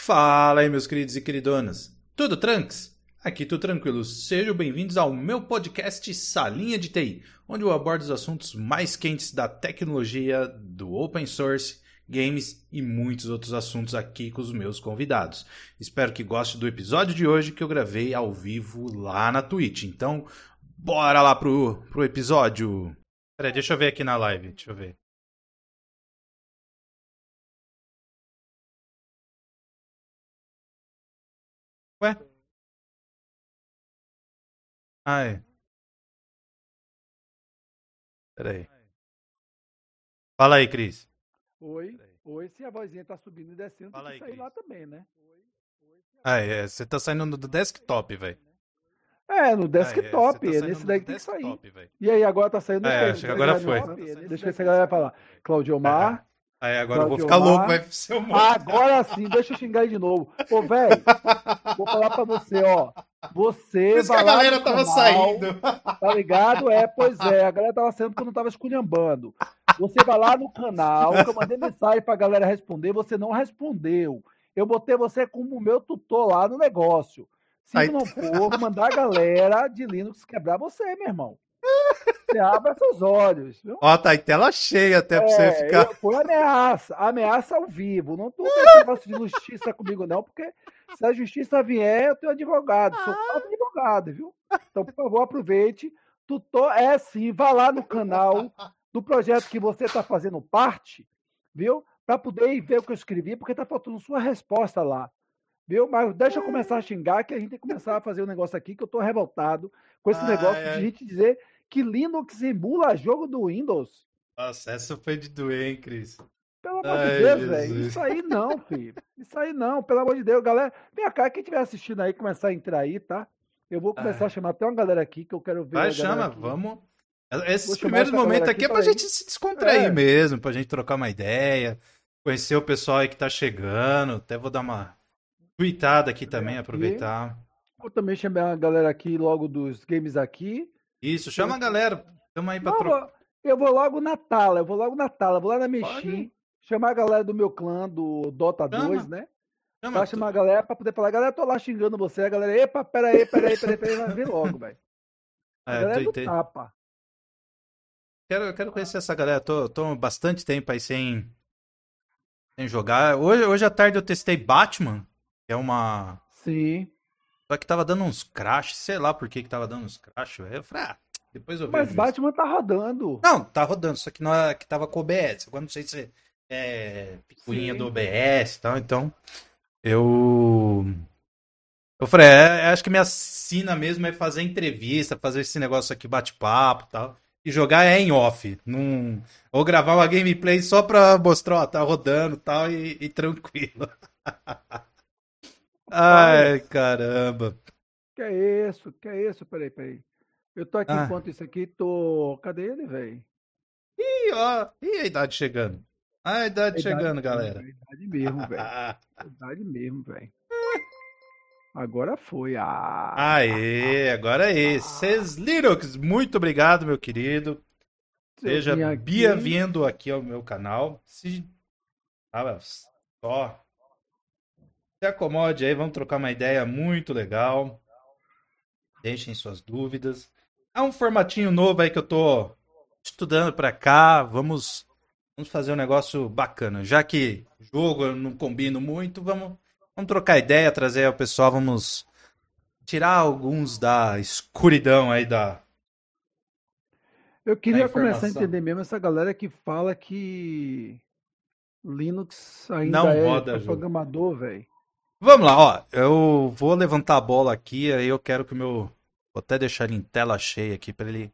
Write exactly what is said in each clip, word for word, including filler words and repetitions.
Fala aí, meus queridos e queridonas. Tudo tranks? Aqui tudo tranquilo. Sejam bem-vindos ao meu podcast Salinha de T I, onde eu abordo os assuntos mais quentes da tecnologia, do open source, games e muitos outros assuntos aqui com os meus convidados. Espero que goste do episódio de hoje que eu gravei ao vivo lá na Twitch. Então, bora lá pro, pro episódio. Peraí, deixa eu ver aqui na live. Deixa eu ver. Ué? Ah, é. Peraí. Fala aí, Cris. Oi, oi, se a vozinha tá subindo e descendo, tem Fala que aí, sair lá Cris. também, né? Ah, é. Você tá saindo do desktop, velho. É, no Ah, é. Você desktop, tá é saindo nesse do daí que tem que sair. desktop, velho. E aí, agora tá saindo, Ah, deixa é, aí, acho que deixa agora a foi. galera, deixa eu ver se a galera vai falar. Claudio Ah, Omar, aí agora eu vou Claudio ficar louco, Omar. vai ser um monte. Agora sim, deixa eu xingar ele de novo. Ô, velho, vou falar pra você, ó. Por Você isso que vai a lá galera no tava canal, saindo. tá ligado? É, pois é, a galera tava saindo porque eu não tava esculhambando. Você vai lá no canal, que eu mandei mensagem pra galera responder, você não respondeu. Eu botei você como meu tutor lá no negócio. Se Aí, não for, eu vou mandar a galera de Linux quebrar você, meu irmão. Você abre seus olhos, viu? ó, tá em tela cheia até pra você É, ficar. eu, foi ameaça, ameaça ao vivo. Não tô com esse negócio de justiça comigo, não, porque se a justiça vier, eu tenho advogado, sou quatro advogado, viu? Então, por favor, aproveite. Tutor é sim, vá lá no canal do projeto que você está fazendo parte, viu? Para poder ir ver o que eu escrevi, porque tá faltando sua resposta lá, viu? Mas deixa eu começar a xingar, que a gente tem que começar a fazer um negócio aqui, que eu tô revoltado com esse negócio Ai, de ai. gente dizer que Linux emula jogo do Windows. Nossa, essa foi de doer, hein, Cris? Pelo amor de Ai, Deus, velho. Jesus. Isso aí não, filho. Isso aí não, pelo amor de Deus. Galera, vem cá, quem estiver assistindo aí, começar a entrar aí, tá? Eu vou começar a Ai. chamar até uma galera aqui, que eu quero ver Vai, a galera chama, aqui. vamos. Vou Esses chamar primeiros essa galera momentos aqui, aqui é pra peraí. gente se descontrair É, mesmo, pra gente trocar uma ideia, conhecer o pessoal aí que tá chegando. Até vou dar uma tweetada aqui vem também, aqui. aproveitar. Vou também chamar a galera aqui logo dos games aqui. Isso, Deixa eu chama ver a se- galera. Chama aí pra Não, eu trocar. vou, eu vou logo na tala, eu vou logo na tala, vou lá na Pode, Mexim, chamar a galera do meu clã, do Dota dois, chama. né? Chama. Pra chamar a galera pra poder falar, galera, tô lá xingando você, a galera, epa, peraí, peraí, peraí, peraí, vai vir logo, velho. A É, tô, galera é do ente- tapa. quero, eu quero conhecer essa galera. Tô, tô bastante tempo aí sem, sem jogar. Hoje, hoje à tarde eu testei Batman, que é uma. Sim. Só que tava dando uns crash, sei lá por que que tava dando uns crash. Velho. Eu falei, ah, depois eu Mas vejo isso. Batman tá rodando. Não, tá rodando, só que não é que tava com o O B S. Agora não sei se é picuinha do Sim. O B S e tal, então eu. Eu falei, é, acho que minha sina mesmo é fazer entrevista, fazer esse negócio aqui, bate-papo e tal. E jogar é em off. Num... Ou gravar uma gameplay só pra mostrar, ó, tá rodando e tal, e, e tranquilo. Ai, Rapaz, caramba. que é isso? Que é isso? Peraí, peraí. Eu tô aqui Ah, enquanto isso aqui, tô. Cadê ele, velho? e ó, e a idade chegando? A É idade idade chegando, mesmo, galera. velho. Idade mesmo, velho. Idade mesmo, velho. Agora foi. Ah, Aê, agora é ah. esse. Linux, muito obrigado, meu querido. Se eu Seja vim aqui. bem-vindo aqui ao meu canal. Se ah, só se acomode aí, vamos trocar uma ideia muito legal. Deixem suas dúvidas. É um formatinho novo aí que eu tô estudando pra cá. Vamos, vamos fazer um negócio bacana. Já que jogo eu não combino muito, vamos, vamos trocar ideia, trazer o pessoal, vamos tirar alguns da escuridão aí da, Eu da queria começar a informação. entender mesmo essa galera que fala que Linux ainda Não é roda para jogo. programador, velho. Vamos lá, ó. Eu vou levantar a bola aqui, aí eu quero que o meu. Vou até deixar ele em tela cheia aqui pra ele.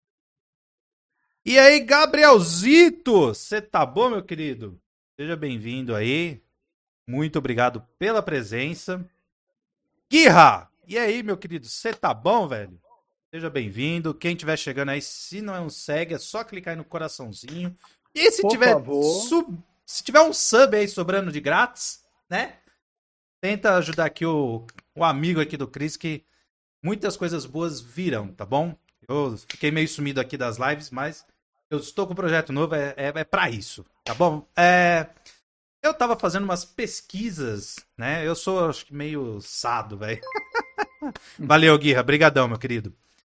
E aí, Gabrielzito! Você tá bom, meu querido? Seja bem-vindo aí. Muito obrigado pela presença. Guirra! E aí, meu querido? Você tá bom, velho? Seja bem-vindo. Quem estiver chegando aí, se não é um segue, é só clicar aí no coraçãozinho. E se Por tiver favor. sub... se tiver um sub aí sobrando de grátis, né? Tenta ajudar aqui o, o amigo aqui do Chris, que muitas coisas boas virão, tá bom? Eu fiquei meio sumido aqui das lives, mas eu estou com um projeto novo, é, é, é pra isso, tá bom? É, Eu tava fazendo umas pesquisas, né? Eu sou, acho que, meio sado, velho. Valeu, Guirra. Brigadão, meu querido.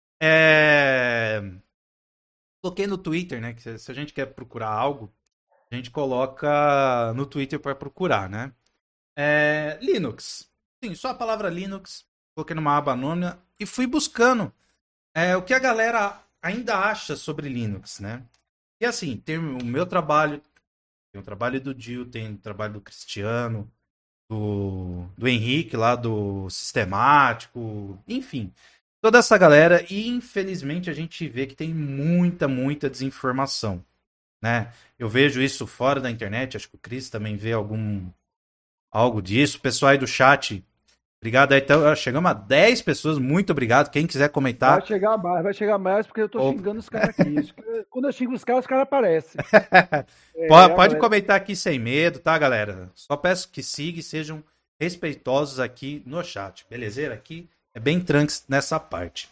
É... Coloquei no Twitter, né? Que se a gente quer procurar algo, a gente coloca no Twitter para procurar, né? É... Linux. Sim, só a palavra Linux. Coloquei numa aba anônima e fui buscando é, o que a galera ainda acha sobre Linux, né? E assim, tem o meu trabalho, tem o trabalho do Dio, tem o trabalho do Cristiano, do, do Henrique lá do Sistemático, enfim, toda essa galera. E infelizmente a gente vê que tem muita, muita desinformação, né? Eu vejo isso fora da internet, acho que o Cris também vê algum algo disso. O pessoal aí do chat, obrigado aí. Então, chegamos a dez pessoas, muito obrigado. Quem quiser Vai comentar, chegar mais, vai chegar mais, porque eu tô opa, xingando os caras aqui. Isso que- Quando eu xingo os caras, os caras aparecem. É, pode, a pode galera. comentar aqui sem medo, tá, galera? Só peço que sigam e sejam respeitosos aqui no chat, belezeira? Aqui é bem tranks nessa parte.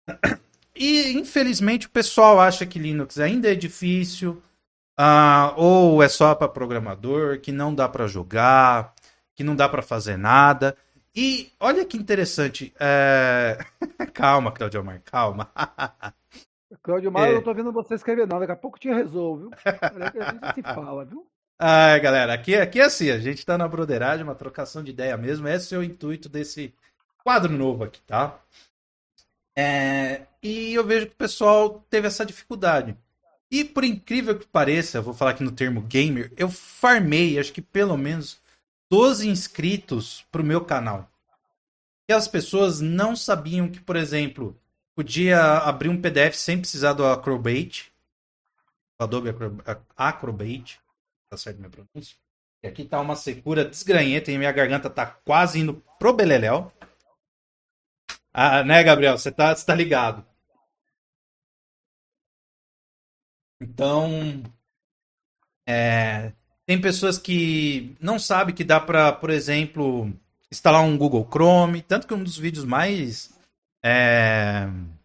E, infelizmente, o pessoal acha que Linux ainda é difícil, ah, ou é só para programador, que não dá para jogar, que não dá para fazer nada. E olha que interessante. É... calma, Claudio Mar, calma. Cláudio Maio, eu não É... tô vendo você escrever, não. Daqui a pouco te resolvo, viu? Olha que a gente se fala, viu? Ai, galera, aqui, aqui é assim, a gente tá na broderagem, uma trocação de ideia mesmo. Esse é o intuito desse quadro novo aqui, tá? É, e eu vejo que o pessoal teve essa dificuldade. E por incrível que pareça, eu vou falar aqui no termo gamer, eu farmei, acho que pelo menos doze inscritos pro meu canal. E as pessoas não sabiam que, por exemplo, podia abrir um P D F sem precisar do Acrobat, do Adobe Acro- Acrobat, tá certo minha pronúncia? E aqui tá uma secura desgranhenta e minha garganta tá quase indo pro beleléu. Ah, né, Gabriel? Você tá, você tá ligado. Então, é, tem pessoas que não sabem que dá para, por exemplo, instalar um Google Chrome. Tanto que um dos vídeos mais é,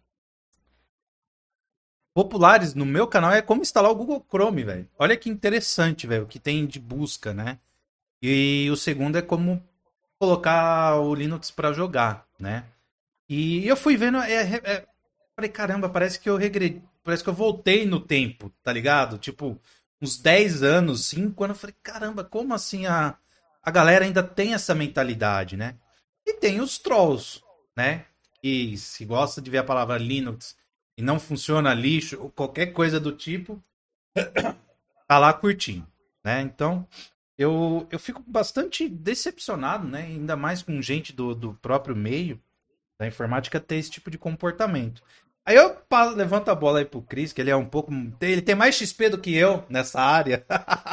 populares no meu canal é como instalar o Google Chrome, velho. Olha que interessante, velho, o que tem de busca, né? E o segundo é como colocar o Linux para jogar, né? E eu fui vendo, é, é, é, falei, caramba, parece que eu regredi, parece que eu voltei no tempo, tá ligado? Tipo, uns dez anos, cinco anos, eu falei, caramba, como assim a, a galera ainda tem essa mentalidade, né? E tem os trolls, né? Que se gosta de ver a palavra Linux e não funciona lixo, ou qualquer coisa do tipo, tá lá curtindo, né? Então, eu, eu fico bastante decepcionado, né? Ainda mais com gente do, do próprio meio da informática ter esse tipo de comportamento. Aí eu pa- levanto a bola aí pro Cris, que ele é um pouco. Ele tem mais X P do que eu nessa área.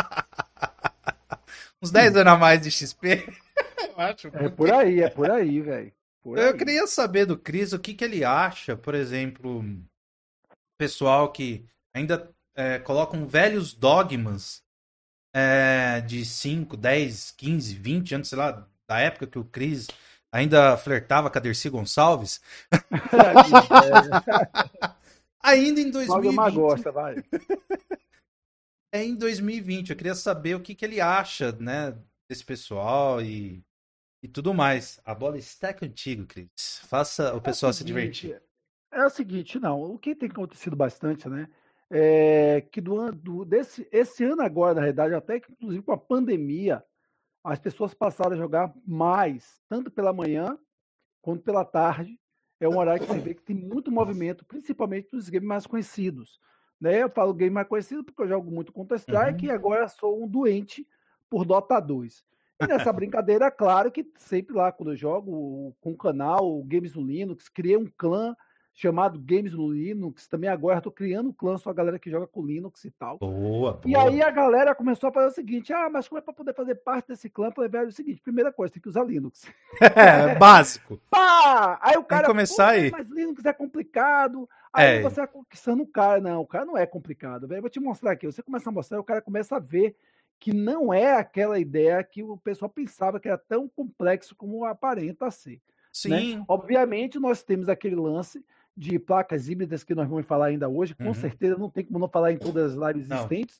Uns dez anos a mais de X P, eu acho. É por Porque aí, é por aí, velho. Por eu aí. queria saber do Cris o que, que ele acha, por exemplo, pessoal que ainda é, colocam velhos dogmas é, de cinco, dez, quinze, vinte anos, sei lá, da época que o Cris ainda flertava com a Dercy Gonçalves. Que ideia. Ainda em Cláudio Mar dois mil e vinte, gosta, vai. é em dois mil e vinte, eu queria saber o que, que ele acha, né, desse pessoal e, e tudo mais. A bola está contigo, Cris. Faça o É o pessoal se divertir. seguinte, é o seguinte, não, o que tem acontecido bastante, né, é que do ano, do, desse, esse ano agora, na realidade, até que inclusive com a pandemia, as pessoas passaram a jogar mais, tanto pela manhã quanto pela tarde. É um horário que você vê que tem muito movimento, principalmente dos games mais conhecidos. Né? Eu falo game mais conhecido porque eu jogo muito Counter-Strike e Uhum. agora sou um doente por Dota dois. E nessa brincadeira, claro que sempre lá, quando eu jogo com o canal o Games no Linux, criei um clã chamado Games no Linux. Também agora estou criando um clã só a galera que joga com Linux e tal. Boa, E aí boa. a galera começou a fazer o seguinte: ah, mas como é para poder fazer parte desse clã? Eu falei, velho, é o seguinte: primeira coisa, tem que usar Linux. É, básico. Pá! Aí o Tem que cara, começar pô, aí. mas Linux é complicado. Aí É, você vai conquistando o cara. Não, o cara não é complicado, velho. Vou te mostrar aqui. Você começa a mostrar, o cara começa a ver que não é aquela ideia que o pessoal pensava que era tão complexo como aparenta ser. Né? sim. Obviamente, nós temos aquele lance de placas híbridas que nós vamos falar ainda hoje. Com Uhum. certeza não tem como não falar em todas as lives Não. existentes.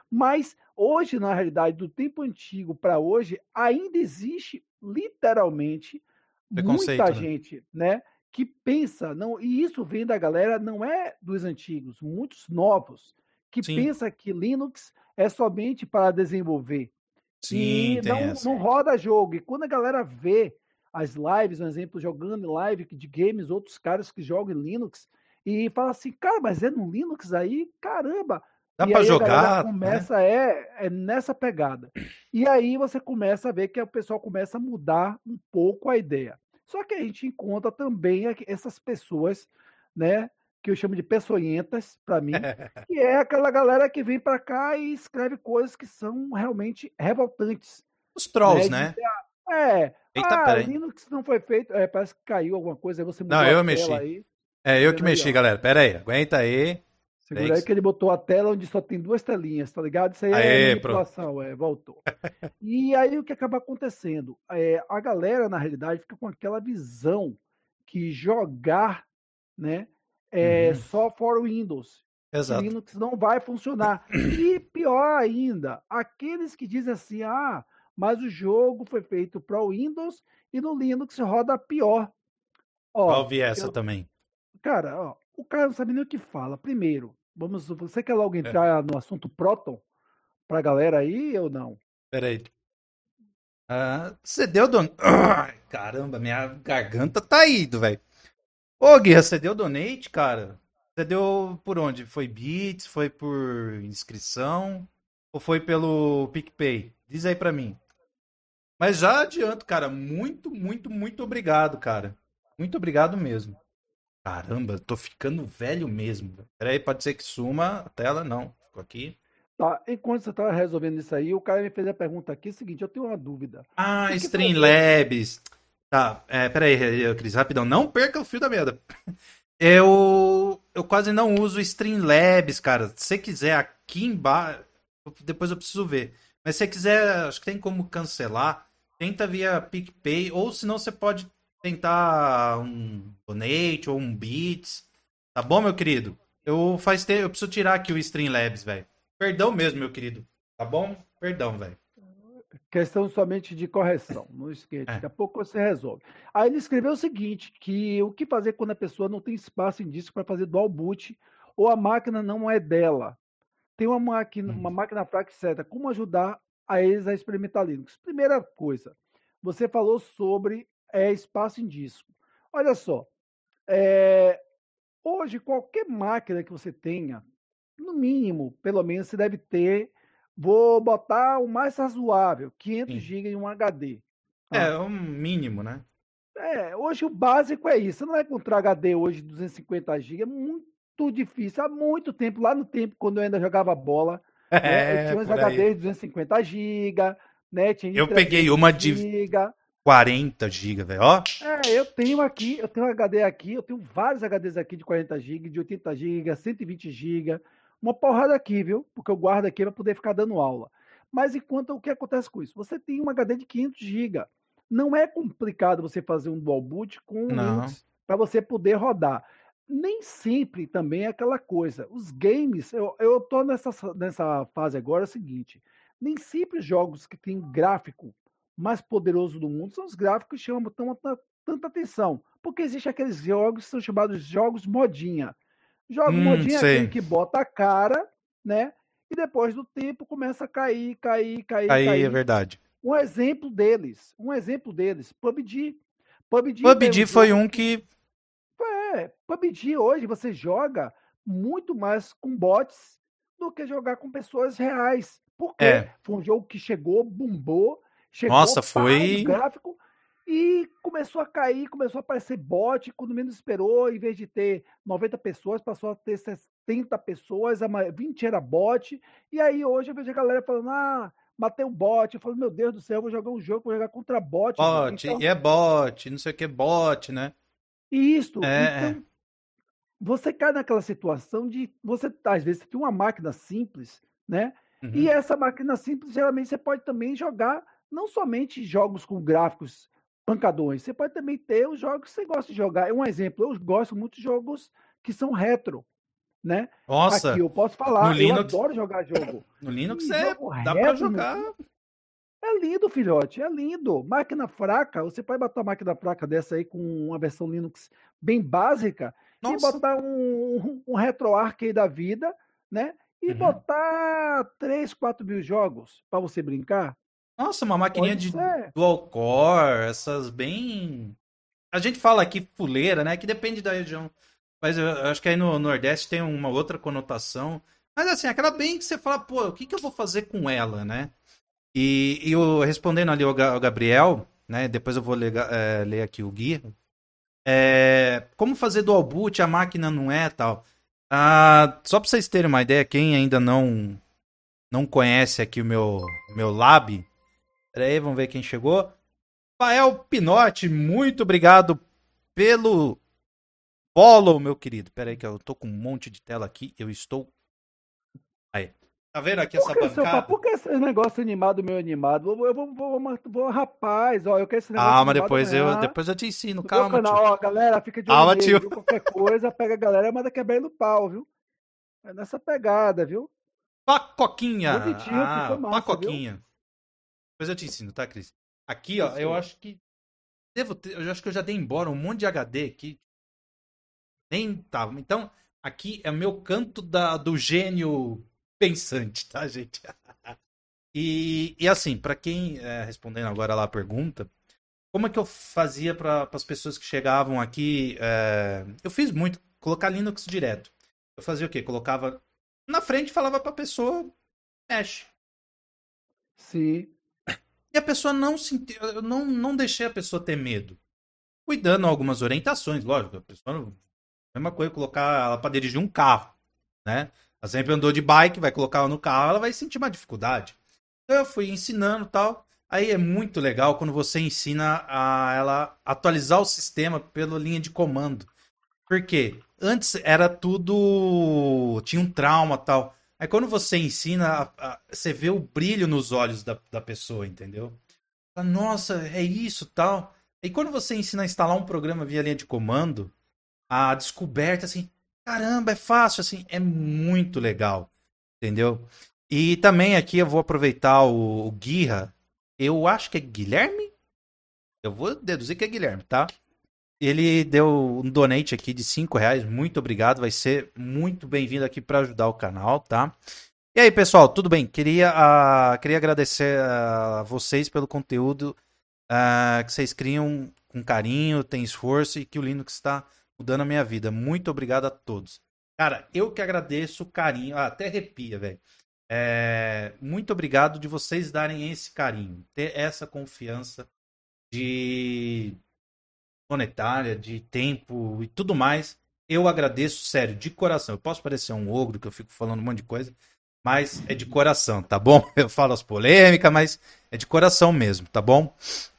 Mas hoje, na realidade, do tempo antigo para hoje, ainda existe literalmente muita Preconceito, né? gente, né, que pensa, não, e isso vem da galera, não é dos antigos, muitos novos, que Sim, pensa que Linux é somente para desenvolver sim, e tem não, essa. não roda jogo. E quando a galera vê as lives, um exemplo, jogando em live de games, outros caras que jogam em Linux, e fala assim, cara, mas é no Linux aí? Caramba! Dá E pra aí a galera jogar, né? começa, é, é nessa pegada. E aí você começa a ver que o pessoal começa a mudar um pouco a ideia. Só que a gente encontra também essas pessoas, né, que eu chamo de peçonhentas, para mim, que é aquela galera que vem para cá e escreve coisas que são realmente revoltantes, Os trolls, né? De né? dizer, ah, é, Eita, ah, pera aí. Linux não foi feito, é, parece que caiu alguma coisa, aí você Não, mudou a eu tela mexi. aí, É, tá eu que vendo aí, mexi, ó? galera. Pera aí, aguenta aí. Peraí Segura aí que- que ele botou a tela onde só tem duas telinhas, tá ligado? Isso aí é Aê, pronto. manipulação, é, voltou. E aí o que acaba acontecendo? É, a galera, na realidade, fica com aquela visão que jogar, né, é Uhum, só for Windows, que exato. Linux não vai funcionar. E pior ainda, aqueles que dizem assim, ah, mas o jogo foi feito para o Windows e no Linux roda pior. Já Ó, ouvi essa eu, também. cara, ó, o cara não sabe nem o que fala. Primeiro, vamos, você quer logo É, entrar no assunto Proton pra galera aí ou não? pera aí. Ah, você deu don... Ai, caramba, minha garganta tá indo, velho. Ô, Guia, você deu donate, cara? Você deu por onde? Foi Bits? Foi por inscrição? Ou foi pelo PicPay? Diz aí pra mim. Mas já adianto, cara, muito, muito, muito obrigado, cara. Muito obrigado mesmo. Caramba, tô ficando velho mesmo. Peraí, pode ser que suma a tela? Não, ficou aqui. Tá, enquanto você tá resolvendo isso aí, o cara me fez a pergunta aqui, seguinte, eu tenho uma dúvida. Ah, O que fazer? Streamlabs. Tá, é, peraí, Cris, rapidão. Não perca o fio da meada. Eu, eu quase não uso Streamlabs, cara. Se você quiser aqui embaixo, depois eu preciso ver. Mas se você quiser, acho que tem como cancelar. Tenta via PicPay, ou senão você pode tentar um Donate ou um Bits. Tá bom, meu querido? Eu faz tempo, eu preciso tirar aqui o Streamlabs, velho. Perdão mesmo, meu querido. Tá bom? Perdão, velho. Questão somente de correção, não esquece, É. daqui a pouco você resolve. Aí ele escreveu o seguinte, que o que fazer quando a pessoa não tem espaço em disco para fazer dual boot ou a máquina não é dela? Tem uma máquina, uma Hum. máquina fraca, etcétera. Como ajudar a eles a experimentar Linux? Primeira coisa, você falou sobre é, espaço em disco. Olha só, é, hoje qualquer máquina que você tenha, no mínimo, pelo menos, você deve ter, vou botar o mais razoável, quinhentos Sim. gigas em um H D. Tá? É, um mínimo, né? É, hoje o básico é isso. Você não vai encontrar H D hoje de duzentos e cinquenta gigas, é muito difícil. Há muito tempo, lá no tempo, quando eu ainda jogava bola, né? Eu É, tinha uns por aí. H Ds de duzentos e cinquenta gigas, né? Tinha de Eu peguei trezentos uma de gigas. quarenta gigas, velho. Ó. É, eu tenho aqui, eu tenho um H D aqui, eu tenho vários H Ds aqui de quarenta gigas, de oitenta gigas, cento e vinte gigas, uma porrada aqui, viu? Porque eu guardo aqui para poder ficar dando aula. Mas enquanto o que acontece com isso? Você tem um H D de quinhentos gigas. Não é complicado você fazer um dual boot com o Não. Linux para você poder rodar. Nem sempre também é aquela coisa. Os games, eu, eu tô nessa, nessa fase agora, é o seguinte: nem sempre os jogos que têm gráfico mais poderoso do mundo são os gráficos que chamam tanta, tanta atenção. Porque existem aqueles jogos que são chamados jogos modinha. Jogo Hum, modinha é aquele sei. que bota a cara, né? E depois do tempo começa a cair, cair, cair, Aí é cair. verdade. Um exemplo deles, um exemplo deles, P U B G. P U B G é um P U B G foi jogo um que que. é, P U B G hoje você joga muito mais com bots do que jogar com pessoas reais. Porque É. foi um jogo que chegou, bombou, chegou, Nossa, pá, o foi. gráfico, e começou a cair, começou a aparecer bot, quando menos esperou, em vez de ter noventa pessoas, passou a ter setenta pessoas, vinte era bot, e aí hoje eu vejo a galera falando, ah, matei um bot, eu falo, meu Deus do céu, eu vou jogar um jogo, vou jogar contra bot, velho. Bot. Então, E é bot. Não sei o que, bot, né? isso, É, é. então você cai naquela situação de você, às vezes, você tem uma máquina simples, né? E Uhum. essa máquina simples, geralmente, você pode também jogar não somente jogos com gráficos pancadões, você pode também ter os jogos que você gosta de jogar. Um exemplo, eu gosto muito de jogos que são retro, né? Nossa, Aqui eu posso no falar, eu Linux, adoro jogar jogo. no Linux E é, jogo dá pra retro, meu jogar. filho, é lindo, filhote, é lindo. Máquina fraca, você pode botar uma máquina fraca dessa aí com uma versão Linux bem básica e Nossa. botar um, um RetroArch aí da vida, né? E Uhum. botar três, quatro mil jogos para você brincar. Nossa, uma maquininha Pode de ser. dual core, essas bem. A gente fala aqui fuleira, né? Que depende da região. Mas eu acho que aí no Nordeste tem uma outra conotação. Mas assim, aquela bem que você fala, pô, o que, que eu vou fazer com ela, né? E, e eu, respondendo ali ao, Ga- ao Gabriel, né? Depois eu vou ler, é, ler aqui o guia. É, como fazer dual boot, a máquina não é tal. Ah, só para vocês terem uma ideia, quem ainda não não conhece aqui o meu, meu lab, pera aí, vamos ver quem chegou. Rafael Pinotti, muito obrigado pelo follow, meu querido. Pera aí que eu tô com um monte de tela aqui, eu estou... Aí, tá vendo aqui Por essa que, seu papo? bancada? Por que esse negócio animado, meu animado? Eu vou, eu vou, vou, vou- vou- rapaz, ó, eu quero esse negócio Calma, animado depois eu, amanhã. depois eu te ensino, No meu calma, tio. canal, ó, galera, fica de olho Calma, nele, tio. viu? Qualquer coisa, pega a galera e manda quebrar no pau, viu? É nessa pegada, viu? Pacoquinha. Bonitinho aqui, foi Ah, massa, viu? pacoquinha. Depois eu te ensino, tá, Cris? Aqui, ó, eu Fechou. acho que devo ter, eu acho que eu já dei embora um monte de H D aqui. Nem tava. Então, aqui é o meu canto da, do gênio pensante, tá, gente? E, e assim, pra quem, é, respondendo agora lá a pergunta, como é que eu fazia para as pessoas que chegavam aqui? é, eu fiz muito, colocar Linux direto. Eu fazia o quê? Colocava na frente e falava pra pessoa, mexe. Sim. E a pessoa não se. Eu não, não deixei a pessoa ter medo. Fui dando algumas orientações, lógico. A pessoa não. Mesma coisa, colocar ela para dirigir um carro, né? Ela sempre andou de bike, vai colocar ela no carro, ela vai sentir uma dificuldade. Então eu fui ensinando e tal. Aí é muito legal quando você ensina a ela atualizar o sistema pela linha de comando. Por quê? Antes era tudo. Tinha um trauma e tal. Aí quando você ensina, a- a- você vê o brilho nos olhos da, da pessoa, entendeu? Fala, nossa, é isso tal. E quando você ensina a instalar um programa via linha de comando, a descoberta, assim, caramba, é fácil, assim, é muito legal, entendeu? E também aqui eu vou aproveitar o, o Guirra, eu acho que é Guilherme? Eu vou deduzir que é Guilherme, tá? Ele deu um donate aqui de cinco reais, muito obrigado, vai ser muito bem-vindo aqui para ajudar o canal, tá? E aí, pessoal, tudo bem? Queria, uh, queria agradecer a vocês pelo conteúdo uh, que vocês criam com carinho, tem esforço e que o Linux está mudando a minha vida. Muito obrigado a todos. Cara, eu que agradeço o carinho, ah, até arrepia, velho. É, muito obrigado de vocês darem esse carinho, ter essa confiança de monetária, de tempo e tudo mais. Eu agradeço, sério, de coração. Eu posso parecer um ogro que eu fico falando um monte de coisa, mas é de coração, tá bom? Eu falo as polêmicas, mas é de coração mesmo, tá bom?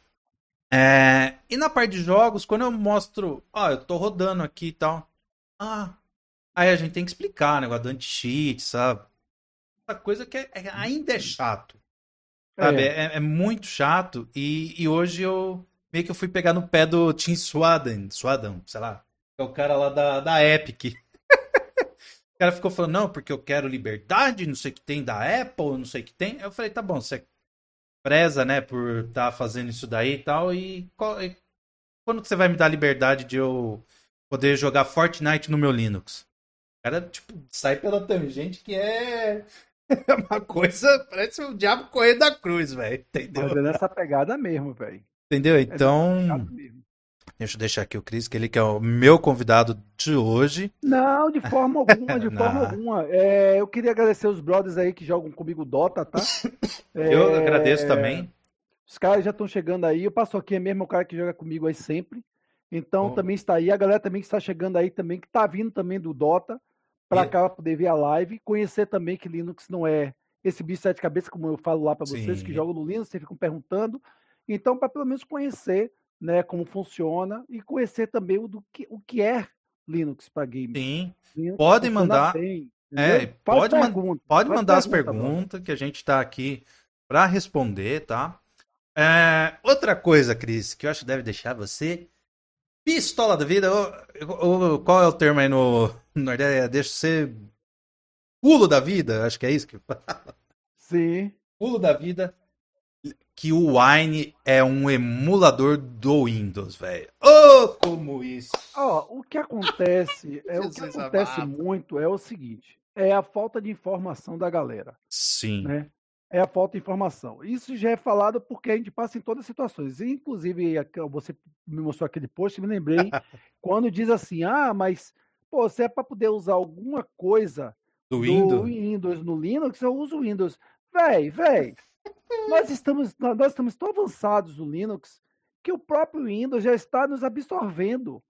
É, e na parte de jogos, quando eu mostro, ó, eu tô rodando aqui e tal. Ah, aí a gente tem que explicar, negócio do anti-cheat, sabe? Essa coisa que é, é- ainda é chato, sabe? É. É, é muito chato. E, e hoje eu meio que eu fui pegar no pé do Tim Swadan, Swadan, sei lá, que é o cara lá da, da Epic. O cara ficou falando, não, porque eu quero liberdade, não sei o que tem da Apple, não sei o que tem. Eu falei, tá bom, você preza, né, por estar tá fazendo isso daí e tal, e, qual, e quando que você vai me dar liberdade de eu poder jogar Fortnite no meu Linux? O cara, tipo, sai pela tangente que é uma coisa, parece o diabo correndo da cruz, velho, Mas entendeu? é nessa pegada mesmo, velho. Entendeu? É nessa pegada Então, mesmo. deixa eu deixar aqui o Cris, que ele que é o meu convidado de hoje. Não, de forma alguma, de forma Na... alguma. É, eu queria agradecer os brothers aí que jogam comigo Dota, tá? Eu agradeço É, também. os caras já estão chegando aí. O Paçoquinha mesmo é o cara que joga comigo aí sempre. Então Oh, também está aí. A galera também que está chegando aí também, que está vindo também do Dota, para e- cá pra poder ver a live. Conhecer também que Linux não é esse bicho de sete cabeças, como eu falo lá para vocês, que sim, jogam no Linux, vocês ficam perguntando. Então, para pelo menos conhecer, né, como funciona e conhecer também o, do que, o que é Linux para games. sim. Linux Pode funciona mandar, bem, é, entendeu? Faz pode, man, pergunta, pode faz mandar as pergunta, brother. perguntas que a gente tá aqui para responder, tá? É, outra coisa, Cris, que eu acho que deve deixar você Pistola da vida? Ô, ô, qual é o termo aí no, no Nordeste? Deixa ser pulo da vida? Acho que é isso que fala. Sim. Pulo da vida. Que o Wine é um emulador do Windows, velho. Oh, como isso! Ó, o que acontece, é o que Jesus acontece amado. muito é o seguinte, é a falta de informação da galera, Sim. né? É a falta de informação. Isso já é falado porque a gente passa em todas as situações. Inclusive, aqui, ó, você me mostrou aquele post, me lembrei quando diz assim: "Ah, mas pô, se é para poder usar alguma coisa Do do Windows? Windows no Linux, eu uso o Windows". Véi, véi, nós estamos nós estamos tão avançados no Linux que o próprio Windows já está nos absorvendo.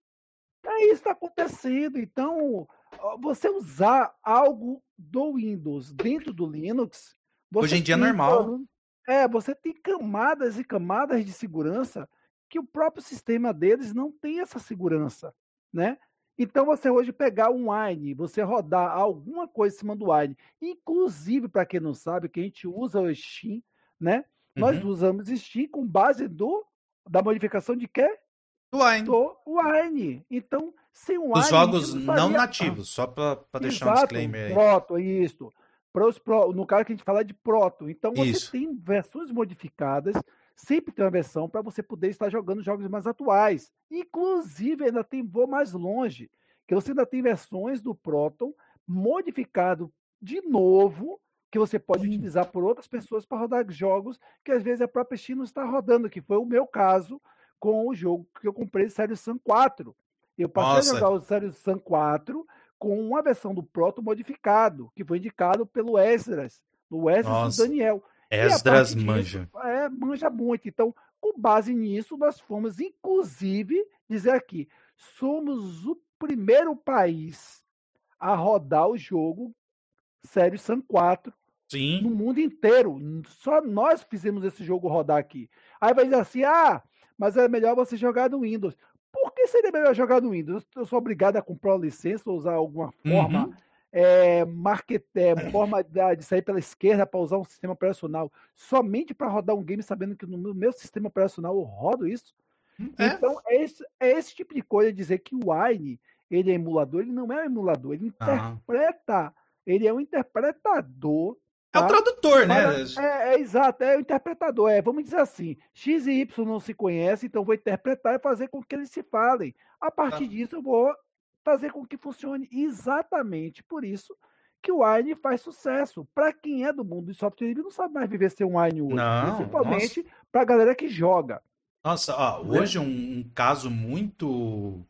É isso que está acontecendo. Então, você usar algo do Windows dentro do Linux, Hoje você em dia é tem normal. plano, é, você tem camadas e camadas de segurança que o próprio sistema deles não tem essa segurança, né? Então, você hoje pegar um Wine, você rodar alguma coisa em cima do Wine, inclusive, para quem não sabe, que a gente usa o Steam, né? Nós Uhum. usamos Steam com base do, da modificação de quê? Do Wine. Do Wine. Então, sem o Dos Wine, a gente jogos não não faria. nativos, só pra, pra deixar um Exato, disclaimer aí. Proto, isso. Pros Pro, no caso que a gente fala de Proto. Então, você Isso. tem versões modificadas, sempre tem uma versão para você poder estar jogando jogos mais atuais. Inclusive, ainda tem, vou mais longe, que você ainda tem versões do Proton modificado de novo, que você pode Hum. utilizar por outras pessoas para rodar jogos que às vezes a própria Steam não está rodando, que foi o meu caso com o jogo que eu comprei, Sério Sam quatro. Eu passei a Nossa, jogar o Sério Sam quatro com uma versão do Proto modificado, que foi indicado pelo Esdras, o Esdras e o nossa. Daniel. E a Esdras partir disso, manja. é, manja muito. Então, com base nisso, nós fomos, inclusive, dizer aqui, somos o primeiro país a rodar o jogo Sério Sam quatro no Sim. mundo inteiro. Só nós fizemos esse jogo rodar aqui. Aí vai dizer assim: ah, mas é melhor você jogar no Windows. Por que seria melhor jogar no Windows? Eu sou obrigado a comprar uma licença ou usar alguma forma, Uhum. é, market, é, forma de, de sair pela esquerda para usar um sistema operacional somente para rodar um game sabendo que no meu sistema operacional eu rodo isso? É. Então, é esse, é esse tipo de coisa dizer que o Wine, ele é emulador, ele não é um emulador, ele Ah. interpreta, ele é um interpretador, É o tá? tradutor, né? Para, é, é exato, é o interpretador, é, vamos dizer assim, X e Y não se conhecem, então vou interpretar e fazer com que eles se falem. A partir disso, eu vou fazer com que funcione exatamente por isso que o Wine faz sucesso. Para quem é do mundo do software livre, não sabe mais viver sem o Wine hoje, Não, nossa. principalmente para a galera que joga, Nossa, ó, né? hoje um, um caso muito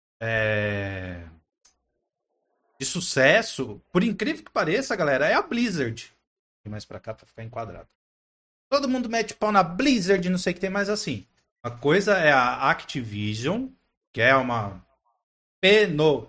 é, de sucesso, por incrível que pareça, galera, é a Blizzard. Vem mais pra cá pra ficar enquadrado. Todo mundo mete pau na Blizzard, não sei o que tem mais assim. Uma coisa é a Activision, que é uma penocol.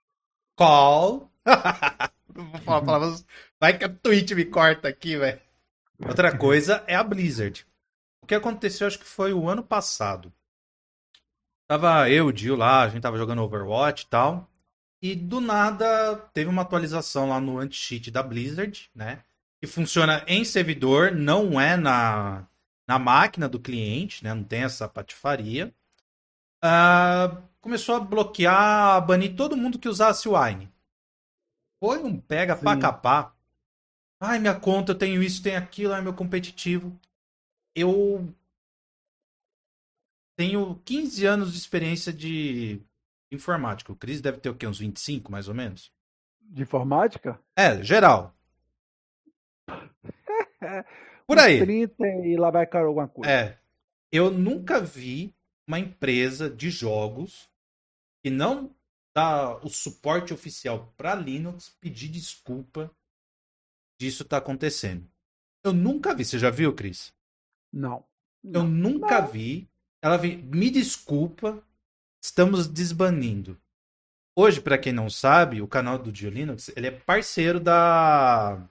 Não vou falar palavras. Vai que a Twitch me corta aqui, velho. Outra coisa é a Blizzard. O que aconteceu, acho que foi o ano passado. Tava eu, o Dio lá, a gente tava jogando Overwatch e tal. E do nada teve uma atualização lá no anti-cheat da Blizzard, né? Que funciona em servidor, não é na, na máquina do cliente, né? Não tem essa patifaria. Ah, começou a bloquear, a banir todo mundo que usasse o Wine. Foi um pega pra Sim. capar. Ai, minha conta, eu tenho isso, tenho aquilo, ai, meu competitivo. Eu tenho quinze anos de experiência de informática. O Cris deve ter o quê? Uns vinte e cinco, mais ou menos? De informática? É, geral. É, Por uns aí. trinta e lá vai cair alguma coisa. É. Eu nunca vi uma empresa de jogos que não dá o suporte oficial para Linux pedir desculpa disso tá acontecendo. Eu nunca vi. Você já viu, Cris? Não. Eu Não. nunca Não. vi. Ela vem, me desculpa, estamos desbanindo. Hoje, para quem não sabe, o canal do Dio Linux, ele é parceiro da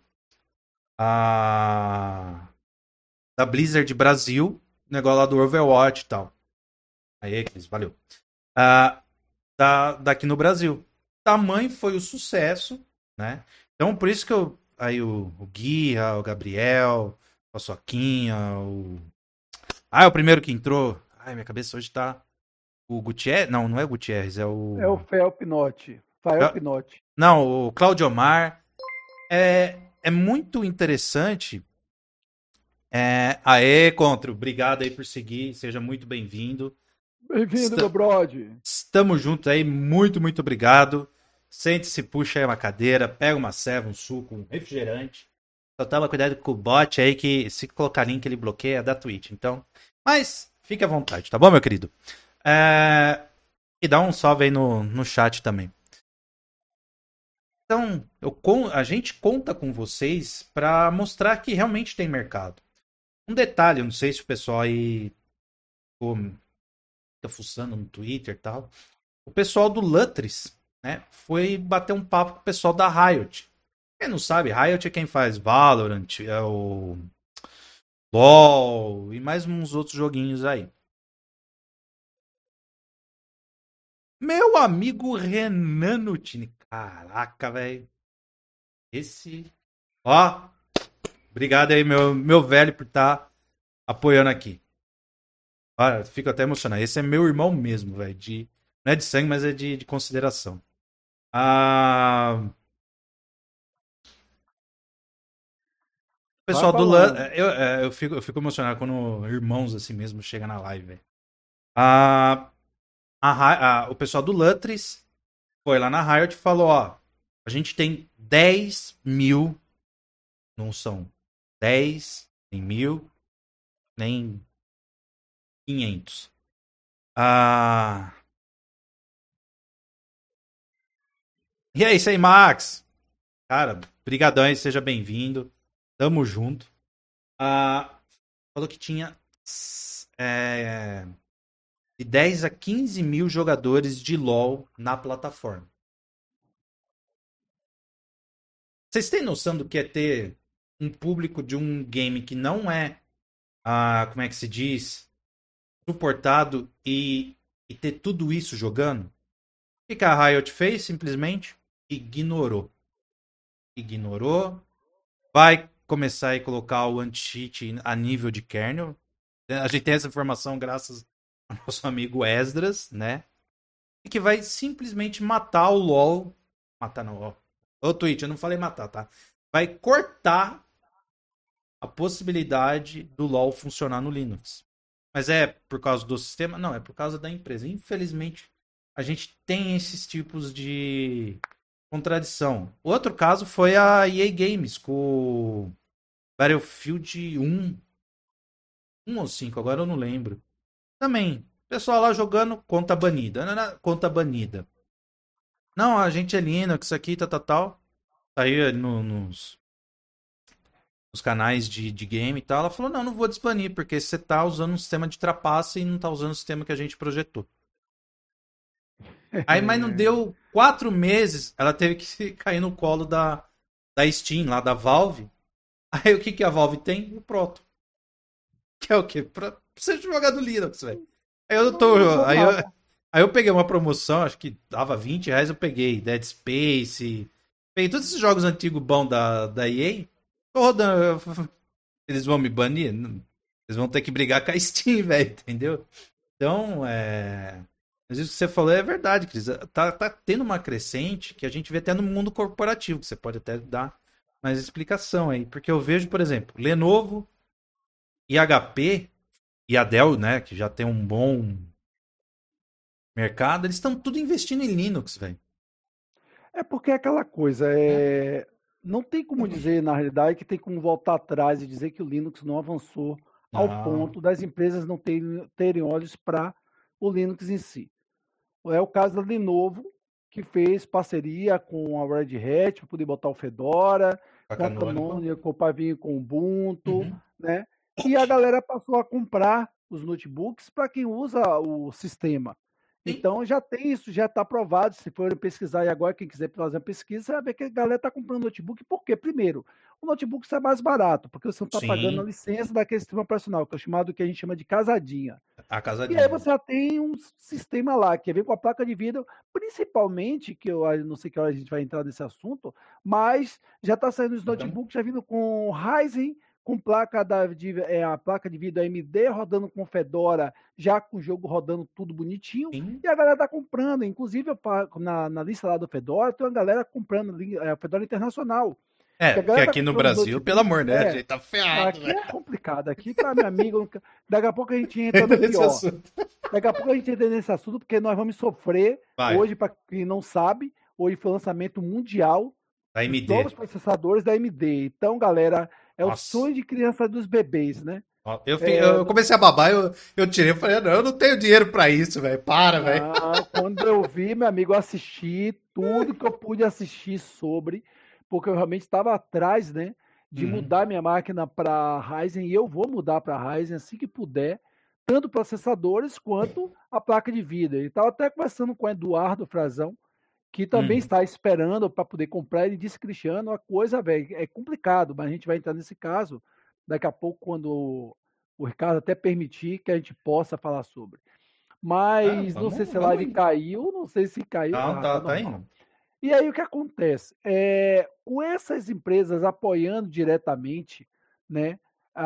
a, da Blizzard Brasil, negócio lá do Overwatch e tal. Aí, Cris, valeu. Ah, da, daqui no Brasil. Tamanho foi o sucesso, né? Então, por isso que eu. Aí o, o Guia, o Gabriel, a Soquinha, o. Ah, é o primeiro que entrou. Ai, minha cabeça hoje tá. o Gutierrez, não, não é o Gutierrez, é o... É o Felpinotti. Felpinotti. Não, o Claudio Omar. É, é muito interessante. É, aê, Contro, obrigado aí por seguir, seja muito bem-vindo. Bem-vindo, Esta- meu brode. Estamos juntos aí, muito, muito obrigado. Sente-se, puxa aí uma cadeira, pega uma ceva, um suco, um refrigerante. Só toma cuidado com o bot aí que se colocar link ele bloqueia é da Twitch. Então, mas fique à vontade, tá bom, meu querido? É, e dá um salve aí no, no chat também. Então, eu, a gente conta com vocês para mostrar que realmente tem mercado. Um detalhe, eu não sei se o pessoal aí pô, tá fuçando no Twitter e tal. O pessoal do Lutris, né, foi bater um papo com o pessoal da Riot. Quem não sabe, Riot é quem faz Valorant, é o LoL e mais uns outros joguinhos aí. Meu amigo Renan Nutini. Caraca, velho. Esse. Ó. Obrigado aí, meu, meu velho, por estar tá apoiando aqui. Olha, fico até emocionado. Esse é meu irmão mesmo, velho. De... Não é de sangue, mas é de, de consideração. Ah. O Vai pessoal do LAN. falando. Eu, é, eu, fico, eu fico emocionado quando irmãos assim mesmo chegam na live, velho. Ah, a, Ri- a- o pessoal do Lutris foi lá na Riot e falou: ó, a gente tem dez mil, não são dez, nem mil, nem quinhentos. Ah, e é isso aí, Max. Cara, brigadão aí, seja bem-vindo. Tamo junto. Ah, falou que tinha é, de dez a quinze mil jogadores de LoL na plataforma. Vocês têm noção do que é ter um público de um game que não é, ah, como é que se diz, suportado e, e ter tudo isso jogando? O que que a Riot fez? Simplesmente ignorou. Ignorou. Vai começar a colocar o anti-cheat a nível de kernel. A gente tem essa informação graças ao nosso amigo Esdras, né? E que vai simplesmente matar o LoL. Matar não, ó. Ô Twitch, eu não falei matar, tá? Vai cortar a possibilidade do LoL funcionar no Linux. Mas é por causa do sistema? Não, é por causa da empresa. Infelizmente, a gente tem esses tipos de contradição. Outro caso foi a E A Games com o Battlefield um. um ou cinco, agora eu não lembro. Também, pessoal lá jogando conta banida. Não, não, conta banida. Não, a gente é Linux aqui, tal, tal, tal. Saiu no, nos, nos canais de, de game e tal. Ela falou, não, não vou desbanir, porque você tá usando um sistema de trapaça e não tá usando o sistema que a gente projetou. Aí, mas não deu quatro meses, ela teve que cair no colo da, da Steam, lá da Valve. Aí o que, que a Valve tem? O Proto. Que é o quê? Pra, precisa de jogar do Linux, velho. Aí eu tô. Aí eu, aí eu peguei uma promoção, acho que dava vinte reais, eu peguei Dead Space. Peguei todos esses jogos antigos bons da, da E A. Tô rodando. Eles vão me banir? Eles vão ter que brigar com a Steam, velho, entendeu? Então, é. Mas isso que você falou é verdade, Cris. Tá, tá tendo uma crescente que a gente vê até no mundo corporativo, que você pode até dar mais explicação aí. Porque eu vejo, por exemplo, Lenovo e H P e a Dell, né, que já tem um bom mercado, eles estão tudo investindo em Linux, velho. É porque é aquela coisa, é... não tem como dizer, na realidade, que tem como voltar atrás e dizer que o Linux não avançou ao Não. ponto das empresas não terem, terem olhos para o Linux em si. É o caso da Lenovo, que fez parceria com a Red Hat para poder botar o Fedora, A com a Canônico. Canonical, com o Pavinho, com o Ubuntu, Uhum. né? E a galera passou a comprar os notebooks para quem usa o sistema. Sim. Então já tem isso, já está aprovado. Se for pesquisar e agora, quem quiser fazer uma pesquisa, você vai ver que a galera está comprando notebook. Por quê? Primeiro, o notebook sai mais barato, porque você não está pagando a Sim. licença daquele sistema operacional, que é o chamado que a gente chama de casadinha. A E casadinha. aí você já tem um sistema lá, que vem com a placa de vídeo, principalmente, que eu não sei que hora a gente vai entrar nesse assunto, mas já está saindo os Então, notebooks já vindo com Ryzen, com placa da, de, é, a placa de vídeo A M D, rodando com Fedora, já com o jogo rodando tudo bonitinho, Sim. e a galera tá comprando. Inclusive, na, na lista lá do Fedora, tem uma galera comprando, é, Fedora Internacional. É, Que a porque galera tá aqui no comprando Brasil, pelo notebook, amor, né? A é, gente tá ferrado, aqui né? é complicado. Aqui, para meu amigo, daqui a pouco a gente entra no Nesse pior. assunto. Daqui a pouco a gente entra nesse assunto, porque nós vamos sofrer Vai, hoje, para quem não sabe, hoje foi o lançamento mundial da dos novos A M D. processadores da A M D. Então, galera, é o Nossa. sonho de criança dos bebês, né? Ó, Eu, fi- É, eu comecei a babar, eu, eu tirei, eu falei, "Ah, não, eu não tenho dinheiro pra isso, velho. Para, velho." não, quando eu vi, meu amigo, eu assisti tudo que eu pude assistir sobre, porque eu realmente estava atrás, né, de Uhum. mudar minha máquina para Ryzen, e eu vou mudar para Ryzen assim que puder, tanto processadores quanto a placa de vídeo. E estava até conversando com o Eduardo Frazão, que também Uhum. está esperando para poder comprar. Ele disse, Cristiano, a coisa, velho, é complicado, mas a gente vai entrar nesse caso daqui a pouco, quando o Ricardo até permitir que a gente possa falar sobre. Ah, Mas não sei vamos, se a vamos live indo. caiu, não sei se caiu. Não, Ah, tá, tá tá normal. indo. E aí o que acontece? É, com essas empresas apoiando diretamente, né,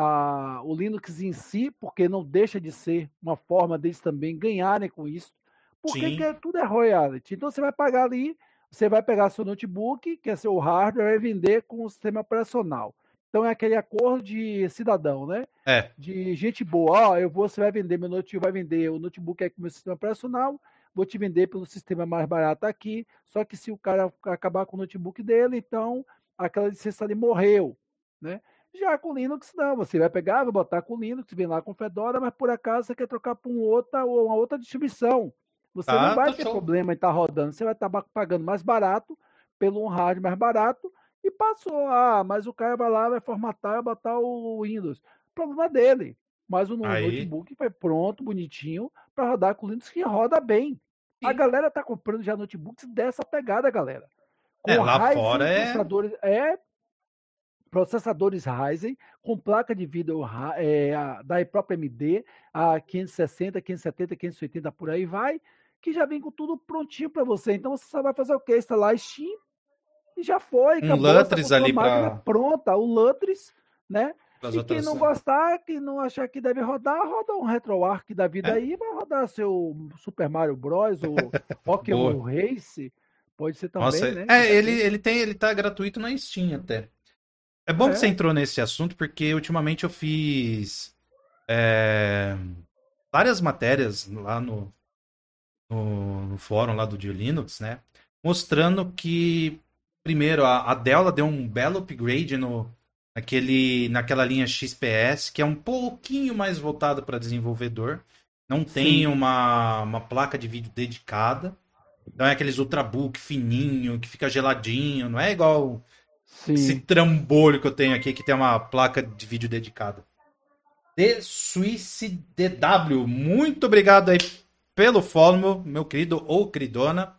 a, o Linux em si, porque não deixa de ser uma forma deles também ganharem com isso, porque Sim. que tudo é royalty. Então você vai pagar ali, você vai pegar seu notebook, que é seu hardware, e vender com o sistema operacional. Então é aquele acordo de cidadão, né? É. De gente boa. Ó, eu vou, você vai vender meu notebook, vai vender o notebook aí com o meu sistema operacional, vou te vender pelo sistema mais barato aqui, só que se o cara acabar com o notebook dele, então aquela licença ali morreu, né? Já com Linux não, você vai pegar, vai botar com Linux, vem lá com Fedora, mas por acaso você quer trocar para um outra ou uma outra distribuição. Você não Tá, vai tá ter show. problema em estar rodando, você vai estar pagando mais barato pelo um hardware mais barato e passou. Ah, mas o cara vai lá, vai formatar, vai botar o Windows. Problema dele. Mas o Aí. notebook foi pronto, bonitinho, para rodar com Linux que roda bem. A Sim. galera tá comprando já notebooks dessa pegada, galera. É, Com lá fora Ryzen, é. processadores, é, processadores Ryzen, com placa de vídeo é, a, da própria A M D, a quinhentos e sessenta, quinhentos e setenta, quinhentos e oitenta, por aí vai, que já vem com tudo prontinho para você. Então você só vai fazer o quê? Instalar Steam e já foi, Um acabou, você tá com Lutris sua ali máquina pra, pronta, o Lutris, né? pras E quem outras. não gostar, quem não achar que deve rodar, roda um RetroArch da vida É, aí, vai rodar seu Super Mario Bros. Ou Pokémon boa. Race, pode ser Nossa, também, né? Que é, já ele, tem. ele tem, ele tá gratuito na Steam até. É bom que você É, entrou nesse assunto, porque ultimamente eu fiz é, várias matérias lá no, no, no fórum lá do Dio Linux, né? Mostrando que, primeiro, a, a Dell ela deu um belo upgrade no, naquele, naquela linha X P S, que é um pouquinho mais voltado para desenvolvedor. Não tem sim, uma, uma placa de vídeo dedicada. Então é aqueles ultrabook fininho, que fica geladinho. Não é igual esse sim. trambolho que eu tenho aqui, que tem uma placa de vídeo dedicada. The Swiss D W, muito obrigado aí pelo follow, meu querido ou queridona.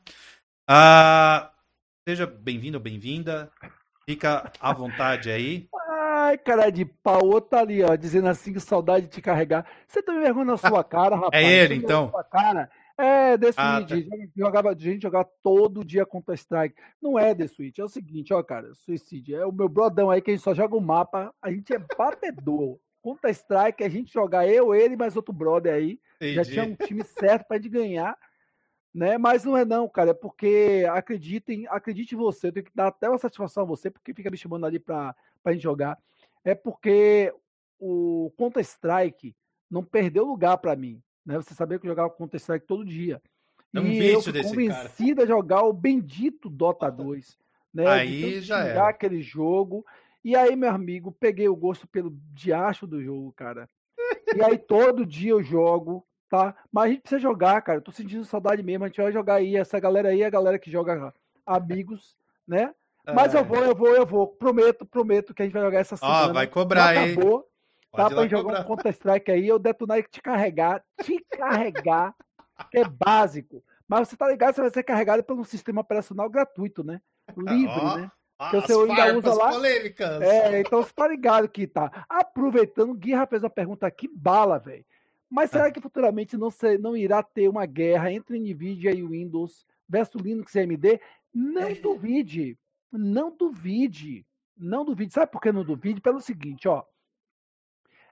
Ah, seja bem-vindo ou bem-vinda. Fica à vontade aí. Ai, cara de pau, outro tá ali, ó, dizendo assim que saudade de te carregar. Você tem vergonha na sua cara, É rapaz? Você ele, tem vergonha na então. sua cara? É, The Ah, Switch. tá. Jogava, a gente jogava todo dia Counter-Strike. Não é The Switch, é o seguinte, ó, cara, Suicide. É o meu brodão aí que a gente só joga o mapa. A gente é batedor. Counter-Strike, a gente joga eu, ele e mais outro brother aí. Já tinha um Entendi. time certo pra gente ganhar, né? Mas não é não, cara, é porque acreditem, acredite em você, eu tenho que dar até uma satisfação a você, porque fica me chamando ali pra, pra gente jogar. É porque o Counter-Strike não perdeu lugar pra mim, né? Você sabia que eu jogava Counter-Strike todo dia. É um E eu vício fui desse cara. convencido a jogar o bendito Dota dois, né? De Aí tanto já xingar era. aquele jogo. E aí, meu amigo, peguei o gosto pelo diacho do jogo, cara. E aí todo dia eu jogo, tá? Mas a gente precisa jogar, cara. Eu tô sentindo saudade mesmo. A gente vai jogar aí. Essa galera aí é a galera que joga amigos, né? Mas eu Ai. vou, eu vou, eu vou. Prometo, prometo que a gente vai jogar essa Ó, vai semana. Já cobrar, hein? acabou, tá? Pode ir Pra lá gente jogar um cobrar. Counter-Strike aí. Eu detonar e te carregar. Te carregar, que é básico. Mas você tá ligado, você vai ser carregado por um sistema operacional gratuito, né? Livre, Ó, né? Que você as ainda usa farpas lá. polêmicas. É, então você tá ligado que tá. Aproveitando, o Guirra fez uma pergunta aqui, bala, velho. Mas será que futuramente não, se- não irá ter uma guerra entre Nvidia e Windows versus Linux e A M D? Não É. duvide. Não duvide. Não duvide. Sabe por que não duvide? Pelo seguinte, ó.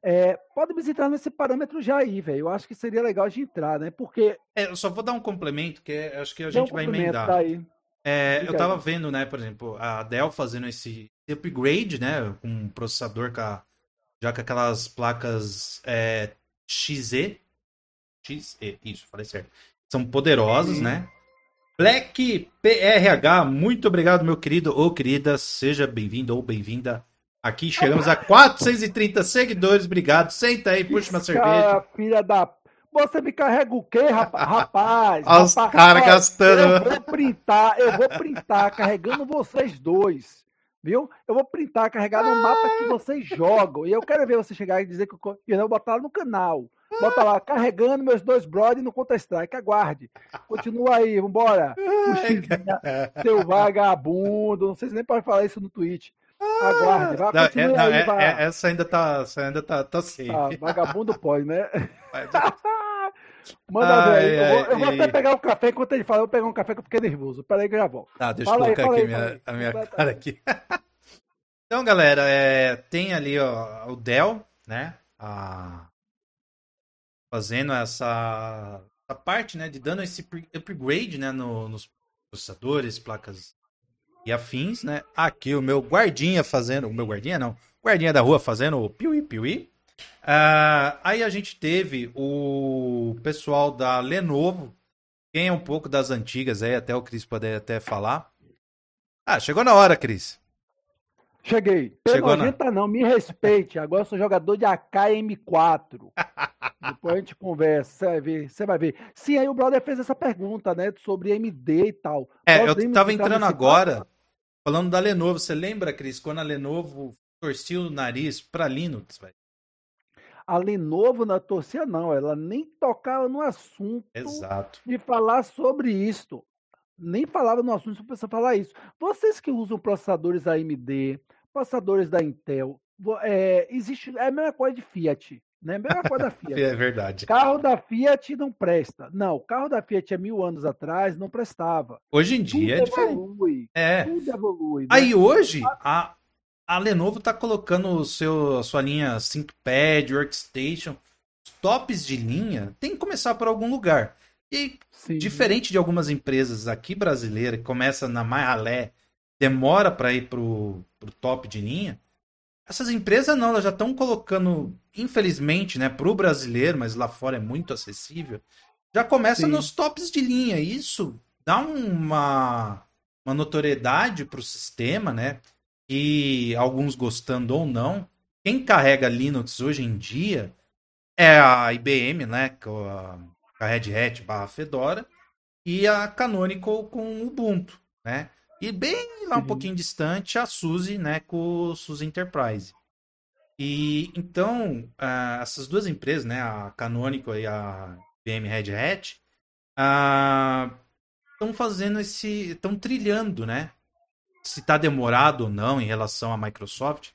É, podemos entrar nesse parâmetro já aí, velho. Eu acho que seria legal de entrar, né? Porque É, eu só vou dar um complemento, que é- acho que a dê um gente vai complemento emendar. daí. É, eu Diga tava aí. vendo, né, por exemplo, a Dell fazendo esse upgrade, né, com um processador com a- já com aquelas placas é, X E, X E, isso, falei certo. São poderosas, Sim. né? Black P R H, muito obrigado, meu querido ou querida, seja bem-vindo ou bem-vinda. Aqui chegamos a quatrocentos e trinta seguidores, obrigado. Senta aí, puxa uma cerveja. Cara, filha da. Você me carrega o quê, rapaz? Rapaz, Olha os rapaz. caras Olha, eu gastando. vou printar, eu vou printar carregando vocês dois. Viu? Eu vou printar carregando o mapa que vocês jogam. E eu quero ver você chegar e dizer que eu, eu vou botar lá no canal. Bota lá, carregando meus dois brothers no Counter-Strike. Aguarde. Continua aí, vambora. Puxizinha, seu vagabundo. Não sei se nem pode falar isso no Twitch. Aguarde, vai, Não, é- continue não, aí, é- é- vá. essa ainda tá, essa ainda tá, tá safe. Ah, vagabundo pode, né? Mas- Manda ver aí. Ai, Eu vou, ai, eu vou até e- pegar um café enquanto ele fala. Eu vou pegar um café que eu fiquei nervoso. Pera aí que eu já volto. Tá, deixa eu Fala aí, colocar fala aqui aí, fala minha, aí. a minha Completa cara aí. aqui. Então, galera, é, tem ali ó, o Dell, né? A, fazendo essa, essa parte, né? De dando esse pre- upgrade, né? No, nos processadores, placas e afins, né? Aqui o meu guardinha fazendo, o meu guardinha não, guardinha da rua fazendo o piuí, piuí. Ah, aí a gente teve o pessoal da Lenovo, quem é um pouco das antigas aí, até o Cris poder até falar. Ah, chegou na hora, Cris. Cheguei. Chegou na. Penogenta não, me respeite. Agora eu sou jogador de A K M quatro. Depois a gente conversa, você vai ver, você vai ver. Sim, aí o brother fez essa pergunta, né, sobre A M D e tal. É, eu Podemos tava entrar entrando nesse agora papo? falando da Lenovo. Você lembra, Cris, quando a Lenovo torcia o nariz pra Linux, velho? A Lenovo na torcia não, ela nem tocava no assunto Exato. de falar sobre isso. Nem falava no assunto para falar isso. Vocês que usam processadores A M D, processadores da Intel, vo- é, existe, é a mesma coisa de Fiat, né? A mesma coisa da Fiat. É verdade. Carro da Fiat não presta. Não, o carro da Fiat há mil anos atrás não prestava. Hoje em Tudo dia é diferente. evolui, É. tudo evolui, né? Aí hoje, a, a Lenovo tá colocando o seu, a sua linha ThinkPad, Workstation, os tops de linha, tem que começar por algum lugar. E Sim. diferente de algumas empresas aqui brasileiras, que começa na mais ralé, demora para ir pro, pro top de linha, essas empresas não, elas já estão colocando, infelizmente, né, pro brasileiro, mas lá fora é muito acessível, já começa Sim. nos tops de linha. Isso dá uma, uma notoriedade pro sistema, né? E alguns gostando ou não, quem carrega Linux hoje em dia é a I B M, né? Com a, a Red Hat barra Fedora e a Canonical com o Ubuntu, né? E bem lá um Sim. pouquinho distante a SUSE, né? Com o SUSE Enterprise. E então ah, essas duas empresas, né? A Canonical e a I B M Red Hat, estão fazendo esse, estão trilhando, né? Se está demorado ou não em relação à Microsoft,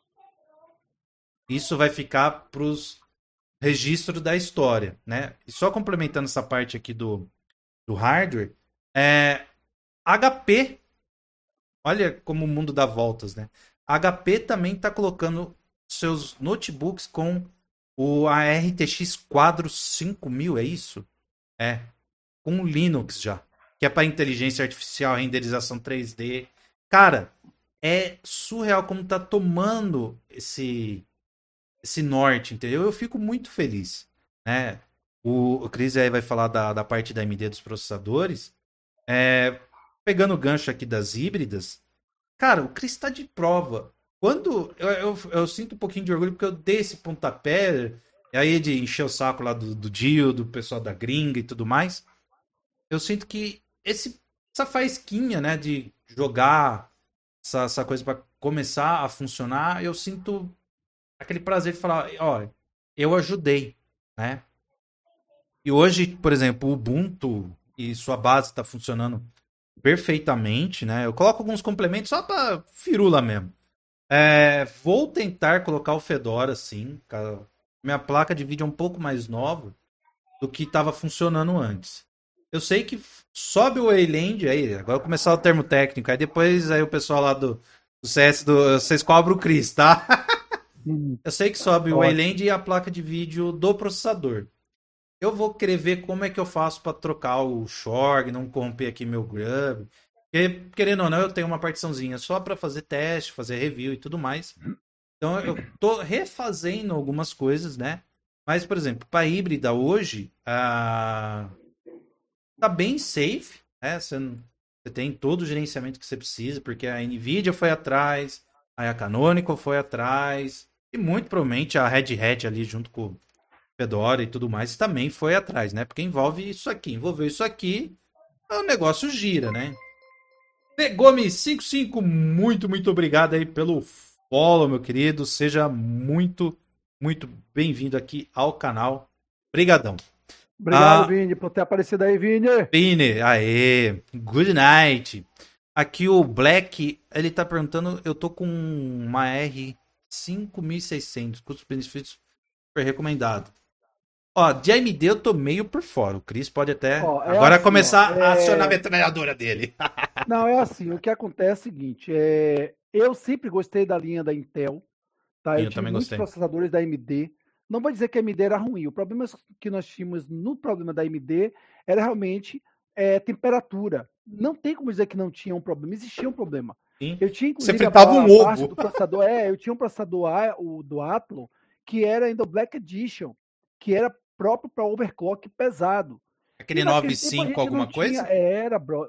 isso vai ficar para os registros da história, né? E só complementando essa parte aqui do, do hardware, é, H P, olha como o mundo dá voltas, né? A H P também está colocando seus notebooks com o a R T X Quadro cinco mil, é isso? É, com o Linux já, que é para inteligência artificial, renderização três D. Cara, é surreal como tá tomando esse esse norte, entendeu? Eu fico muito feliz, né? O, o Cris aí vai falar da, da parte da A M D dos processadores. É, pegando o gancho aqui das híbridas, cara, o Cris tá de prova. Quando eu, eu, eu sinto um pouquinho de orgulho porque eu dei esse pontapé, e aí de encher o saco lá do, do Dio, do pessoal da gringa e tudo mais, eu sinto que esse, essa faísquinha, né, de jogar essa, essa coisa para começar a funcionar, eu sinto aquele prazer de falar, ó, eu ajudei, né? E hoje, por exemplo, o Ubuntu e sua base está funcionando perfeitamente, né? Eu coloco alguns complementos só para firula mesmo. É, vou tentar colocar o Fedora, sim. Minha placa de vídeo é um pouco mais nova do que estava funcionando antes. Eu sei que sobe o Wayland, aí, agora começar o termo técnico, aí depois aí o pessoal lá do, do C S, do, vocês cobram o Cris, tá? Hum, Eu sei que sobe o ótimo. Wayland e a placa de vídeo do processador. Eu vou querer ver como é que eu faço para trocar o Shorg, não corromper aqui meu Grub. Porque, querendo ou não, eu tenho uma partiçãozinha só para fazer teste, fazer review e tudo mais. Então eu tô refazendo algumas coisas, né? Mas, por exemplo, para híbrida hoje, ah, tá bem safe, né? Você, não- você tem todo o gerenciamento que você precisa, porque a Nvidia foi atrás, aí a Canonical foi atrás, e muito provavelmente a Red Hat ali junto com o Fedora e tudo mais também foi atrás, né? Porque envolve isso aqui, envolveu isso aqui, o negócio gira, né? Negome cinquenta e cinco, muito, muito obrigado aí pelo follow, meu querido. Seja muito, muito bem-vindo aqui ao canal. Obrigadão. Obrigado, Ah, Vini, por ter aparecido aí, Vini. Pine, aê, good night. Aqui o Black, ele tá perguntando, eu tô com uma R cinco mil e seiscentos, custos-benefícios super recomendado. Ó, de A M D eu tô meio por fora, o Chris pode até Ó, é agora assim, ó. começar a acionar a É... metralhadora dele. Não, é assim. O que acontece é o seguinte: é... eu sempre gostei da linha da Intel, tá? Sim, Eu eu tive também muitos gostei. processadores da A M D. Não vou dizer que a AMD era ruim. O problema que nós tínhamos no problema da A M D era realmente é, temperatura. Não tem como dizer que não tinha um problema. Existia um problema. Sim. Eu tinha, Você inclusive, a, fritava a um parte ovo. do processador. É, eu tinha um processador A, o do Athlon, que era ainda o Black Edition, que era próprio para overclock pesado. E Aquele naquele nove tempo a cinco gente não alguma tinha. coisa? Era, bro,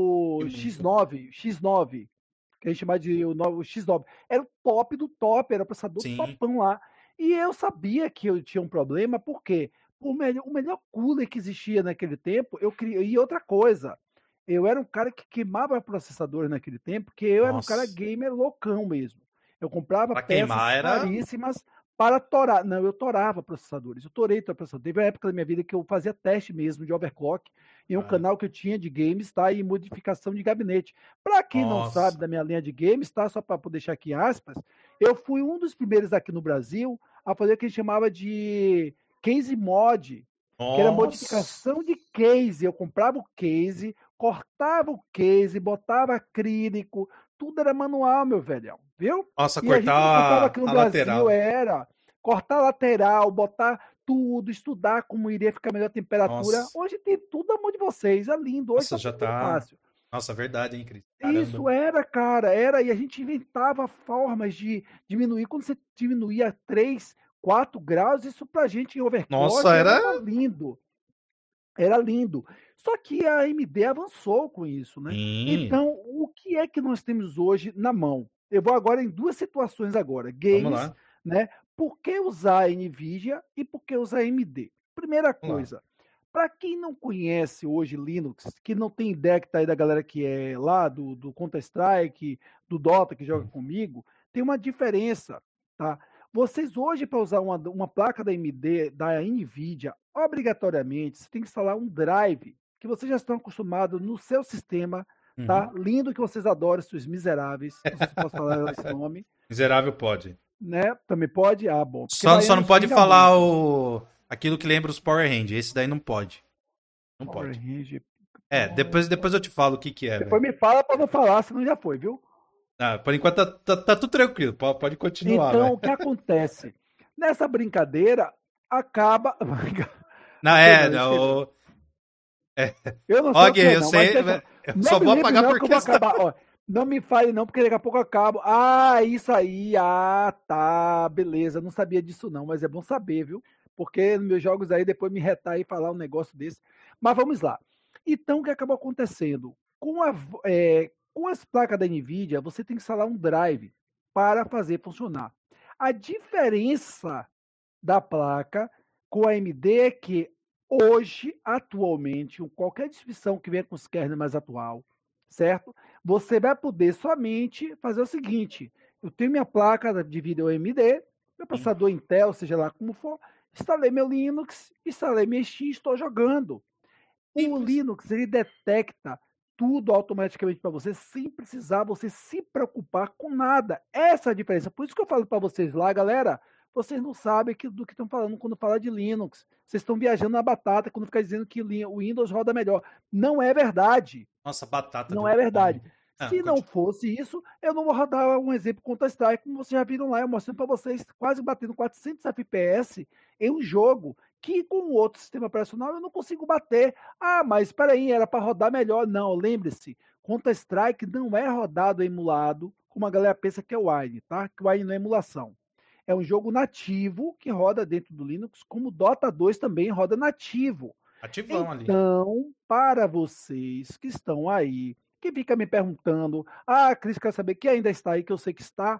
o Que- X nove, X nove, que a gente chama de o, no- o X nove. Era o top do top, era o processador Sim. topão lá. E eu sabia que eu tinha um problema, por quê? O melhor, o melhor cooler que existia naquele tempo, eu queria. E outra coisa, eu era um cara que queimava processadores naquele tempo, porque eu era um cara Nossa. gamer loucão mesmo. Eu comprava Pra queimar peças era. caríssimas para torar. Não, eu torava processadores. Eu torei processador. Teve uma época da minha vida que eu fazia teste mesmo de overclock em um Ah, canal que eu tinha de games, tá? E modificação de gabinete. Para quem não sabe nossa. da minha linha de games, tá? Só para deixar aqui aspas, eu fui um dos primeiros aqui no Brasil a fazer o que a gente chamava de case mod, que era Nossa. modificação de case. Eu comprava o case, cortava o case, botava acrílico, tudo era manual, meu velhão, viu? Nossa, E a gente encontrava cortar aqui no a, a Brasil, lateral. era cortar lateral, botar tudo, estudar como iria ficar melhor a temperatura. Nossa. Hoje tem tudo na mão de vocês, é lindo, hoje Nossa, está já tudo tá. fácil. Nossa, verdade, hein, Cris? Caramba. Isso era, cara, era, e a gente inventava formas de diminuir. Quando você diminuía três, quatro graus, isso pra gente em Nossa, overclock era. era lindo. Era lindo. Só que a A M D avançou com isso, né? Sim. Então, o que é que nós temos hoje na mão? Eu vou agora em duas situações agora. Vamos Games, lá. né? Por que usar a Nvidia e por que usar a A M D? Primeira Vamos lá. coisa, para quem não conhece hoje Linux, que não tem ideia que tá aí da galera que é lá do, do Counter-Strike, do Dota, que joga comigo, tem uma diferença, tá? Vocês hoje, para usar uma, uma placa da A M D, da Nvidia, obrigatoriamente, você tem que instalar um drive que vocês já estão acostumados no seu sistema, Uhum. tá? Lindo que vocês adoram, seus miseráveis. Não sei se posso falar esse nome, Miserável pode. né? Também pode? Ah, bom. Porque Só, só baiano não pode xinga falar muito. o. Aquilo que lembra os Power Rangers. Esse daí não pode. Não Power pode. Ranger. É, depois, depois eu te falo o que que é, Depois velho. me fala para não falar, senão já foi, viu? Ah, por enquanto tá, tá, tá tudo tranquilo. Pode, pode continuar, Então, velho. o que acontece? Nessa brincadeira, acaba. Não, é, Perdão, eu esqueci. não. É, Eu não sei o Og, que é, eu não, mas sei. deixa. Eu Não só me vou lembre, apagar não, por que eu vou questão. acabar. Ó, não me fale, não, porque daqui a pouco eu acabo. Ah, isso aí. Ah, tá. Beleza. Não sabia disso, não, mas é bom saber, viu? Porque nos meus jogos aí, depois me retar e falar um negócio desse. Mas vamos lá. Então, o que acabou acontecendo? Com, a, é, com as placas da NVIDIA, você tem que instalar um drive para fazer funcionar. A diferença da placa com a A M D é que hoje, atualmente, qualquer distribuição que venha com os kernel mais atual, certo? Você vai poder somente fazer o seguinte: eu tenho minha placa de vídeo A M D, meu Sim. processador Intel, seja lá como for, instalei meu Linux, instalei minha Steam, estou jogando. O Simples. Linux ele detecta tudo automaticamente para você, sem precisar você se preocupar com nada. Essa é a diferença. Por isso que eu falo para vocês lá, galera, vocês não sabem que, do que estão falando quando fala de Linux. Vocês estão viajando na batata quando fica dizendo que o Windows roda melhor. Não é verdade. Nossa, batata Não deu é verdade. fome. Ah, Se não continua. fosse isso, eu não vou rodar um exemplo Counter-Strike, como vocês já viram lá, eu mostrando para vocês, quase batendo quatrocentos F P S em um jogo que com outro sistema operacional eu não consigo bater. Ah, mas espera aí, era para rodar melhor. Não, lembre-se, Counter-Strike não é rodado emulado, como a galera pensa que é o Wine, tá? Que o Wine não é emulação. É um jogo nativo que roda dentro do Linux, como o Dota dois também roda nativo. Ativão ali. Então, para vocês que estão aí, que fica me perguntando, ah, Cris, quer saber que ainda está aí, que eu sei que está.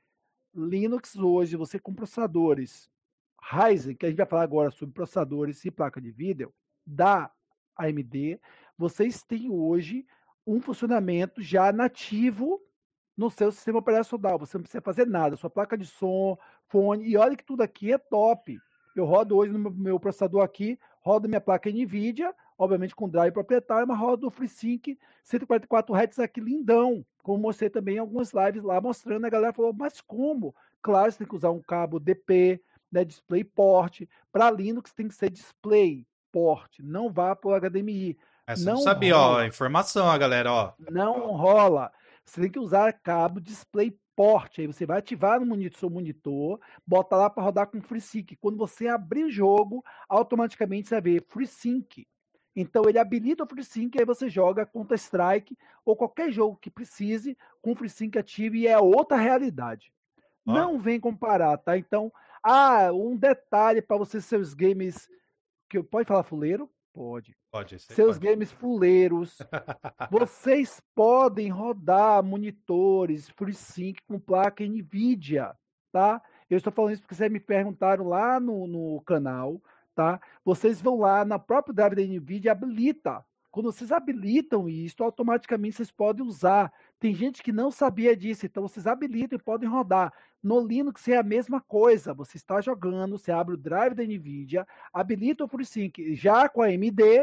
Linux hoje, você com processadores Ryzen, que a gente vai falar agora sobre processadores e placa de vídeo da A M D, vocês têm hoje um funcionamento já nativo no seu sistema operacional. Você não precisa fazer nada, sua placa de som, fone, e olha que tudo aqui é top. Eu rodo hoje no meu, meu processador aqui, rodo minha placa NVIDIA, obviamente com drive proprietário, mas rodo o FreeSync cento e quarenta e quatro Hz aqui lindão, como mostrei também em algumas lives lá mostrando, a galera falou, mas como? Claro, você tem que usar um cabo D P, né, DisplayPort, para Linux tem que ser DisplayPort, não vá para o H D M I, Essa eu não não sabia, ó. rola, Informação, ó, galera, ó. não rola. Você tem que usar cabo DisplayPort. Aí você vai ativar no monitor, seu monitor, bota lá para rodar com FreeSync. Quando você abrir o jogo, automaticamente você vai ver FreeSync. Então ele habilita o FreeSync e aí você joga Counter-Strike ou qualquer jogo que precise com FreeSync ativo e é outra realidade. Ó, Não vem comparar, tá? Então, ah, um detalhe para você seus games que pode falar fuleiro? Pode. pode, esse aí Seus pode. games fuleiros, vocês podem rodar monitores FreeSync com placa NVIDIA, tá? Eu estou falando isso porque vocês me perguntaram lá no, no canal, tá? Vocês vão lá na própria drive da NVIDIA, habilita. Quando vocês habilitam isso, automaticamente vocês podem usar. Tem gente que não sabia disso, então vocês habilitam e podem rodar. No Linux é a mesma coisa. Você está jogando, você abre o drive da NVIDIA, habilita o FreeSync. Já com a AMD,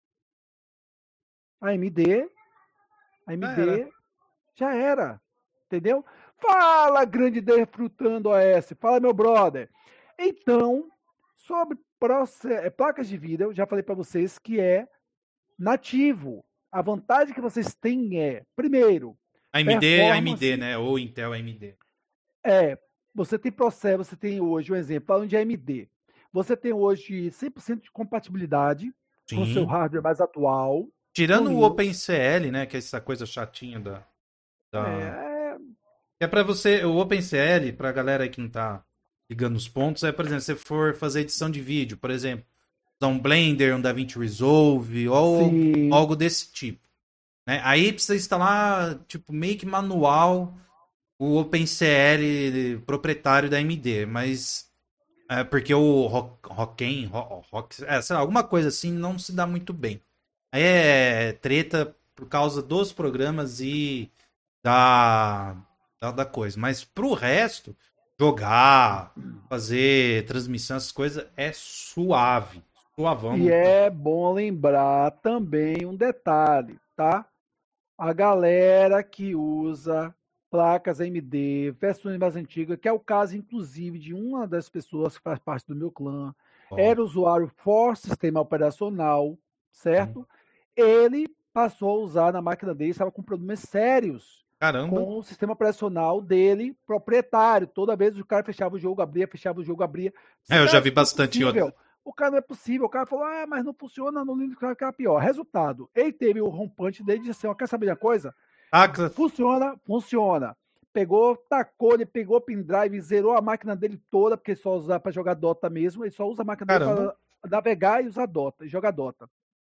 a AMD, a Já era. AMD já era, entendeu? Fala, grande Defrutando O S, fala, meu brother. Então, sobre proce- placas de vídeo, eu já falei para vocês que é nativo. A vantagem que vocês têm é, primeiro, A M D, A M D, performance. né? Ou Intel A M D. É, você tem processo, você tem hoje um exemplo, falando de A M D. Você tem hoje cem por cento de compatibilidade com o seu Sim. hardware mais atual no Tirando o Linux. OpenCL, né? Que é essa coisa chatinha da. da... É, É para você. O OpenCL, pra galera aí que não tá ligando os pontos, é, por exemplo, se você for fazer edição de vídeo, por exemplo, usar um Blender, um DaVinci Resolve, ou sim, algo desse tipo. Né? Aí precisa instalar, tipo, meio que manual o OpenCL proprietário da A M D, mas é porque o Rocken, Rock, é, sei lá, alguma coisa assim não se dá muito bem. Aí é treta por causa dos programas e da, da, da coisa. Mas pro resto, jogar, fazer transmissão, essas coisas é suave. Suavão. e Não... é bom lembrar também um detalhe, tá? A galera que usa placas A M D, versões mais antigas, que é o caso, inclusive, de uma das pessoas que faz parte do meu clã, Ó, era usuário for sistema operacional, sim. certo? Ele passou a usar na máquina dele, estava com problemas sérios Caramba. com o sistema operacional dele proprietário. Toda vez o cara fechava o jogo, abria, fechava o jogo, abria. É, Disse, eu já cara, vi isso não é bastante em outro. possível. O cara não é possível. O cara falou, ah, mas não funciona no Linux, vai ficar pior. Resultado, ele teve o home punch dele e disse assim, ó, quer saber de uma coisa? Ah, que- Funciona, funciona. Pegou, tacou, ele pegou o pendrive, zerou a máquina dele toda, porque só usa para jogar Dota mesmo, ele só usa a máquina dele caramba. para navegar e usar Dota, e jogar Dota.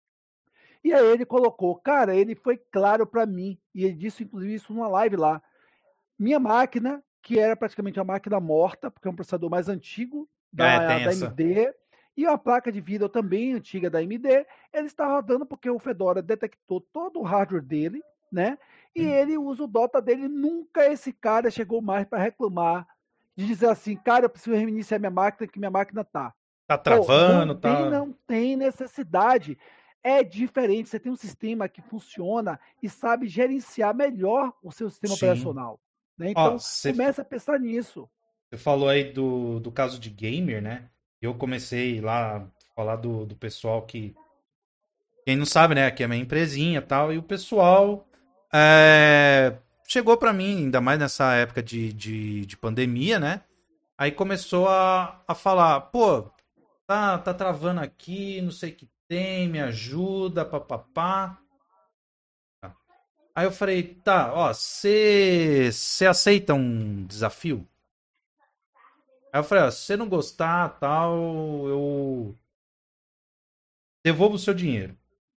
E aí ele colocou, cara, ele foi claro para mim, e ele disse inclusive isso numa live lá. Minha máquina, que era praticamente uma máquina morta, porque é um processador mais antigo É, da, tem da essa. A M D, e uma placa de vídeo também antiga da A M D, ele está rodando porque o Fedora detectou todo o hardware dele, né? E Sim. ele usa o Dota dele. Nunca esse cara chegou mais para reclamar, de dizer assim, cara, eu preciso reiniciar minha máquina, que minha máquina tá. Tá Pô, não travando, tem, tá. não tem necessidade. É diferente. Você tem um sistema que funciona e sabe gerenciar melhor o seu sistema Sim. operacional. Né? Ó, Então, você começa a pensar nisso. falou aí do, do caso de gamer, né? Eu comecei lá a falar do, do pessoal que. Quem não sabe, né? Aqui é minha empresinha e tal. E o pessoal. é, chegou pra mim, ainda mais nessa época de, de, de pandemia, né? Aí começou a, a falar, pô, tá, tá travando aqui, não sei o que tem, me ajuda, papapá. Aí eu falei, tá, ó, você aceita um desafio? Aí eu falei, ó, se você não gostar, tal, eu devolvo o seu dinheiro.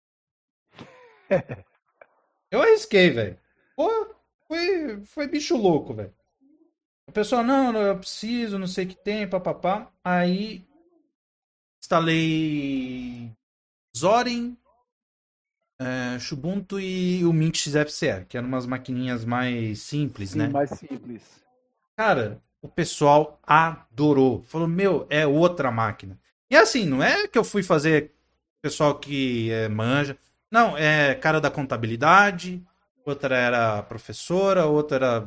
Eu arrisquei, velho. Pô, foi, foi bicho louco, velho. O pessoal, não, não, eu preciso, não sei o que tem, papapá. Aí instalei Zorin, é, Xubuntu e o Mint X F C E, que eram umas maquininhas mais simples, Sim, né? mais simples. Cara, o pessoal adorou. Falou, meu, é outra máquina. E assim, não é que eu fui fazer pessoal que é, manja. Não, é cara da contabilidade, outra era professora, outra era.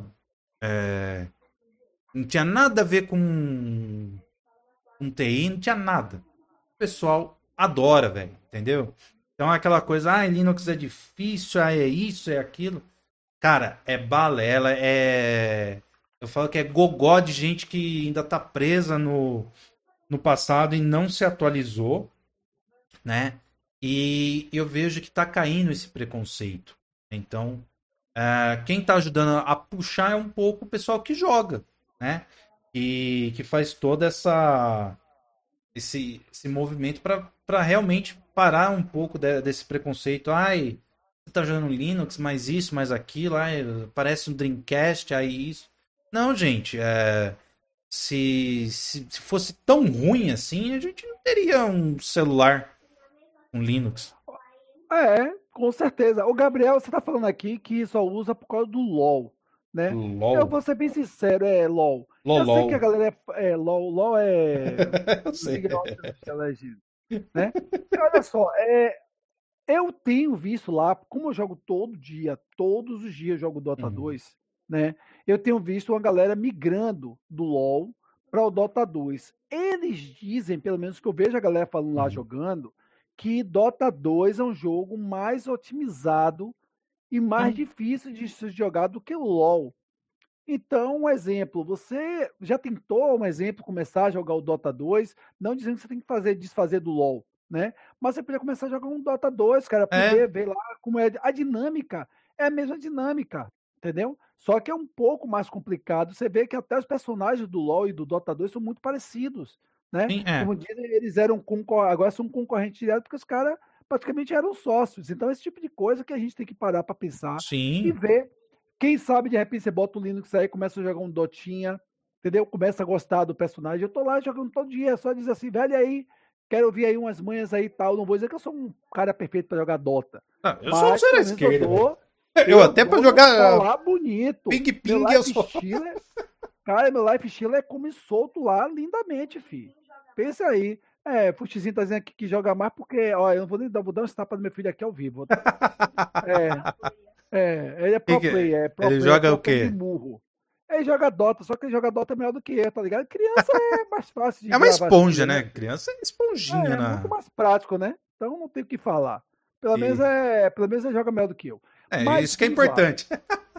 é, não tinha nada a ver com, com T I, não tinha nada. O pessoal adora, velho, entendeu? Então é aquela coisa, ah, Linux é difícil, ah, é isso, é aquilo. Cara, é balela, é. Eu falo que é gogó de gente que ainda tá presa no, no passado e não se atualizou, né? E eu vejo que tá caindo esse preconceito. Então, é, quem tá ajudando a puxar é um pouco o pessoal que joga, né? E que faz toda essa esse, esse movimento para realmente parar um pouco de- desse preconceito. Ai, você tá jogando Linux, mais isso, mais aquilo, ai, parece um Dreamcast, aí isso. Não, gente, é, se, se, se fosse tão ruim assim, a gente não teria um celular, um Linux. É, com certeza. O Gabriel, você tá falando aqui que só usa por causa do LoL, né? Eu LOL. vou ser bem sincero, é LoL. Eu sei que a LOL. galera é, é LoL, LoL é Eu sei. League of Legends, né? E olha só, é, eu tenho visto lá, como eu jogo todo dia, todos os dias eu jogo Dota Uhum. dois, né? Eu tenho visto uma galera migrando do LoL para o Dota dois. Eles dizem, pelo menos que eu vejo a galera falando lá Uhum. jogando, que Dota dois é um jogo mais otimizado e mais Sim. difícil de se jogar do que o LoL. Então, um exemplo, você já tentou, um exemplo, começar a jogar o Dota dois, não dizendo que você tem que fazer desfazer do LoL, né? Mas você podia começar a jogar um Dota dois, cara, É, aprender, ver lá como é a dinâmica, é a mesma dinâmica, entendeu? Só que é um pouco mais complicado. Você vê que até os personagens do LoL e do Dota dois são muito parecidos, né? sim, é. Como dizem, eles eram concor... agora são concorrentes diretos porque os caras praticamente eram sócios. Então, esse tipo de coisa que a gente tem que parar para pensar e Sim. ver. Quem sabe de repente você bota o Linux aí, começa a jogar um Dotinha, entendeu? Começa a gostar do personagem. Eu tô lá jogando todo dia, só diz assim, velho, aí, quero ouvir aí umas manhas aí e tal. Não vou dizer que eu sou um cara perfeito pra jogar Dota, Ah, eu sou um mas zero à pelo menos eu esquerda, velho. dou, Eu eu até pra dou no jogar colar bonito. Meu ping-ping eu life sou. stealer, cara, meu life stealer é como solto lá lindamente, fi. Pensa aí. É, Fuxizinho tá dizendo aqui que joga mais porque, ó, eu não vou nem dar, vou dar um tapa no meu filho aqui ao vivo. É, é, ele é Que pro que é? player, é pro Ele player, é joga pro o player de quê? murro. Ele joga Dota, só que ele joga Dota melhor do que eu, tá ligado? Criança é mais fácil de É uma gravar as esponja, pilhas, né, né? filho? Criança é esponjinha É, muito na. mais prático, né? Então não tem o que falar. Pelo menos E... é, pelo menos ele joga melhor do que eu. É, Mas isso que é vamos lá. importante.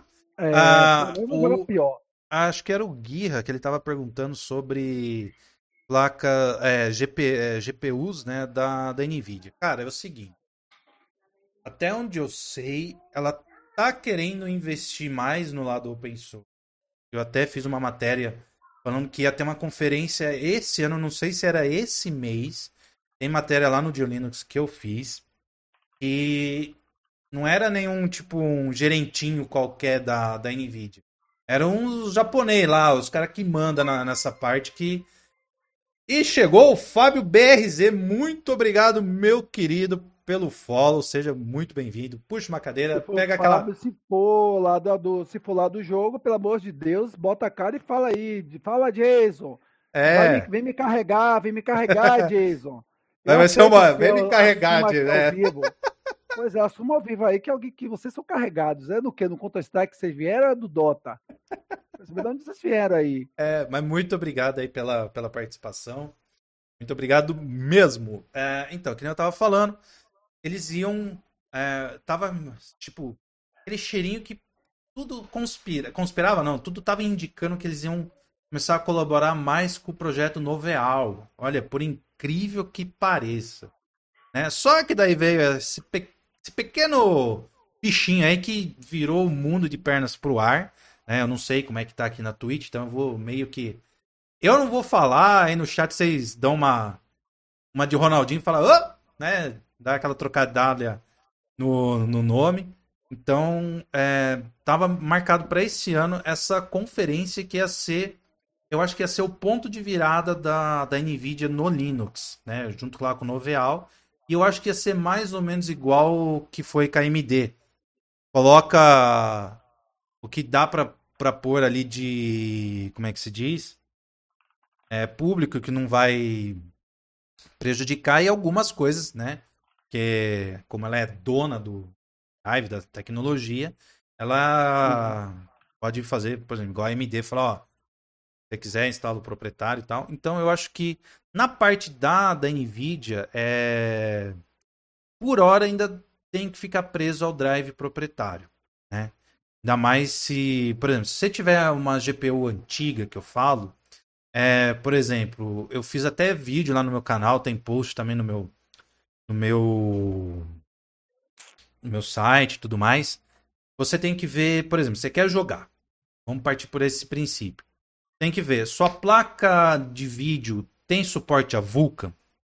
É, pelo Ah, menos ele joga o... pior. Acho que era o Guirra que ele tava perguntando sobre placa é, G P, é, G P Us, né, da, da Nvidia. Cara, é o seguinte. Até onde eu sei, ela tá querendo investir mais no lado open source. Eu até fiz uma matéria falando que ia ter uma conferência esse ano, não sei se era esse mês. Tem matéria lá no Dio Linux que eu fiz. E não era nenhum tipo um gerentinho qualquer da, da Nvidia. Era uns japonês lá, os caras que mandam na- nessa parte que. E chegou o Fábio B R Z. Muito obrigado, meu querido, pelo follow. Seja muito bem-vindo. Puxa uma Se cadeira, for o pega aquela. Fábio, se for lá do, do- se for lá do jogo, pelo amor de Deus, bota a cara e fala aí. Fala, Jason. Vai me, É. vem me carregar, vem me carregar, Jason. Eu Vai ser aceito uma. que você Vem me carregar, assuma de, aqui ao né? vivo. Pois é, assuma ao vivo aí que, alguém, que vocês são carregados. É no que? No Counter-Strike que vocês vieram ou é do Dota? Quero saber de onde vocês vieram aí. É, mas muito obrigado aí pela, pela participação. Muito obrigado mesmo. É, então, que nem eu tava falando, eles iam. É, tava, tipo, aquele cheirinho que tudo conspira, conspirava não, tudo tava indicando que eles iam começar a colaborar mais com o projeto Noveal. Olha, por incrível que pareça, né? Só que daí veio esse, pe esse pequeno bichinho aí que virou o mundo de pernas pro ar, né? Eu não sei como é que tá aqui na Twitch, então eu vou meio que eu não vou falar, aí no chat vocês dão uma uma de Ronaldinho e falam, oh! Né? Dá aquela trocadilha no, no nome. Então, é, tava marcado para esse ano essa conferência que ia ser, eu acho que ia ser o ponto de virada da, da Nvidia no Linux, né? Junto lá com o Noveal. E eu acho que ia ser mais ou menos igual que foi com a A M D. Coloca o que dá para para pôr ali de, como é que se diz? É público que não vai prejudicar e algumas coisas, né? Que como ela é dona do Drive, da tecnologia, Sim. ela pode fazer, por exemplo, igual a A M D, falar, ó, se você quiser instala o proprietário e tal. Então eu acho que na parte da, da Nvidia, é... por hora ainda tem que ficar preso ao drive proprietário, né? Ainda mais se, por exemplo, se você tiver uma G P U antiga que eu falo, é, por exemplo, eu fiz até vídeo lá no meu canal, tem post também no meu no meu no meu site e tudo mais. Você tem que ver, por exemplo, você quer jogar. Vamos partir por esse princípio. Tem que ver, sua placa de vídeo tem suporte a Vulkan?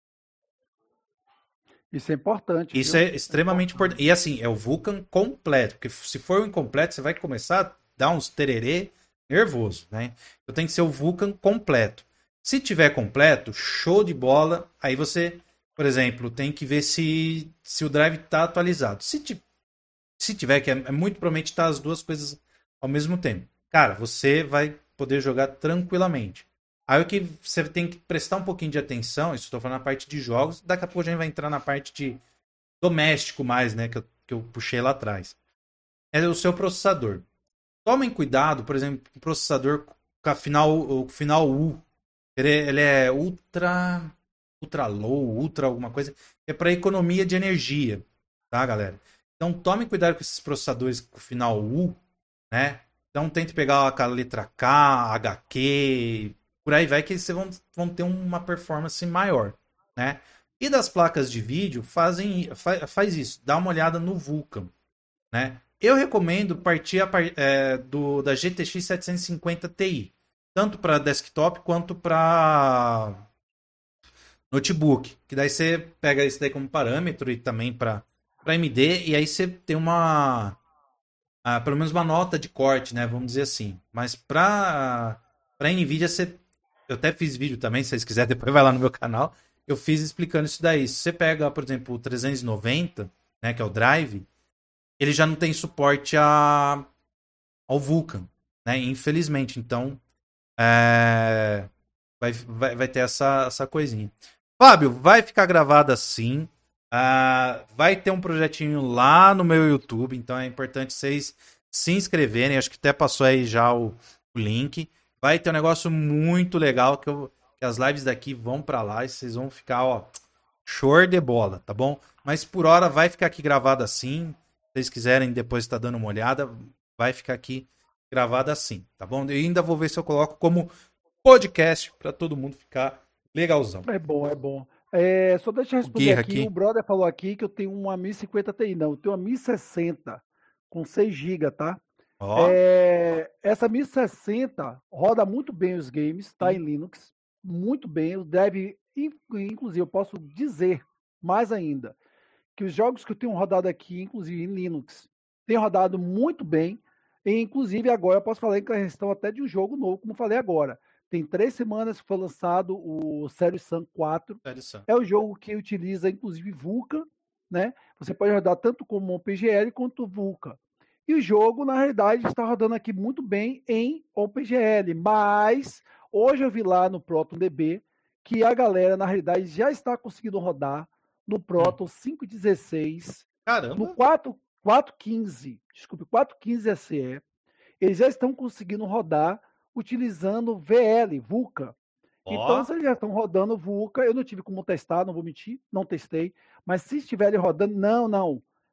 Isso é importante, Isso viu? é É extremamente importante. importante. E assim, é o Vulkan completo, porque se for o incompleto, você vai começar a dar uns tererê nervoso, né? Então tem que ser o Vulkan completo. Se tiver completo, show de bola. Aí você, por exemplo, tem que ver se, se o drive está atualizado. Se, ti- se tiver, que é, é muito provavelmente estar as duas coisas ao mesmo tempo. Cara, você vai poder jogar tranquilamente. Aí o que você tem que prestar um pouquinho de atenção, isso estou falando na parte de jogos, daqui a pouco a gente vai entrar na parte de doméstico mais, né, que eu, que eu puxei lá atrás. É o seu processador. Tomem cuidado, por exemplo, o processador com a final, o final U. Ele, ele é ultra, ultra low, ultra alguma coisa. É para economia de energia, tá, galera? Então tomem cuidado com esses processadores com final U, né? Então tente pegar com a letra K, H Q, por aí vai que vocês vão, vão ter uma performance maior, né? E das placas de vídeo, fazem, fa, faz isso, dá uma olhada no Vulkan, né? Eu recomendo partir a, é, do, da G T X setecentos e cinquenta Ti, tanto para desktop quanto para notebook, que daí você pega isso daí como parâmetro e também para para A M D, e aí você tem uma ah, pelo menos uma nota de corte, né? Vamos dizer assim. Mas para para Nvidia, você, eu até fiz vídeo também, se vocês quiserem, depois vai lá no meu canal. Eu fiz explicando isso daí. Se você pega, por exemplo, o trezentos e noventa, né, que é o Drive, ele já não tem suporte a, ao Vulkan, né? Infelizmente. Então, é, vai, vai, vai ter essa, essa coisinha. Fábio, vai ficar gravado assim. Ah, vai ter um projetinho lá no meu YouTube, então é importante vocês se inscreverem. Acho que até passou aí já o, o link. Vai ter um negócio muito legal que, eu, que as lives daqui vão pra lá e vocês vão ficar, ó, show de bola, tá bom? Mas por hora vai ficar aqui gravado assim. Se vocês quiserem depois estar dando uma olhada, vai ficar aqui gravado assim, tá bom? E ainda vou ver se eu coloco como podcast pra todo mundo ficar legalzão. É bom, é bom. É, só deixa eu O responder Guerra aqui. O aqui, brother falou aqui que eu tenho uma mil e cinquenta Ti. Não, eu tenho uma mil e sessenta com seis gigas, tá? ó. É, essa mil e sessenta roda muito bem os games, tá? Sim. Em Linux. Muito bem. O Deve, in- inclusive, eu posso dizer mais ainda que os jogos que eu tenho rodado aqui, inclusive em Linux, tem rodado muito bem. E, inclusive, agora eu posso falar em questão até de um jogo novo, como falei agora. Tem três semanas que foi lançado o Serious Sam quatro. Interessante. É o jogo que utiliza, inclusive, Vulkan, né? Você pode rodar tanto como o P G L quanto o Vulkan. E o jogo, na realidade, está rodando aqui muito bem em OpenGL, mas hoje eu vi lá no ProtonDB que a galera, na realidade, já está conseguindo rodar no Hum. Proton cinco ponto dezesseis, no Caramba. quatro, quatro ponto quinze, desculpe, quatro ponto quinze S E, eles já estão conseguindo rodar utilizando V L, Vulkan. Então, Ó. se eles já estão rodando Vulkan, eu não tive como testar, não vou mentir, não testei, mas se estiverem rodando, não, não.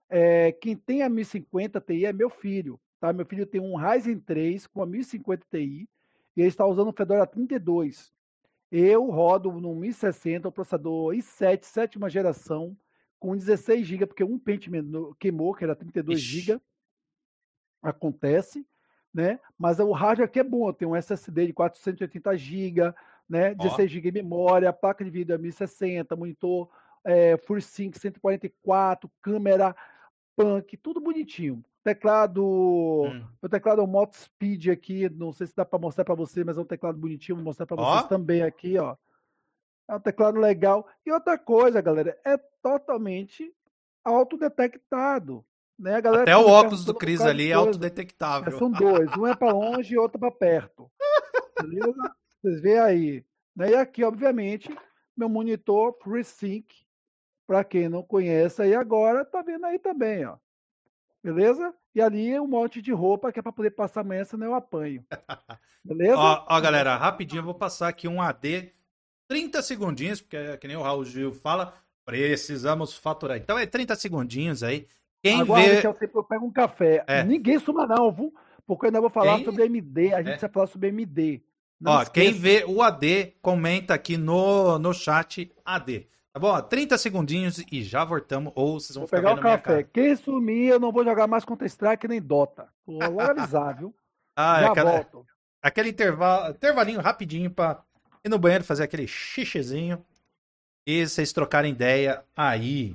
É, quem tem a mil e cinquenta Ti é meu filho, tá? Meu filho tem um Ryzen três com a mil e cinquenta Ti e ele está usando um Fedora trinta e dois. Eu rodo no mil e sessenta, o processador i sete, sétima geração, com dezesseis gigas, porque um pente queimou, que era trinta e dois gigas. Acontece, né? Mas o hardware aqui é bom, tem um S S D de quatrocentos e oitenta gigas, né? dezesseis gigas de memória, placa de vídeo é mil e sessenta, monitor é, FreeSync cento e quarenta e quatro, câmera Punk, tudo bonitinho. Teclado, Hum. meu teclado é um Moto Speed aqui, não sei se dá para mostrar para você, mas é um teclado bonitinho, vou mostrar para vocês também aqui, ó. É um teclado legal. E outra coisa, galera, é totalmente autodetectado. Né? A galera Até o fica me óculos do perguntando um Cris bocado de ali é coisa. É, autodetectável. são dois, um é para longe e outro para perto. Beleza? Vocês veem aí. Né? E aqui, obviamente, meu monitor FreeSync, para quem não conhece aí agora, tá vendo aí também, ó. Beleza? E ali um monte de roupa que é para poder passar amanhã, senão eu apanho. Beleza? Ó, ó, galera, rapidinho eu vou passar aqui um A D, trinta segundinhos, porque é que nem o Raul Gil fala, precisamos faturar. Então é trinta segundinhos aí. Quem Aguarde vê. que eu sempre eu pego um café. É. Ninguém suma não, viu? Porque eu ainda vou falar Quem... sobre M D. A gente é. precisa falar sobre M D. Não Ó, esqueça. quem vê o A D, comenta aqui no, no chat A D. Tá bom? trinta segundinhos e já voltamos. Ou vocês vão Vou ficar pegar vendo o a minha café. cara. Quem sumir, eu não vou jogar mais Counter-Strike nem Dota. Vou logo avisar, viu? Ah, já aquela, volto. Aquele intervalo, intervalinho rapidinho pra ir no banheiro fazer aquele xixizinho. E vocês trocarem ideia aí.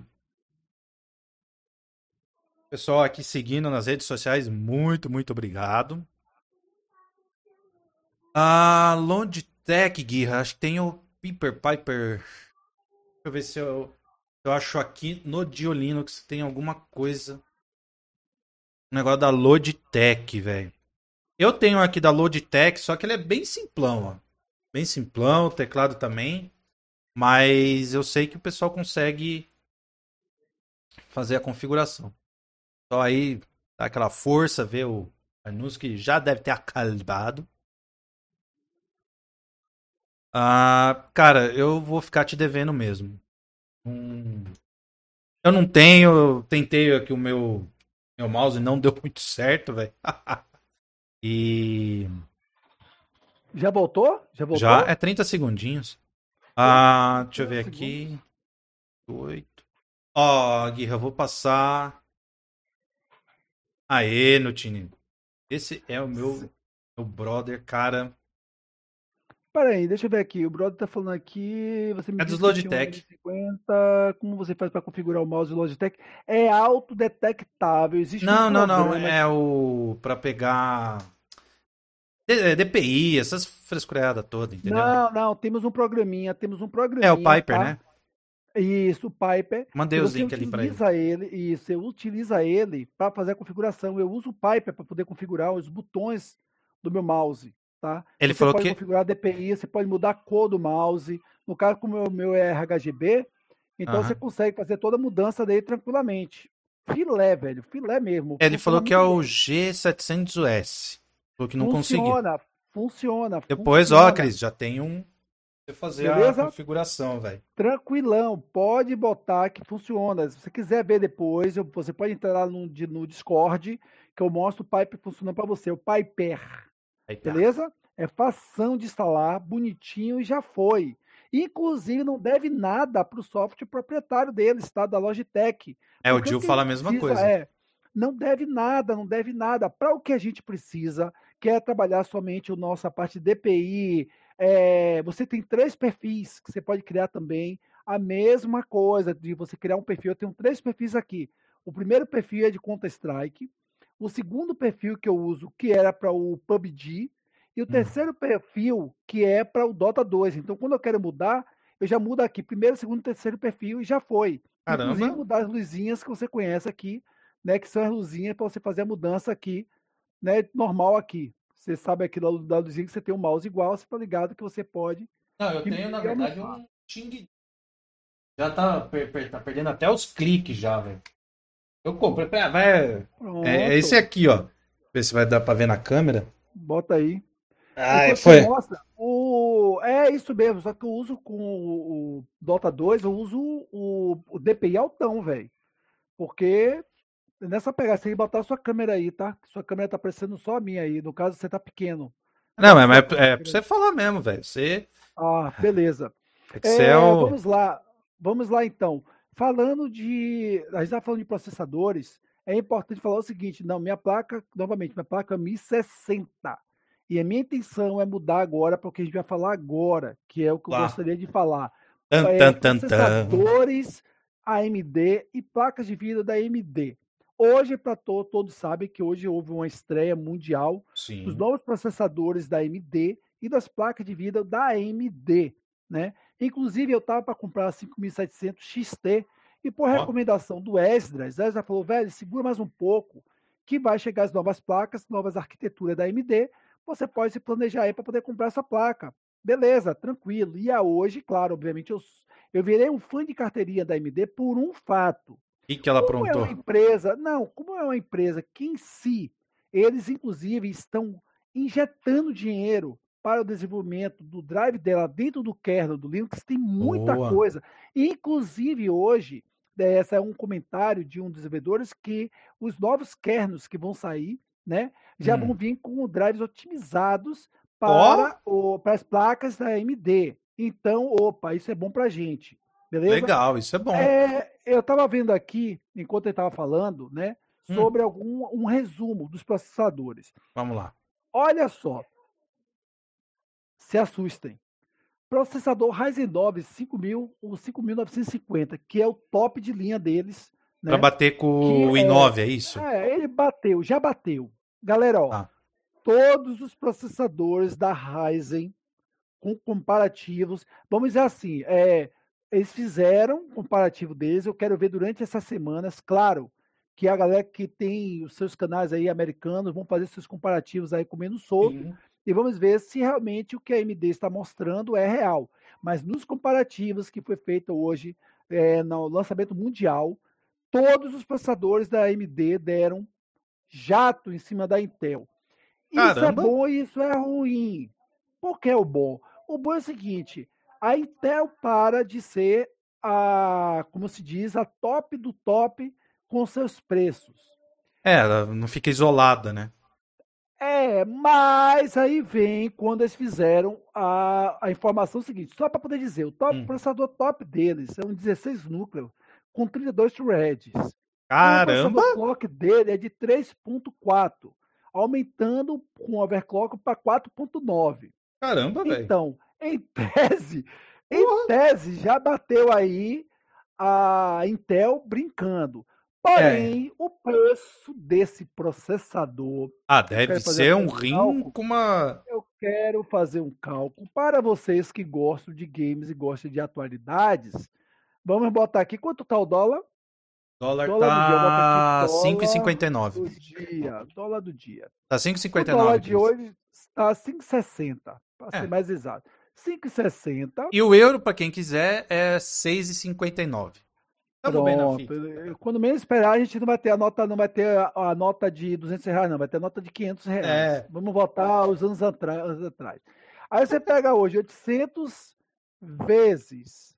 Pessoal aqui seguindo nas redes sociais, muito, muito obrigado. A Logitech, Guirra, acho que tem o Piper Piper. Deixa eu ver se eu, eu acho aqui no Diolinux tem alguma coisa. Um negócio da Logitech, velho. Eu tenho aqui da Logitech, só que ele é bem simplão, ó. Bem simplão, teclado também. Mas eu sei que o pessoal consegue fazer a configuração. Só aí dá aquela força, ver o anúncio que já deve ter acabado. Ah, cara, eu vou ficar te devendo mesmo. Hum, eu não tenho, eu tentei aqui o meu, meu mouse e não deu muito certo, velho. E. Já voltou? Já voltou? Já é trinta segundinhos. Ah, deixa eu ver aqui. Oito. Ó, Guirra, eu vou passar. Aê, Nutini. Esse é o meu, meu brother, cara. Pera aí, deixa eu ver aqui. O brother tá falando aqui. Você me É dos disse que tinha um Logitech. M cinquenta. Como você faz para configurar o mouse do Logitech? É autodetectável. Existe Não, um não, não. programa. É o. Pra pegar. D- D P I, essas frescuradas todas, entendeu? Não, não. Temos um programinha. Temos um É o programinha, Piper, tá? né? Isso, o Piper. Mandei Que os você links ali pra ele. utiliza ele. Isso, você utiliza ele para fazer a configuração. Eu uso o Piper para poder configurar os botões do meu mouse, tá? Ele Você falou pode que. configurar a D P I, você pode mudar a cor do mouse. No caso, como o meu é R G B, então Aham. você consegue fazer toda a mudança dele tranquilamente. Filé, velho, filé mesmo. Ele falou Funciona que é muito o bem. G setecentos S. Falou que não conseguiu. Funciona, funciona, Depois, ó, funciona. Cris, já tem um. Você fazer a Beleza? configuração, velho. Tranquilão, pode botar que funciona. Se você quiser ver depois, eu- você pode entrar lá no, di- no Discord, que eu mostro o Piper funcionando para você, o Piper. Aí, tá. Beleza? É fação de instalar, bonitinho e já foi. Inclusive, não deve nada para o software proprietário deles, tá? Da Logitech. É, o Porque Gil que fala a gente mesma precisa coisa. é, não deve nada, não deve nada. Para o que a gente precisa, que é trabalhar somente a nossa parte de D P I, é, você tem três perfis que você pode criar também. A mesma coisa de você criar um perfil. Eu tenho três perfis aqui. O primeiro perfil é de Counter-Strike. O segundo perfil que eu uso, que era para o P U B G. E o Hum. terceiro perfil, que é para o Dota dois. Então, quando eu quero mudar, eu já mudo aqui. Primeiro, segundo, terceiro perfil e já foi. Inclusive, Caramba. mudar as luzinhas que você conhece aqui, né? Que são as luzinhas para você fazer a mudança aqui, né? Normal aqui. Você sabe aqui da, da luzinha que você tem um mouse igual, você tá ligado que você pode. Não, eu tenho, na verdade, um Ting. Já tá, per, per, tá perdendo até os cliques já, velho. Eu comprei. Ah, vai. Pronto. É, é esse aqui, ó. Ver se vai dar pra ver na câmera. Bota aí. Ah, Enquanto foi. você mostra, o... é isso mesmo, só que eu uso com o, o Dota dois, eu uso o, o D P I altão, velho. Porque nessa pegada, você tem que botar a sua câmera aí, tá? Sua câmera tá parecendo só a minha aí. No caso, você tá pequeno. Não, mas, Sua mas é pra câmera. você falar mesmo, velho. Você. Ah, beleza. É, Excel. vamos lá. Vamos lá, então. Falando de. A gente está falando de processadores. É importante falar o seguinte: não, minha placa, novamente, minha placa é mil e sessenta. E a minha intenção é mudar agora para o que a gente vai falar agora, que é o que eu Lá. gostaria de falar. Tan, É, tan, tan, tan. processadores A M D e placas de vídeo da A M D. Hoje, para to, todos sabem que hoje houve uma estreia mundial dos Sim. novos processadores da A M D e das placas de vídeo da A M D, né? Inclusive, eu estava para comprar a cinco mil e setecentos X T e por Ó. recomendação do Esdras, Esdras falou, velho, segura mais um pouco, que vai chegar as novas placas, novas arquiteturas da A M D, você pode se planejar aí para poder comprar essa placa. Beleza, tranquilo. E a hoje, claro, obviamente, eu, eu virei um fã de carteirinha da A M D por um fato. O que, que ela Como é uma aprontou? empresa, não, como é uma empresa que em si, eles inclusive estão injetando dinheiro para o desenvolvimento do drive dela dentro do kernel do Linux, tem muita Boa. coisa. Inclusive hoje, esse é um comentário de um dos desenvolvedores que os novos kernels que vão sair, né, já vão Hum. vir com drives otimizados Ó, para, o, para as placas da A M D. Então, opa, isso é bom para a gente, beleza? legal, isso é bom. É, eu estava vendo aqui, enquanto ele estava falando, né, Hum, sobre algum um resumo dos processadores. vamos lá. Olha só, se assustem. Processador Ryzen nove cinco mil ou cinco mil novecentos e cinquenta, que é o top de linha deles, Pra né? bater com Que o é, i nove, é isso? é, ele bateu, já bateu. Galera, ó, Tá. todos os processadores da Ryzen com comparativos, vamos dizer assim, é, eles fizeram um comparativo deles, eu quero ver durante essas semanas, claro, que a galera que tem os seus canais aí americanos vão fazer seus comparativos aí comendo solto, Sim. e vamos ver se realmente o que a A M D está mostrando é real. Mas nos comparativos que foi feito hoje, é, no lançamento mundial, todos os processadores da A M D deram jato em cima da Intel. Isso é Caramba. bom e isso é ruim. Por que é o bom? O bom é o seguinte: a Intel para de ser a, como se diz, a top do top com seus preços. É, ela não fica isolada, né? É, mas aí vem quando eles fizeram a, a informação seguinte, só para poder dizer, o top, Hum. processador top deles é um dezesseis núcleo com trinta e dois threads. O Caramba. processador clock dele é de três ponto quatro, aumentando com overclock para quatro ponto nove. Caramba, velho. Então, em tese, em Porra. tese já bateu aí a Intel brincando. É. Porém, o preço desse processador, Ah, eu deve quero fazer ser aqui um um rim cálculo, com uma. eu quero fazer um cálculo para vocês que gostam de games e gostam de atualidades. Vamos botar aqui quanto está o dólar? O dólar Dólar do dia. Eu boto aqui tá cinco e dólar cinquenta e nove. do dia. Dólar do dia. Tá cinco e O cinquenta e dólar nove, de Cris. hoje está cinco e sessenta, para ser É. mais exato. cinco e sessenta. E o euro, pra quem quiser, é seis e cinquenta e nove. Tamo bem na Pronto. fita. Quando menos esperar, a gente não vai ter a nota, não vai ter a, a nota de duzentos reais, não, vai ter a nota de quinhentos reais. É. Vamos voltar os anos atra- anos atrás. Aí você pega hoje oitocentos vezes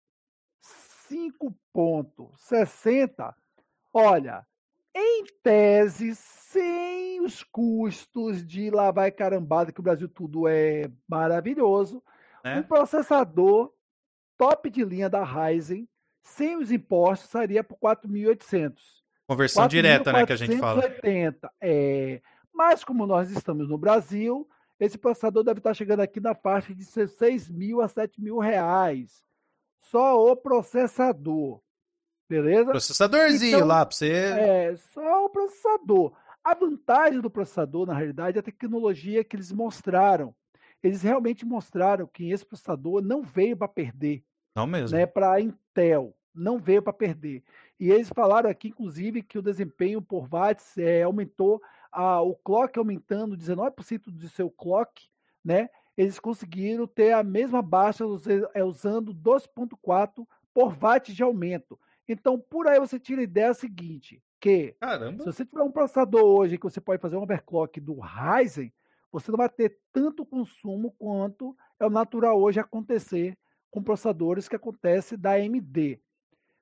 cinco vírgula sessenta. Olha, em tese, sem os custos de lá vai carambada, que o Brasil tudo é maravilhoso, um Né? processador top de linha da Ryzen, sem os impostos, sairia por quatro mil e oitocentos. Conversão direta, né, que a gente fala. quatro mil quatrocentos e oitenta. É, mas como nós estamos no Brasil, esse processador deve estar chegando aqui na faixa de seis mil a sete mil reais. Só o processador. Beleza? Processadorzinho Então, lá pra você. é só o processador. A vantagem do processador, na realidade, é a tecnologia que eles mostraram. Eles realmente mostraram que esse processador não veio para perder, Não mesmo. né, para a Intel, não veio para perder. E eles falaram aqui, inclusive, que o desempenho por watts é, aumentou, a, o clock aumentando dezenove por cento do seu clock, né? Eles conseguiram ter a mesma baixa é, usando doze ponto quatro por watt de aumento. Então, por aí você tira a ideia seguinte, que se Caramba. você tiver um processador hoje que você pode fazer um overclock do Ryzen, você não vai ter tanto consumo quanto é o natural hoje acontecer com processadores que acontece da A M D.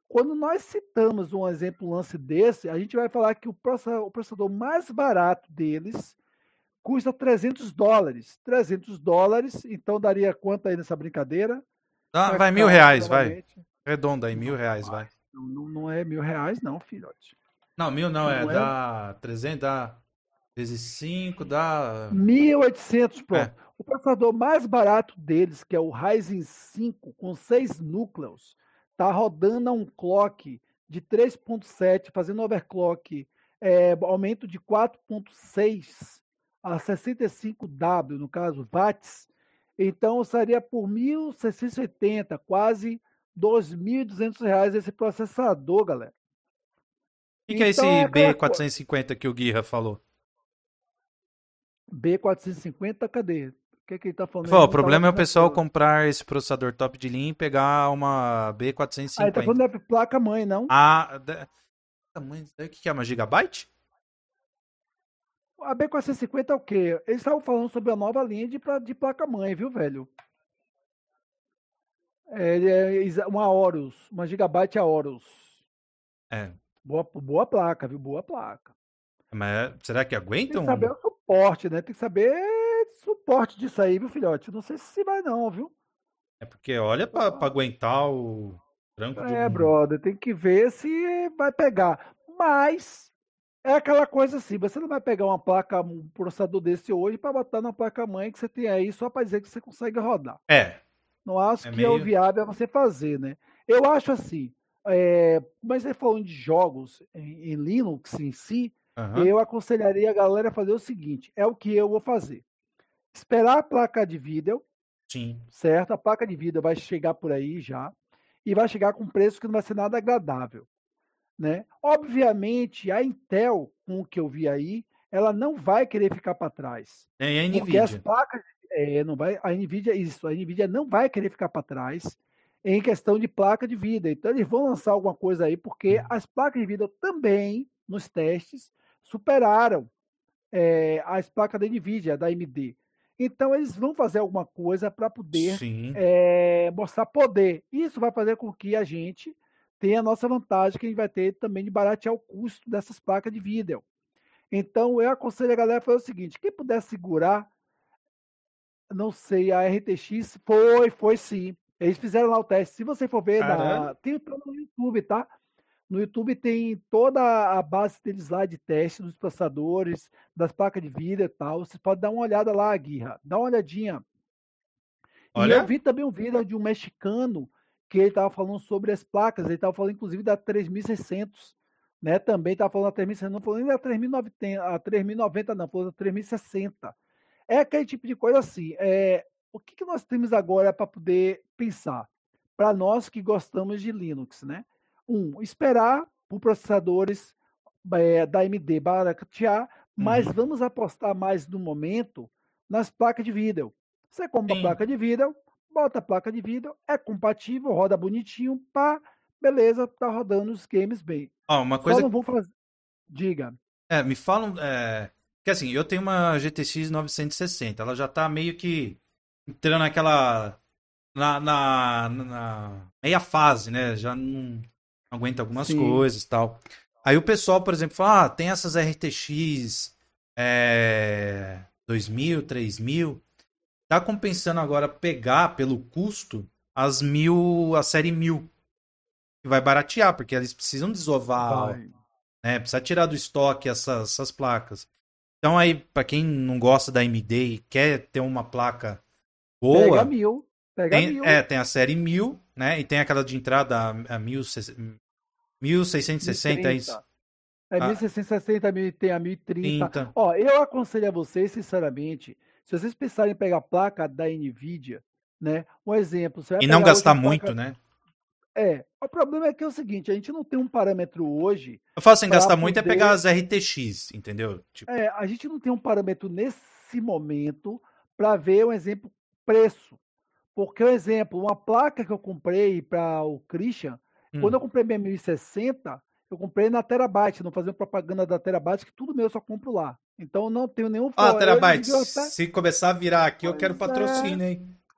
Quando nós citamos um exemplo, um lance desse, a gente vai falar que o processador, o processador mais barato deles custa trezentos dólares. trezentos dólares, então daria quanto aí nessa brincadeira? Tá, Para vai mil calcular reais, vai. novamente. Redonda aí, mil Não, reais, vai. não, não é mil reais, não, filhote. Não, mil não, é, Não é dá trezentos, dá vezes cinco, dá... mil e oitocentos, É, pronto. O processador mais barato deles, que é o Ryzen cinco, com seis núcleos, está rodando a um clock de três ponto sete, fazendo overclock, é, aumento de quatro ponto seis a sessenta e cinco W, no caso, watts. Então, seria por mil seiscentos e oitenta, quase dois mil e duzentos reais esse processador, galera. o que, que é Então, esse é aquela coisa. B quatrocentos e cinquenta que o Guirra falou? B quatrocentos e cinquenta, cadê? O que, que ele tá falando Ele aí? falou, o Não estava problema é o vendo a pessoal tela. comprar esse processador top de linha e pegar uma Ah, ele tá B quatrocentos e cinquenta. falando da placa-mãe, não? Ah, da- tamanho disso daí, o que que é? Uma gigabyte? A B quatrocentos e cinquenta é o quê? Eles estavam falando sobre a nova linha de, pla- de placa-mãe, viu, velho? É, ele é exa- uma Horus, uma Gigabyte Horus. É, Boa, boa placa, viu? Boa placa. mas será que Tem aguenta que saber um? o suporte, né? Tem que saber suporte disso aí, viu, filhote? Não sei se vai não, viu? É porque olha pra, pra aguentar o tranco de É, um... brother, tem que ver se vai pegar. Mas é aquela coisa assim, você não vai pegar uma placa, um processador desse hoje para botar na placa-mãe que você tem aí só para dizer que você consegue rodar. É, Não acho é que é o meio... viável é você fazer, né? Eu acho assim, é, mas você falando de jogos em, em Linux em si, Aham, eu aconselharia a galera a fazer o seguinte, é o que eu vou fazer. Esperar a placa de vídeo, sim. certo? A placa de vídeo vai chegar por aí já, e vai chegar com um preço que não vai ser nada agradável, né? Obviamente, a Intel, com o que eu vi aí, ela não vai querer ficar para trás, Tem a porque as Nvidia. placas, é, não vai, a Nvidia, isso, a Nvidia não vai querer ficar para trás em questão de placa de vida. Então, eles vão lançar alguma coisa aí, porque as placas de vida também, nos testes, superaram é, as placas da Nvidia, da A M D. Então, eles vão fazer alguma coisa para poder Sim. é, mostrar poder. Isso vai fazer com que a gente tenha a nossa vantagem, que a gente vai ter também de baratear o custo dessas placas de vídeo. Então, eu aconselho a galera a fazer o seguinte: quem puder segurar, não sei, a R T X, foi, foi sim. Eles fizeram lá o teste. Se você for ver, Caralho. na, tem tudo no YouTube, tá? No YouTube tem toda a base deles lá de teste dos processadores, das placas de vídeo e tal. Você pode dar uma olhada lá, Guirra. Dá uma olhadinha. E eu Olha, vi também um vídeo de um mexicano que ele estava falando sobre as placas. Ele estava falando, inclusive, da três mil e seiscentos. Né? Também estava falando da três mil e seiscentos. Não falou nem da três mil e noventa, a três mil e noventa, não. Falou da três mil e sessenta. É aquele tipo de coisa assim. É, o que, que nós temos agora para poder pensar? Para nós que gostamos de Linux, né? Um, esperar por processadores é, da A M D baratear, mas uhum. vamos apostar mais no momento nas placas de vídeo. Você compra a Sim. placa de vídeo, bota a placa de vídeo, é compatível, roda bonitinho, pá, beleza, tá rodando os games bem. Ó, uma Só coisa, não vou fazer. Diga. é, me falam, é, que assim, eu tenho uma G T X novecentos e sessenta, ela já tá meio que entrando naquela, na, na, na meia fase, né, já não aguenta algumas Sim. coisas e tal. Aí o pessoal, por exemplo, fala, ah, tem essas R T X é, dois mil, três mil, tá compensando agora pegar pelo custo as mil, a série mil, que vai baratear, porque eles precisam desovar, Vai. né? Precisa tirar do estoque essas, essas placas. Então aí, para quem não gosta da A M D e quer ter uma placa Pega boa, mil. Pega tem, é, mil. tem a série mil, né? E tem aquela de entrada a, a mil, mil seiscentos e sessenta, é isso? mil e trinta. É A mil seiscentos e sessenta, tem a mil e trinta. trinta. Ó, eu aconselho a vocês, sinceramente, se vocês pensarem em pegar a placa da Nvidia, né? Um exemplo, você vai E não pegar hoje gastar uma muito, placa. né? É, o problema é que é o seguinte, a gente não tem um parâmetro hoje Eu falo assim, para gastar muito é pegar poder. as R T X, entendeu? Tipo, É, a gente não tem um parâmetro nesse momento para ver um exemplo preço. Porque, um exemplo, uma placa que eu comprei para o Christian, quando hum. eu comprei minha mil e sessenta, eu comprei na Terabyte, não fazendo propaganda da Terabyte, que tudo meu eu só compro lá. Então eu não tenho nenhum. Ah, Eles Terabyte, deviam até. se começar a virar aqui, eu quero Pois é. patrocínio, hein?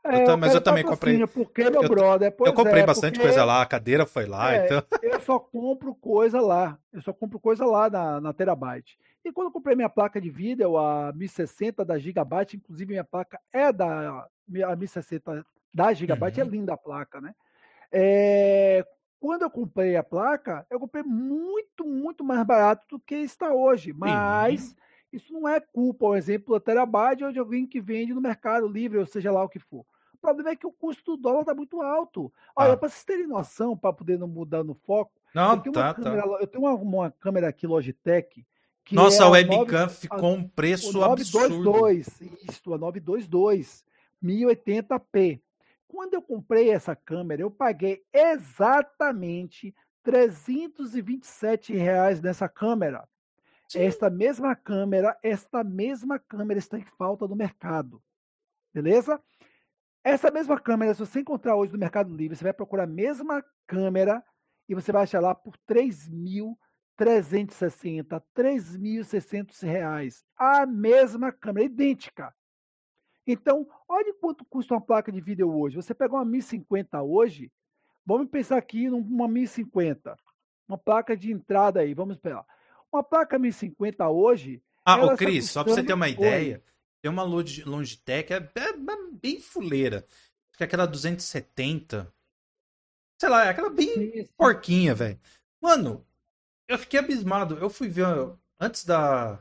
Eu, É, ta- eu mas eu quero também comprei. patrocínio, porque, meu Eu, brother? eu Pois comprei é, bastante porque coisa lá, a cadeira foi lá, é, então. eu só compro coisa lá. Eu só compro coisa lá na, na Terabyte. E quando eu comprei minha placa de vídeo, a mil e sessenta da Gigabyte, inclusive minha placa é da a mil e sessenta da Gigabyte, é Uhum. linda a placa, né? É, quando eu comprei a placa, eu comprei muito, muito mais barato do que está hoje. Sim. Mas isso não é culpa, por exemplo, da Terabyte ou de alguém que vende no Mercado Livre, ou seja lá o que for. O problema é que o custo do dólar está muito alto. Olha, Tá. para vocês terem noção, para poder não mudar no foco, eu Não, tenho uma tá, câmera, tá. eu tenho uma, uma câmera aqui Logitech que é Nossa, a a nove webcam a, ficou um o preço absurdo. novecentos e vinte e dois, isso, a novecentos e vinte e dois, mil e oitenta p. Quando eu comprei essa câmera, eu paguei exatamente trezentos e vinte e sete reais nessa câmera. Sim. Esta mesma câmera, esta mesma câmera está em falta no mercado, beleza? Essa mesma câmera, se você encontrar hoje no Mercado Livre, você vai procurar a mesma câmera e você vai achar lá por três mil trezentos e sessenta, três mil e seiscentos reais. A mesma câmera, idêntica. Então, olha quanto custa uma placa de vídeo hoje. Você pegar uma mil e cinquenta hoje, vamos pensar aqui numa mil e cinquenta, uma placa de entrada aí, vamos esperar. Uma placa mil e cinquenta hoje, Ah, ô ela está Cris, só pra você ter custando. uma Oi. ideia, tem uma Log- Logitech, é, é- é bem fuleira. Acho que é aquela duzentos e setenta. Sei lá, é aquela bem Sim, sim. porquinha, velho. Mano, eu fiquei abismado. Eu fui ver antes da,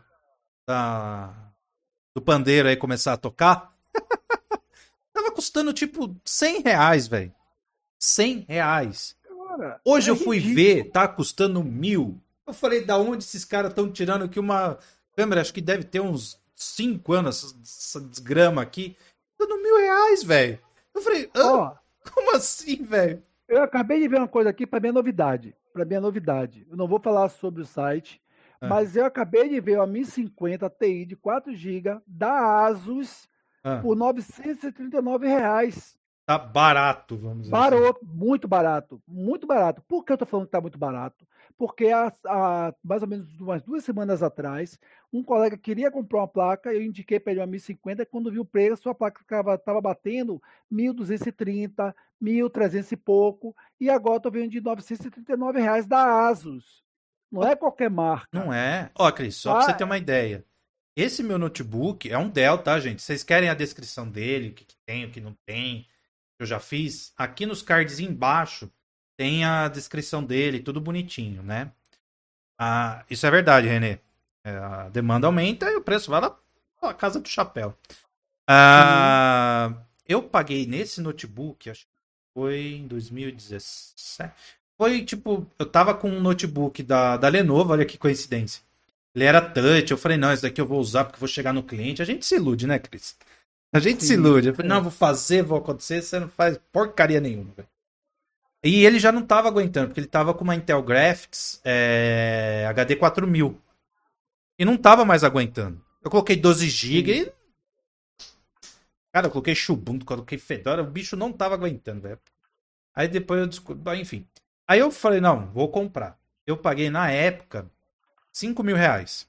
da do pandeiro aí começar a tocar. Tava custando tipo cem reais, velho. Cem reais. Cara, Hoje é eu fui ridículo. ver, tá custando mil. Eu falei, da onde esses caras estão tirando aqui uma câmera? Acho que deve ter uns cinco anos, essa, essa desgrama aqui. Dando mil reais, velho. Eu falei, hã? Ó, Como assim, velho? eu acabei de ver uma coisa aqui para minha novidade. Para minha novidade. Eu não vou falar sobre o site, Ah, mas eu acabei de ver uma mil e cinquenta Ti de quatro gigas da Asus ah. por novecentos e trinta e nove reais. Tá barato, vamos dizer assim. Barato, muito barato, muito barato. Por que eu tô falando que tá muito barato? Porque há, há mais ou menos umas duas semanas atrás, um colega queria comprar uma placa, eu indiquei para ele uma mil e cinquenta, e quando viu o preço, a placa estava batendo mil duzentos e trinta, mil e trezentos e pouco, e agora eu tô vendo de novecentos e trinta e nove reais da Asus. Não Ó, é qualquer marca, não é? Ó, Cris, só pra você ter tá? uma ideia. Esse meu notebook é um Dell, tá, gente? Vocês querem a descrição dele, o que, que tem, o que não tem, eu já fiz. Aqui nos cards embaixo tem a descrição dele, tudo bonitinho, né? Ah, isso é verdade, Renê. É, a demanda aumenta e o preço vai lá pra casa do chapéu. Sim, Ah, eu paguei nesse notebook, acho que foi em dois mil e dezessete. Foi tipo, eu tava com um notebook da, da Lenovo, olha que coincidência. Ele era touch, eu falei, não, esse daqui eu vou usar porque eu vou chegar no cliente. A gente se ilude, né, Cris? A gente se sim. ilude. Eu falei, não, vou fazer, vou acontecer, você não faz porcaria nenhuma, velho. E ele já não tava aguentando, porque ele tava com uma Intel Graphics é, H D quatro mil. E não tava mais aguentando. Eu coloquei doze Sim. gigas e. Cara, eu coloquei Ubuntu, coloquei Fedora, o bicho não tava aguentando, velho. Aí depois eu descobri. Enfim. Aí eu falei, não, vou comprar. Eu paguei na época cinco mil reais.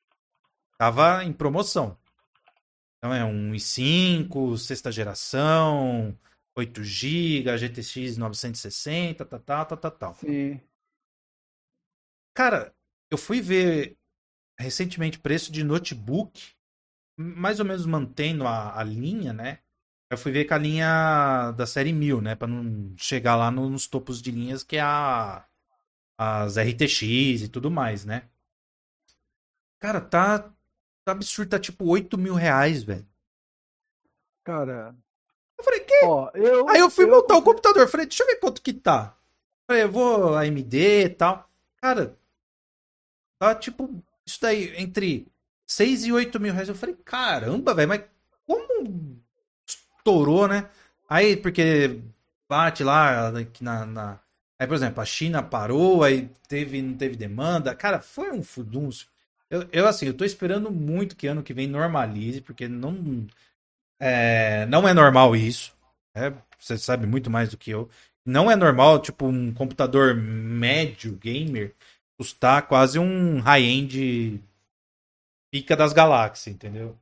Tava em promoção. Então é um i cinco, sexta geração, oito gigas, G T X novecentos e sessenta, tal, tal, tal, tal, tal. Sim. Cara, eu fui ver recentemente preço de notebook, mais ou menos mantendo a, a linha, né? Eu fui ver com a linha da série mil, né? Pra não chegar lá no- nos topos de linhas que é a, as R T X e tudo mais, né? Cara, tá, tá absurdo, tá tipo oito mil reais, velho. Cara, Eu falei, que? ó, Aí eu, eu fui eu, montar o computador, falei, deixa eu ver quanto que tá. Falei, eu vou A M D e tal. Cara, tá tipo, isso daí, entre seis e oito mil reais. Eu falei, caramba, velho, mas como estourou, né? Aí, porque bate lá aqui na, na- Aí, por exemplo, a China parou, aí teve, não teve demanda. Cara, foi um furdúncio. Eu, eu, assim, eu tô esperando muito que ano que vem normalize, porque não é, não é normal isso. Né? Você sabe muito mais do que eu. Não é normal, tipo, um computador médio gamer custar quase um high-end pica das galáxias, entendeu?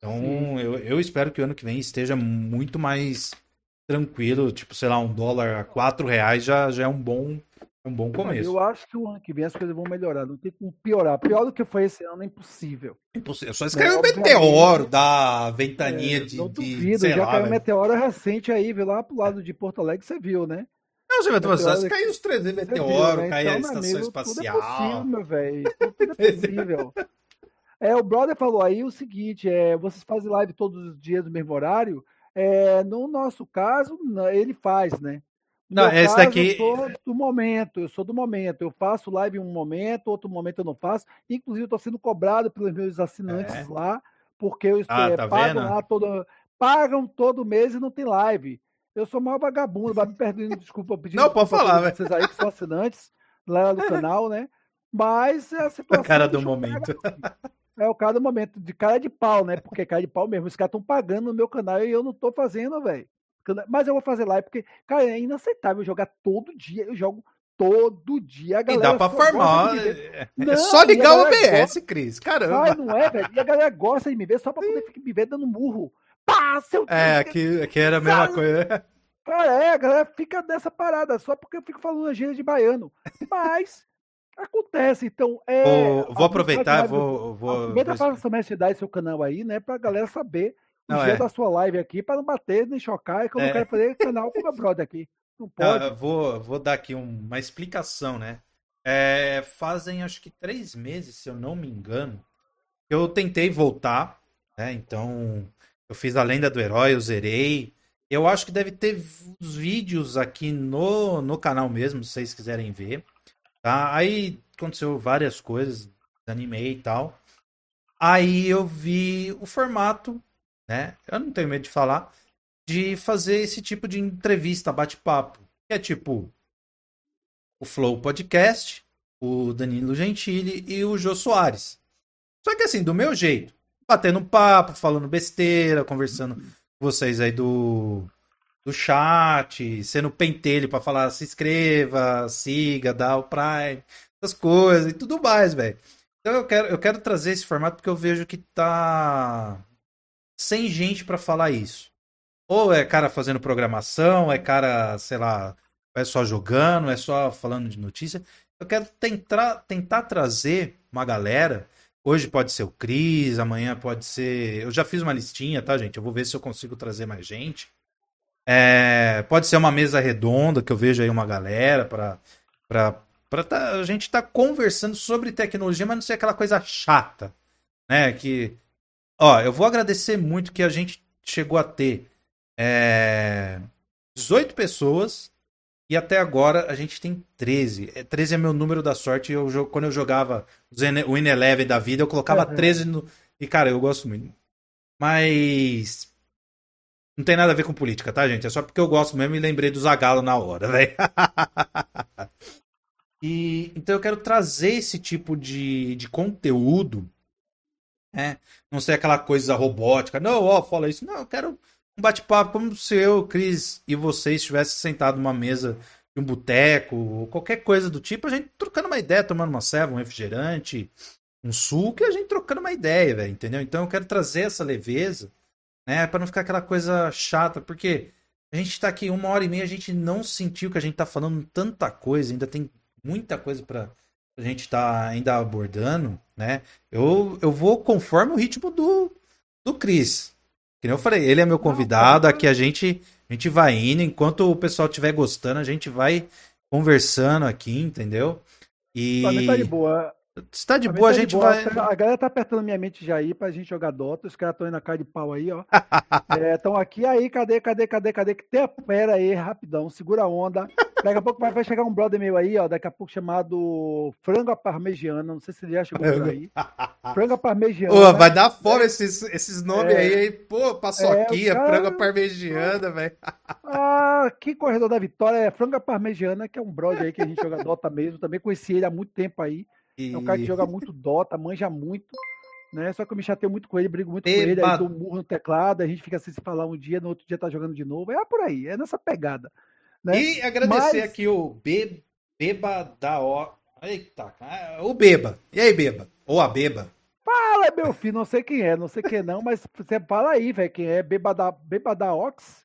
Então, eu, eu espero que o ano que vem esteja muito mais tranquilo. Tipo, sei lá, um dólar a quatro reais já, já é um bom, um bom Olha, começo. eu acho que o ano que vem as coisas vão melhorar. Não tem como piorar. Pior do que foi esse ano é impossível. Impossível. Só Né? escreve o meteoro Obviamente, da ventania é, de, não de, duvido. sei Já lá, caiu um velho. meteoro recente aí, viu? Lá pro lado de Porto Alegre, você viu, né? Não, você vai tomar, se Meteoro cair que os trezentos você viu, meteoros, né? cair a Então, meu estação amigo, tudo é possível, espacial. meu velho. Tudo, tudo é Entendeu? possível. É, o brother falou aí o seguinte, é, vocês fazem live todos os dias no mesmo horário? É, no nosso caso, não, ele faz, né? No Não, meu esse caso, eu daqui. sou do momento, eu sou do momento. Eu faço live em um momento, outro momento eu não faço. Inclusive, eu estou sendo cobrado pelos meus assinantes É. lá, porque eu Ah, é, tá pagam vendo? lá todo, pagam todo mês e não tem live. Eu sou maior vagabundo, vai me perdendo desculpa, pedindo Não, pode desculpa a todos falar, velho. vocês aí que são assinantes lá do canal, né? Mas a A cara situação do deixou pega. momento. É o cara do momento, de cara de pau, né? Porque é cara de pau mesmo. Os caras estão pagando no meu canal e eu não tô fazendo, velho. Mas eu vou fazer live porque, cara, é inaceitável jogar todo dia. Eu jogo todo dia. A E dá galera pra só gosta de formar. me ver. É é só Não, e a ligar o galera gosta. O B S, Cris. Vai, Caramba. não é, velho? E a galera gosta de me ver só pra poder ficar me ver dando murro. Pá, seu. É, aqui, aqui era a mesma coisa. Cara, é, a galera fica dessa parada só porque eu fico falando a gíria de baiano. Mas acontece, então, é, Vou, vou a gente faz aproveitar, live do, vou, vou, vou aproveita para explicar. também se dar seu canal aí, né, pra galera saber o Não, dia da é. sua live aqui, para não bater nem chocar, que eu não É, quero fazer canal com meu brother aqui. Não não, eu pode. vou, vou dar aqui um- uma explicação, né? É, fazem acho que três meses, se eu não me engano, eu tentei voltar, né? Então, eu fiz a Lenda do Herói, eu zerei. Eu acho que deve ter os vídeos aqui no, no canal mesmo, se vocês quiserem ver. Tá? Aí aconteceu várias coisas, animei e tal. Aí eu vi o formato, né? Eu não tenho medo de falar, de fazer esse tipo de entrevista, bate-papo. Que é tipo o Flow Podcast, o Danilo Gentili e o Jô Soares. Só que assim, do meu jeito. Batendo papo, falando besteira, conversando com vocês aí do, do chat, sendo pentelho pra falar se inscreva, siga, dá o Prime, essas coisas e tudo mais, velho. Então eu quero, eu quero trazer esse formato porque eu vejo que tá sem gente pra falar isso. Ou é cara fazendo programação, é cara, sei lá, é só jogando, é só falando de notícia. Eu quero tentar, tentar trazer uma galera. Hoje pode ser o Cris, amanhã pode ser. Eu já fiz uma listinha, tá, gente? Eu vou ver se eu consigo trazer mais gente. É, pode ser uma mesa redonda, que eu vejo aí uma galera para para para tá, a gente tá conversando sobre tecnologia, mas não ser aquela coisa chata, né? Que, ó, eu vou agradecer muito que a gente chegou a ter é, dezoito pessoas e até agora a gente tem treze. É, treze é meu número da sorte. Eu, jo- quando eu jogava o Zen- o Win Eleven da vida, eu colocava treze no. E, cara, eu gosto muito. Mas. Não tem nada a ver com política, tá, gente? É só porque eu gosto mesmo e lembrei do Zagalo na hora, velho. E então eu quero trazer esse tipo de, de conteúdo, né? Não ser aquela coisa robótica. Não, ó, fala isso. Não, eu quero um bate-papo como se eu, Cris e vocês estivessem sentados numa mesa de um boteco, ou qualquer coisa do tipo, a gente trocando uma ideia, tomando uma ceva, um refrigerante, um suco, e a gente trocando uma ideia, velho, entendeu? Então eu quero trazer essa leveza, né, pra não ficar aquela coisa chata, porque a gente tá aqui uma hora e meia, a gente não sentiu que a gente tá falando tanta coisa, ainda tem muita coisa pra a gente tá ainda abordando, né? Eu, eu vou conforme o ritmo do, do Cris. Que nem eu falei, ele é meu Não, pra mim convidado, tá, aqui a gente, a gente vai indo, enquanto o pessoal estiver gostando, a gente vai conversando aqui, entendeu? pra mim tá de E boa. se tá de Pra mim boa, a tá de gente boa. vai. Até- A galera tá apertando minha mente já aí pra gente jogar Dota. Os caras estão indo na cara de pau aí, ó. Estão aqui, aí, cadê, cadê, cadê, cadê? Que tem, pera aí, rapidão, segura a onda. Daqui a pouco vai, vai chegar um brother meu aí, ó, daqui a pouco chamado Frango à Parmegiana, não sei se ele já chegou por aí. Frango à Ô, Parmegiana, vai dar fome né? esses, esses nomes aí, hein? Pô, É, os paçoquinha, frango à caras. parmegiana, velho. Ah, que corredor da vitória é Frango à Parmegiana, que é um brother aí que a gente joga Dota mesmo. Também conheci ele há muito tempo aí. É um cara que E joga muito Dota, manja muito, né? Só que eu me chateio muito com ele, brigo muito com ele, aí dou beba, um murro no teclado, a gente fica assim se falar um dia, no outro dia tá jogando de novo. É por aí, é nessa pegada, né? e agradecer Mas, aqui o Be, Beba da O. Eita, cara, o Beba. E aí, Beba? Ou a Beba? é meu filho, não sei quem é, não sei quem é não, mas você fala aí, velho, quem é Bebada, Bebadaox?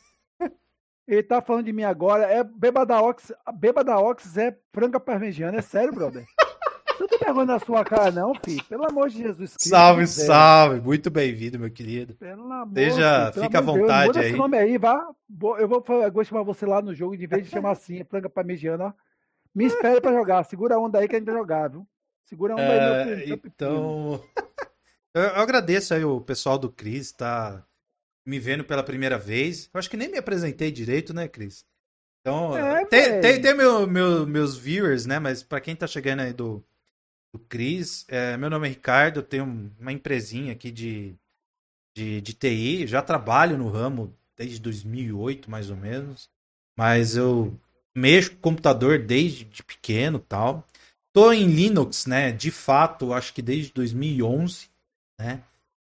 Ele tá falando de mim agora, é Bebadaox, Bebadaox é franga parmegiana, é sério, brother? Você não tem vergonha na sua cara não, filho? Pelo amor de Jesus Cristo, Salve, miséria. salve. Muito bem-vindo, meu querido. Pelo amor, filho, Seja, pelo fica à amor de Deus, vontade muda esse aí. nome aí, vá. Bo- Eu vou, fa- eu vou chamar você lá no jogo, de vez de chamar assim, franga parmegiana, ó. Me espere pra jogar, segura a onda aí que a gente vai jogar, viu? Segura a onda aí, meu, pe- É, meu pepino. então, eu, eu agradeço aí o pessoal do Cris, tá me vendo pela primeira vez. Eu acho que nem me apresentei direito, né, Cris? Então, É, tem, tem, velho. tem meu, meu- meus viewers, né? Mas pra quem tá chegando aí do, do Cris, é, meu nome é Ricardo, eu tenho uma empresinha aqui de, de, de T I, já trabalho no ramo desde dois mil e oito, mais ou menos. Mas eu mexo com computador desde de pequeno e tal. Tô em Linux, né? De fato, acho que desde dois mil e onze, né?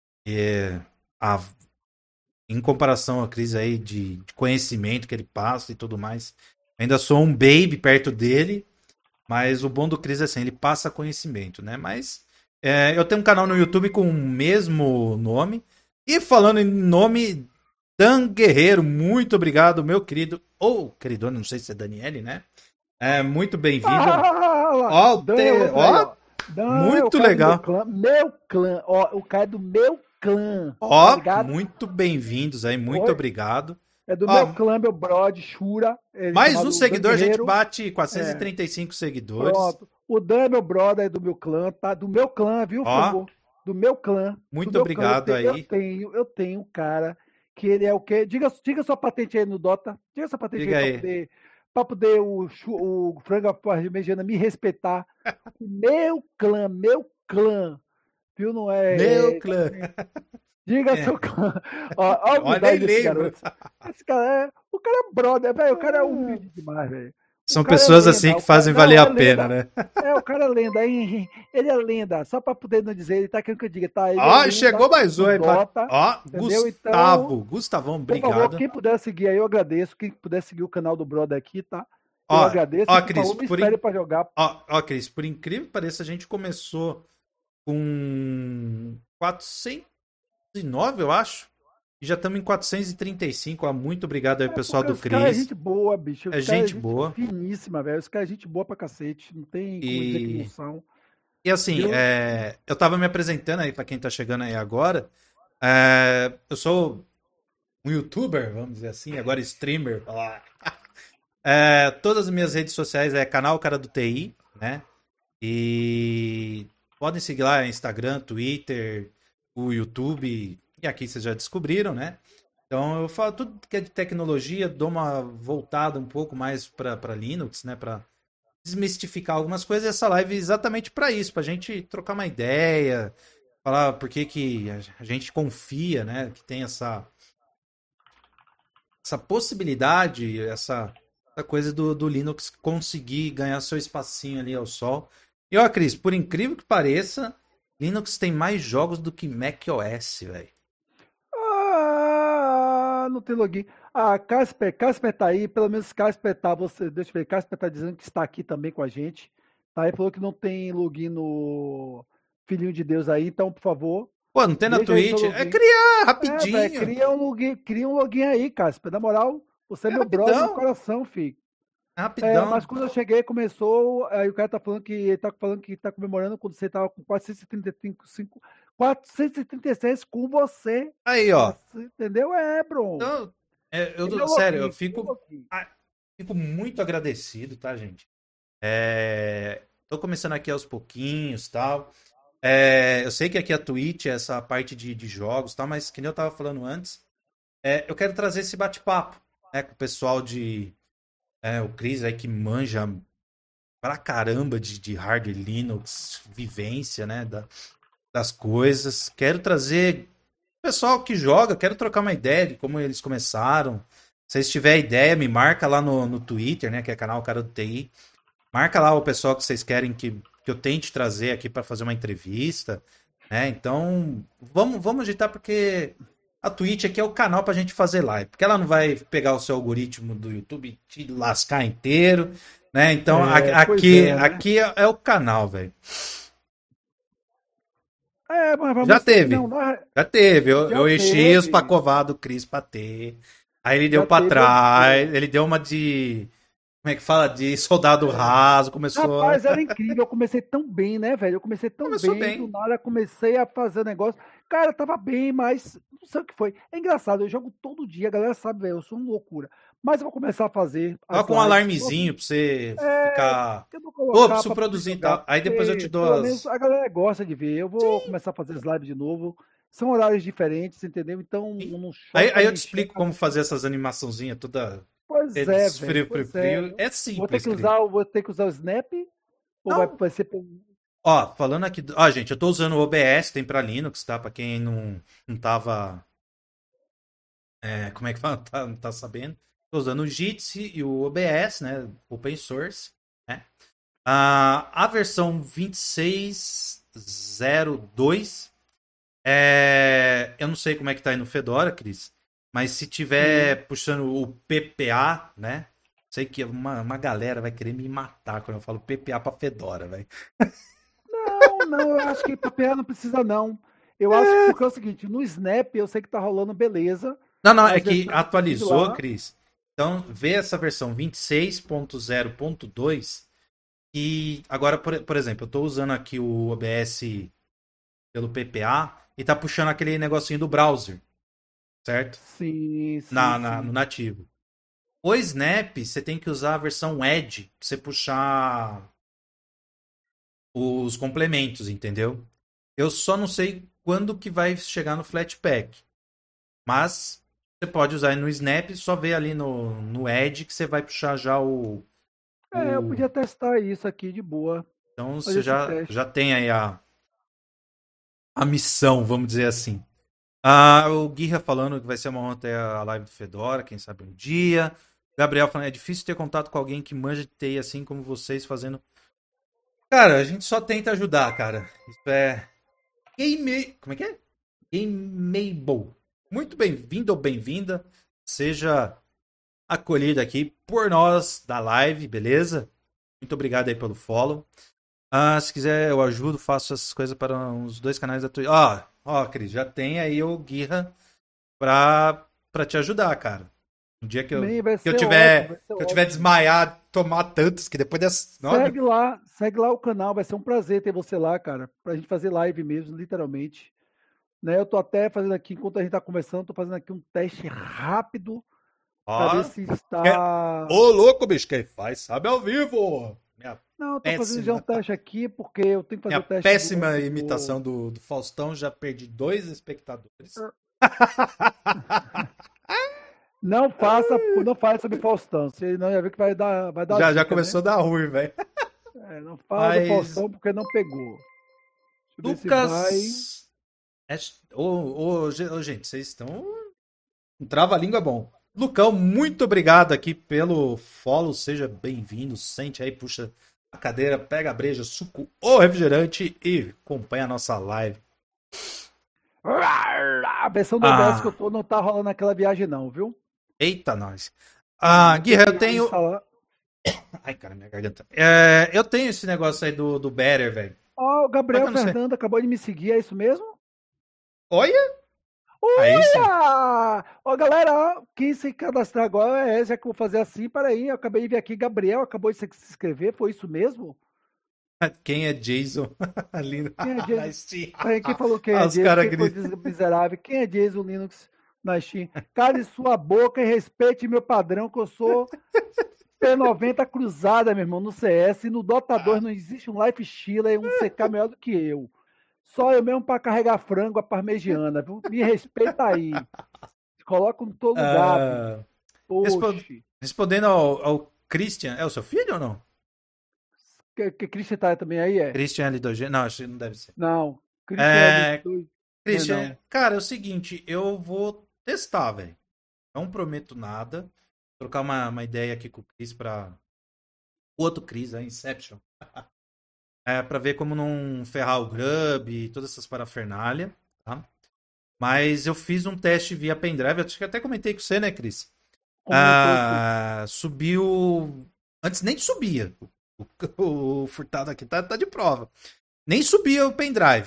É, a, em comparação à crise aí de, de conhecimento que ele passa e tudo mais, ainda sou um baby perto dele, mas o bom do Cris é assim, ele passa conhecimento, né? Mas é, eu tenho um canal no YouTube com o mesmo nome. E falando em nome, Dan Guerreiro, muito obrigado, meu querido, ou querido, não sei se é Daniele, né? É, muito bem-vindo. Ah, Ó, Dan é te- outro aí, ó, ó. Dan é o muito cara do meu legal. clã. Meu clã, ó. O cara é do meu clã, tá Ó, ligado? muito bem-vindos aí, muito Oi, obrigado. é do meu Ó, clã, meu brother, Shura. Ele é mais um chamado Dan seguidor, a gente Guerreiro. bate É, quatrocentos e trinta e cinco seguidores. pronto. O Dan é meu brother, é do meu clã, tá? Do meu clã, viu, Ó, Flamengo? Do meu clã. Do muito meu clã, eu, obrigado te- eu aí. tenho, eu tenho um cara que ele é o quê? Diga, diga sua patente aí no Dota. Diga sua patente aí Diga pra aí. poder, pra poder o, Chu- o Franga Parmegiana me respeitar. O meu clã, meu clã, viu? Não Meu é, é, clã. diga É, seu clã. Ó, ó a ó, nem humildade desse lembro. garoto. Esse cara é, o cara é brother, velho. O cara é humilde demais, velho. O São cara é pessoas assim lenda. que O cara, fazem não, valer é a pena, lenda. né? É, o cara é lenda. Aí, ele é lenda. Só pra poder não dizer, ele tá querendo que eu diga, tá? Ele é Ó, lenda chegou mais um no aí pra... Dota, Ó, entendeu? Então, Gustavo. Gustavão, por favor, obrigado. quem puder seguir aí, eu agradeço. Quem puder seguir o canal do brother aqui, tá? Eu Ó, agradeço. E, ó, por Cris, favor, me por, espere in... pra jogar. ó, ó, Cris, por incrível que pareça, a gente começou com quatrocentos e nove, eu acho. E já estamos em quatrocentos e trinta e cinco. Ó, muito obrigado aí, É pessoal porque do os caras é Cris. gente boa, bicho. É Os caras é gente gente boa. finíssima, velho. Os caras é gente boa pra cacete. Não tem como dizer que não E, são. e assim, Viu? é, eu tava me apresentando aí para quem tá chegando aí agora. É, eu sou um youtuber, vamos dizer assim, agora streamer. Ah. É, todas as minhas redes sociais é canal Cara do T I, né? E podem seguir lá Instagram, Twitter, o YouTube. E aqui vocês já descobriram, né? Então eu falo tudo que é de tecnologia, dou uma voltada um pouco mais para Linux, né? Para desmistificar algumas coisas. E essa live é exatamente para isso, para a gente trocar uma ideia, falar por que que a gente confia, né? Que tem essa essa possibilidade, essa, essa coisa do, do Linux conseguir ganhar seu espacinho ali ao sol. E ó, Cris, por incrível que pareça, Linux tem mais jogos do que macOS, velho. Ah, não tem login. Ah, Casper, Casper tá aí. Pelo menos Casper tá. Você, deixa eu ver. Casper tá dizendo que está aqui também com a gente. Tá? Ele falou que não tem login no Filhinho de Deus aí. Então, por favor, Pô, não tem na deixa aí seu Twitch? É login. criar É, velho, rapidinho. cria um login, cria um login aí, Casper. Na moral, você é É meu brother do rapidão. coração, filho. É É, mas rapidão. quando eu cheguei, começou. Aí o cara tá falando que ele tá falando que tá comemorando quando você tava com quatrocentos e trinta e cinco, quatrocentos e trinta e seis com você. Aí, ó. Quatrocentos, entendeu? É, bro. Então, é, eu, Tem meu tô- sério, eu login, tem meu fico, login. ah, fico muito agradecido, tá, gente? É, tô começando aqui aos pouquinhos, tal. É, eu sei que aqui a Twitch é essa parte de, de jogos, tal, mas que nem eu tava falando antes, é, eu quero trazer esse bate-papo, né, com o pessoal de, é, o Cris aí que manja pra caramba de, de hardware Linux, vivência, né, da- das coisas. Quero trazer o pessoal que joga, quero trocar uma ideia de como eles começaram. Se vocês tiverem ideia, me marca lá no, no Twitter, né, que é canal Cara do T I. Marca lá o pessoal que vocês querem que, que eu tente trazer aqui para fazer uma entrevista, né? Então, vamos, vamos agitar porque a Twitch aqui é o canal pra gente fazer live, porque ela não vai pegar o seu algoritmo do YouTube e te lascar inteiro, né? Então, a- É, pois aqui, é, né? aqui é, é o canal, velho. É, mas vamos Já assim, teve. não, nós- Já teve. Eu, já eu enchi os teve, pacovados do Cris pra ter. Aí ele deu já pra teve. Eu, trás. eu- Ele deu uma de. Como é que fala? De soldado raso. Começou. Rapaz, era incrível. Eu comecei tão bem, né, velho? Eu comecei tão Começou bem, do bem. nada comecei a fazer negócio. Cara, tava bem, mas não sei o que foi. É engraçado, eu jogo todo dia, a galera sabe, velho, eu sou uma loucura. Mas eu vou começar a fazer as Coloca um lives. Só- alarmezinho pra você É, ficar. eu vou Ô, colocar preciso pra poder produzir e jogar, tal. Aí depois eu te porque dou pelo menos as. a galera gosta de ver. Eu vou começar a fazer as lives de novo. São horários diferentes, entendeu? Então não Aí, chove pra aí eu me te encher. explico como fazer essas animaçãozinhas toda. Pois é, Eles velho. frio, frio, Pois é. frio. É Vou ter simples, que Cris. usar, o- vou ter que usar o Snap ou vai, Não. vai ser pelo- Ó, falando aqui. Ó, gente, eu tô usando o O B S, tem pra Linux, tá? Pra quem não, não tava. É, como é que fala? Tá, não tá sabendo. Tô usando o Jitsi e o O B S, né? Open source. Né? Ah, a versão vinte e seis zero dois. É, eu não sei como é que tá aí no Fedora, Cris. Mas se Sim. tiver puxando o P P A, né? Sei que uma, uma galera vai querer me matar quando eu falo P P A pra Fedora, velho. Não, não, eu acho que papel não precisa, não. Eu acho que porque é o seguinte, no Snap eu sei que tá rolando beleza, Não, não, é as que versões que eu tive atualizou, lá. Cris. Então, vê essa versão vinte e seis ponto zero ponto dois e agora, por, por exemplo, eu tô usando aqui o O B S pelo P P A e tá puxando aquele negocinho do browser, certo? Sim, sim, Na, na- no sim. nativo. O Snap, você tem que usar a versão Edge pra você puxar os complementos, entendeu? Eu só não sei quando que vai chegar no Flatpak. Mas você pode usar no Snap, só ver ali no, no Edge que você vai puxar já o, É, eu o. podia testar isso aqui de boa. Então Fazer você esse já, teste. já tem aí a, a missão, vamos dizer assim. Ah, o Guirra falando que vai ser uma honra ter a live do Fedora, quem sabe um dia. Gabriel falando, é difícil ter contato com alguém que manja de T I assim como vocês fazendo. Cara, a gente só tenta ajudar, cara. Isso é. Game. Como é que é? Gameable. Muito bem-vindo ou bem-vinda. Seja acolhido aqui por nós da live, beleza? Muito obrigado aí pelo follow. Ah, se quiser eu ajudo, faço essas coisas para uns dois canais da Twitch. Ó, ó, Cris, já tem aí o Guirra pra, pra te ajudar, cara. Um dia que eu, Bem, vai que eu ser ótimo, vai tiver ser que eu tiver ótimo. desmaiado, tomar tantos, que depois dessa. Nossa, Segue lá, segue lá o canal, vai ser um prazer ter você lá, cara, pra gente fazer live mesmo, literalmente. Né, eu tô até fazendo aqui, enquanto a gente tá conversando, tô fazendo aqui um teste rápido para ver ó. se É- está. Ô, louco, bicho, quem faz sabe ao vivo. Minha Não, eu tô fazendo já um péssima, teste aqui, porque eu tenho que fazer minha o teste do. péssima do- imitação do, do Faustão, já perdi dois espectadores. Não faça, não faça sobre Faustão, senão já vê que vai dar, vai dar Já, já zica, né? começou a dar ruim, velho. É, não fala do Mas. Faustão porque não pegou. Deixa eu ver se vai. Lucas. É... Ô, ô, ge- ô, gente, vocês estão. Um trava-língua bom. Lucão, muito obrigado aqui pelo follow. Seja bem-vindo. Sente aí, puxa a cadeira, pega a breja, suco ou refrigerante e acompanha a nossa live. A versão do O B S que eu Ah, tô não tá rolando aquela viagem, não, viu? eita, nós. Não, Ah, vou ter Guerra, eu que tenho. instalar. Ai, cara, minha garganta. É, eu tenho esse negócio aí do, do Better, velho. Ó, o Só que Gabriel eu não sei. Fernando acabou de me seguir, é isso mesmo? Olha! Aí sim. Olha! Ó, galera, ó, quem se cadastrar agora é, já que eu vou fazer assim, peraí, eu acabei de ver aqui, Gabriel acabou de se se inscrever, foi isso mesmo? Quem é Jason? Ali Quem é na Jason? Steam. Peraí, quem falou quem Ah, é os Jason? caras Quem foi gritam. des- miserável? Quem é Jason Linux na Steam? Cale sua boca e respeite meu padrão, que eu sou P noventa cruzada, meu irmão, no C S, e no Dota dois não existe um Life Stealer, um C K melhor do que eu. Só eu mesmo para carregar frango a parmegiana, viu? Me respeita aí. Coloca no teu lugar, bicho. Ah, respo- Oxi. respondendo ao, ao Christian. É o seu filho ou não? Que, que Christian tá também aí, é? Christian L dois G? Não, acho que não deve ser. Não. Christian é dos É, dois. Não é Christian, não. cara, é o seguinte, eu vou testar, velho. Não prometo nada. Trocar uma, uma ideia aqui com o Chris pra. O outro Chris, a Inception. É, pra ver como não ferrar o Grub e todas essas parafernália, tá? Mas eu fiz um teste via pendrive, acho que até comentei com você, né, Cris? Comentou sim. Ah, subiu. Antes nem subia. O, o- o furtado aqui tá, tá de prova. Nem subia o pendrive.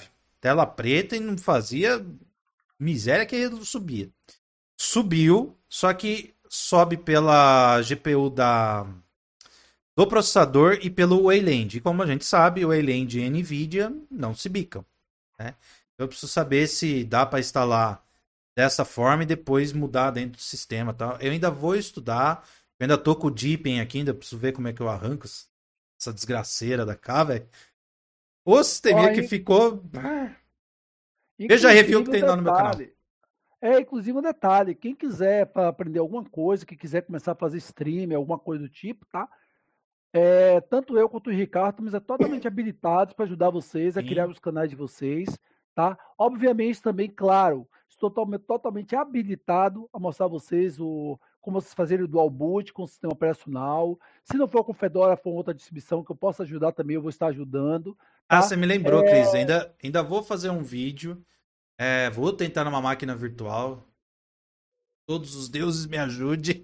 tela preta e não fazia miséria que ele subia. Subiu, só que sobe pela G P U da, do processador e pelo Wayland. E como a gente sabe, o Wayland e Nvidia não se bicam, né? Eu preciso saber se dá para instalar dessa forma e depois mudar dentro do sistema, tá? Eu ainda vou estudar, eu ainda tô com o Deepin aqui, ainda preciso ver como é que eu arranco essa desgraceira da cá, velho. O Ó, sisteminha que ficou... Veja a review que inclusive um tem lá no meu canal. detalhe. É, inclusive um detalhe. Quem quiser para aprender alguma coisa, que quiser começar a fazer stream, alguma coisa do tipo, tá? É, tanto eu quanto o Ricardo estamos é, totalmente habilitados para ajudar vocês a criar Sim. os canais de vocês, tá? Obviamente também, claro, estou totalmente, totalmente habilitado a mostrar a vocês o, como vocês fazerem o dual boot com o sistema operacional. Se não for com o Fedora, for outra distribuição que eu possa ajudar também, eu vou estar ajudando, Ah, tá? você me lembrou, É, Cris. Ainda, ainda vou fazer um vídeo. É, vou tentar numa máquina virtual. Todos os deuses me ajudem.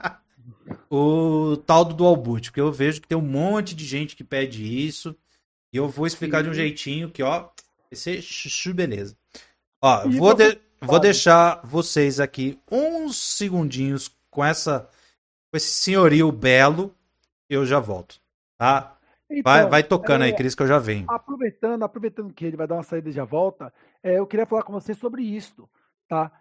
O tal do dual boot, porque eu vejo que tem um monte de gente que pede isso. E eu vou explicar de um sim. jeitinho que, ó, vai ser chuchu beleza. Ó, E vou, vocês de- vou sabem, deixar vocês aqui uns segundinhos com essa, com esse senhorio belo. Eu já volto, tá? Vai, vai então, tocando aí, é, Cris, que eu já venho. aproveitando, aproveitando que ele vai dar uma saída e já volta, é, eu queria falar com vocês sobre isso, tá?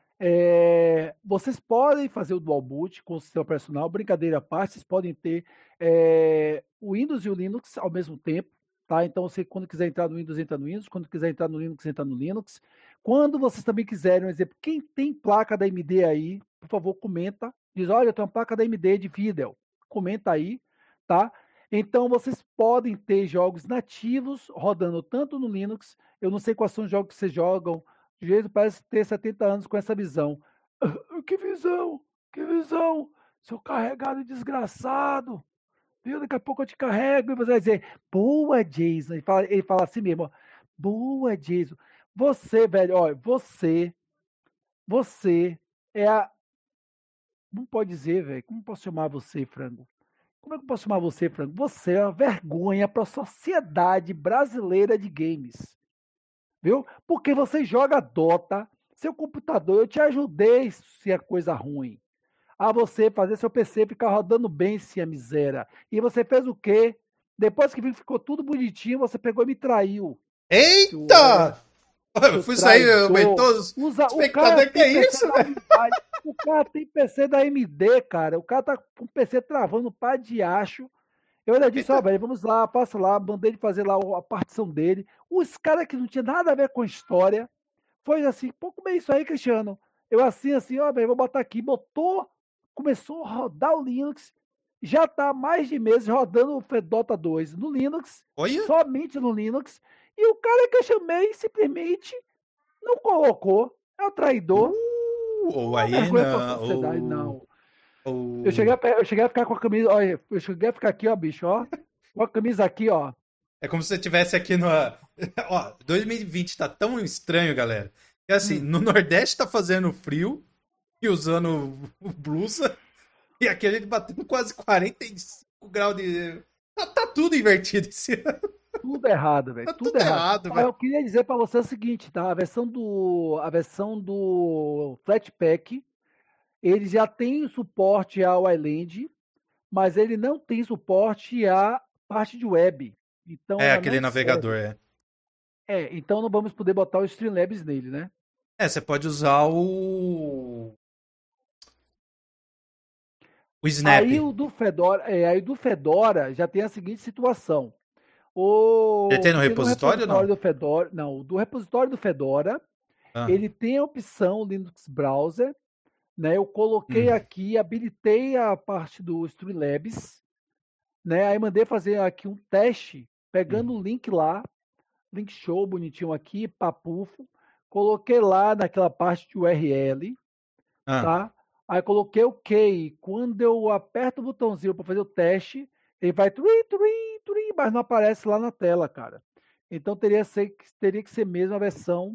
É, vocês podem fazer o dual boot com o sistema operacional, brincadeira à parte, vocês podem ter é, o Windows e o Linux ao mesmo tempo, tá? Então, você quando quiser entrar no Windows, entra no Windows, quando quiser entrar no Linux, entra no Linux. Quando vocês também quiserem, um exemplo, quem tem placa da A M D aí, por favor, comenta. Diz, olha, eu tenho uma placa da A M D de Videl. Comenta aí, tá? Então, vocês podem ter jogos nativos rodando tanto no Linux. Eu não sei quais são os jogos que vocês jogam. De jeito parece ter setenta anos com essa visão. "Ah, que visão? Que visão? Seu carregado desgraçado. Viu? Daqui a pouco eu te carrego e você vai dizer, boa, Jason. Ele fala, ele fala assim mesmo, ó, boa, Jason. Você, velho, olha, você, você é a. Não pode dizer, velho. Como posso chamar você, frango? Como é que eu posso chamar você, Franco? Você é uma vergonha para a sociedade brasileira de games, viu? Porque você joga Dota, seu computador, eu te ajudei se é coisa ruim. A você fazer seu P C ficar rodando bem, se é miséria. E você fez o quê? Depois que ficou tudo bonitinho, você pegou e me traiu. Seu, é, Eita! Eu seu fui sair, traidor. aumentou os Usa, o cara espectadores. Que é tem P C isso, da velho? Hyundai. O cara tem P C da A M D, cara. O cara tá com o P C travando para de acho. Eu ainda disse, ó, Eita. velho, vamos lá, passa lá, mandei ele fazer lá a partição dele. Os caras que não tinha nada a ver com a história, foi assim, pô, como é isso aí, Cristiano? Eu assim, assim, ó, velho, vou botar aqui, botou, começou a rodar o Linux, já tá há mais de meses rodando o Fedota dois no Linux, Olha. somente no Linux, e o cara que eu chamei simplesmente não colocou, é o traidor, Uh, ou uma aí vergonha pra não. sociedade, Ou, não. Eu cheguei, ou... a, pe- eu cheguei a ficar com a camisa, olha, eu cheguei a ficar aqui, ó, bicho, ó, com a camisa aqui, ó. É como se você estivesse aqui no. Ó, dois mil e vinte tá tão estranho, galera. Que assim, Hum. no Nordeste tá fazendo frio e usando blusa. E aqui a gente batendo quase quarenta e cinco graus de. Tá, tá tudo invertido esse ano. Tudo errado, velho. Tá Tudo tudo errado. errado, Ó, velho. eu queria dizer para você o seguinte, tá? A versão do, a versão do Flatpak, ele já tem suporte ao Island, mas ele não tem suporte à parte de web. Então É, ela aquele não navegador, serve. é. É, então não vamos poder botar o Streamlabs nele, né? É, você pode usar o. O Snap. Aí o do Fedora, é, aí do Fedora já tem a seguinte situação. Ele tem O, no porque no repositório ou repositório não? do Fedora, não, do repositório do Fedora, Ah. ele tem a opção Linux Browser, né? Eu coloquei Hum. aqui, habilitei a parte do Streamlabs, né? Aí mandei fazer aqui um teste, pegando Hum. o link lá, link show bonitinho aqui, papufo, coloquei lá naquela parte de U R L, Ah. tá? Aí coloquei o OK. Quando eu aperto o botãozinho para fazer o teste, ele vai turi, turi, turi, mas não aparece lá na tela, cara. Então teria, ser, teria que ser mesmo a versão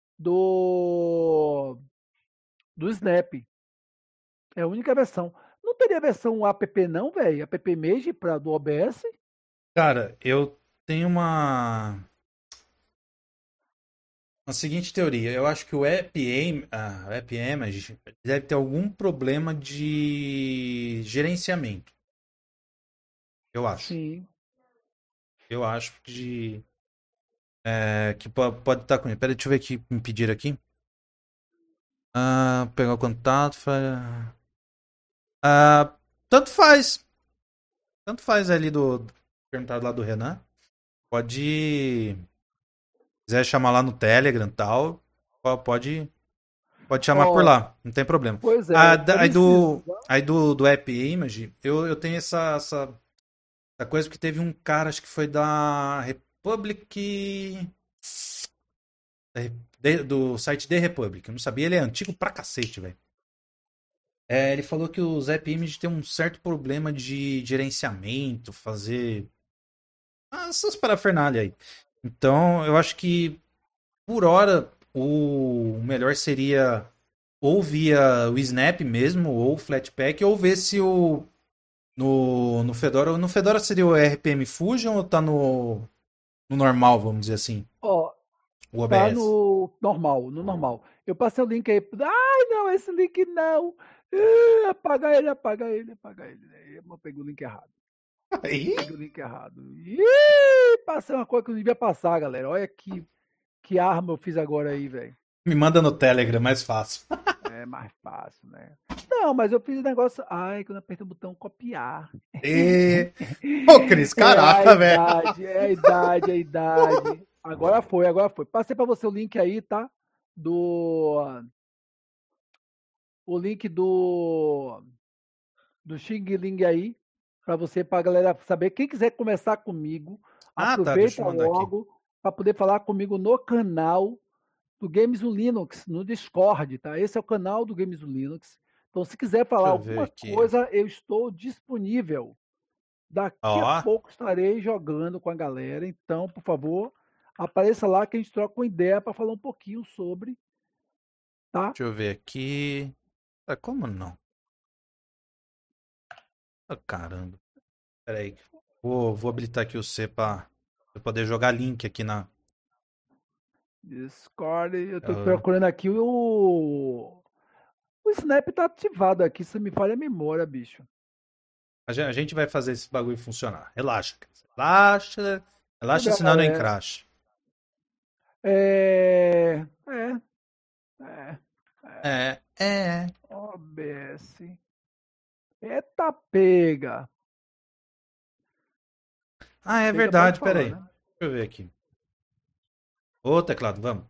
do do Snap. É a única versão. Não teria versão app não, velho? App Mage para do O B S? Cara, eu tenho uma. a seguinte teoria. Eu acho que o App, Im- ah, o App Image deve ter algum problema de gerenciamento. Eu acho. Sim. Eu acho que, é, que po- pode estar com ele. Pera, deixa eu ver aqui, me pedir aqui. Ah, pegar o contato. fa- Ah, tanto faz. Tanto faz ali do. Perguntado lá do Renan. Pode. Se quiser chamar lá no Telegram e tal. po- Pode, pode chamar por Ó, lá. Não tem problema. pois Ah, é, da- aí do. precisa. Aí do, do App Image, eu, eu tenho essa, essa, essa coisa que teve um cara, acho que foi da Republic. da Re- de- do site The Republic. Eu não sabia, ele é antigo pra cacete, velho. É, ele falou que os App Image tem um certo problema de gerenciamento, fazer ah, essas parafernália aí. Então, eu acho que por hora o melhor seria ou via o Snap mesmo, ou o Flatpak, ou ver se o no, no Fedora, no Fedora seria o R P M Fusion ou tá no, no normal, vamos dizer assim, Ó, o tá O B S. no normal, no normal. Eu passei o link aí. Ai, não, esse link não. Ah, apaga ele, apaga ele, apaga ele. Eu peguei o link errado. Aí, Peguei o link errado. Ih, passei uma coisa que eu não devia passar, galera. Olha que, que arma eu fiz agora aí, velho. me manda no Telegram, mais fácil. É mais fácil, né? Não, mas eu fiz o negócio. Ai, quando eu aperto o botão copiar. E... Ô, Cris, É a caraca, velho. idade, é a idade, é a idade. Agora foi, agora foi. Passei pra você o link aí, tá? Do. O link do. Do Xing Ling aí. Pra você, pra galera saber. Quem quiser começar comigo, Ah, tá, deixa aproveita eu mandar aqui. logo pra poder falar comigo no canal do Games do Linux, no Discord, tá? Esse é o canal do Games do Linux. Então, se quiser falar Deixa eu ver alguma aqui. coisa, eu estou disponível. Daqui a Ó, pouco estarei jogando com a galera. Então, por favor, apareça lá que a gente troca uma ideia para falar um pouquinho sobre, tá? deixa eu ver aqui. Ah, como não? Ah, caramba. Pera aí. Vou, vou habilitar aqui o C pra eu poder jogar link aqui na. Discord, eu tô ah, procurando aqui o. O Snap tá ativado aqui, se me falha a memória, bicho. a gen- a gente vai fazer esse bagulho funcionar. Relaxa, Cris. Relaxa. Relaxa, Cadê a senão não galera? encracha. É. É. É. É. É, é. O B S. Eita, pega. Ah, é Pega, pode verdade, pera falar, aí. Deixa né? eu ver aqui. Ô, teclado, vamos.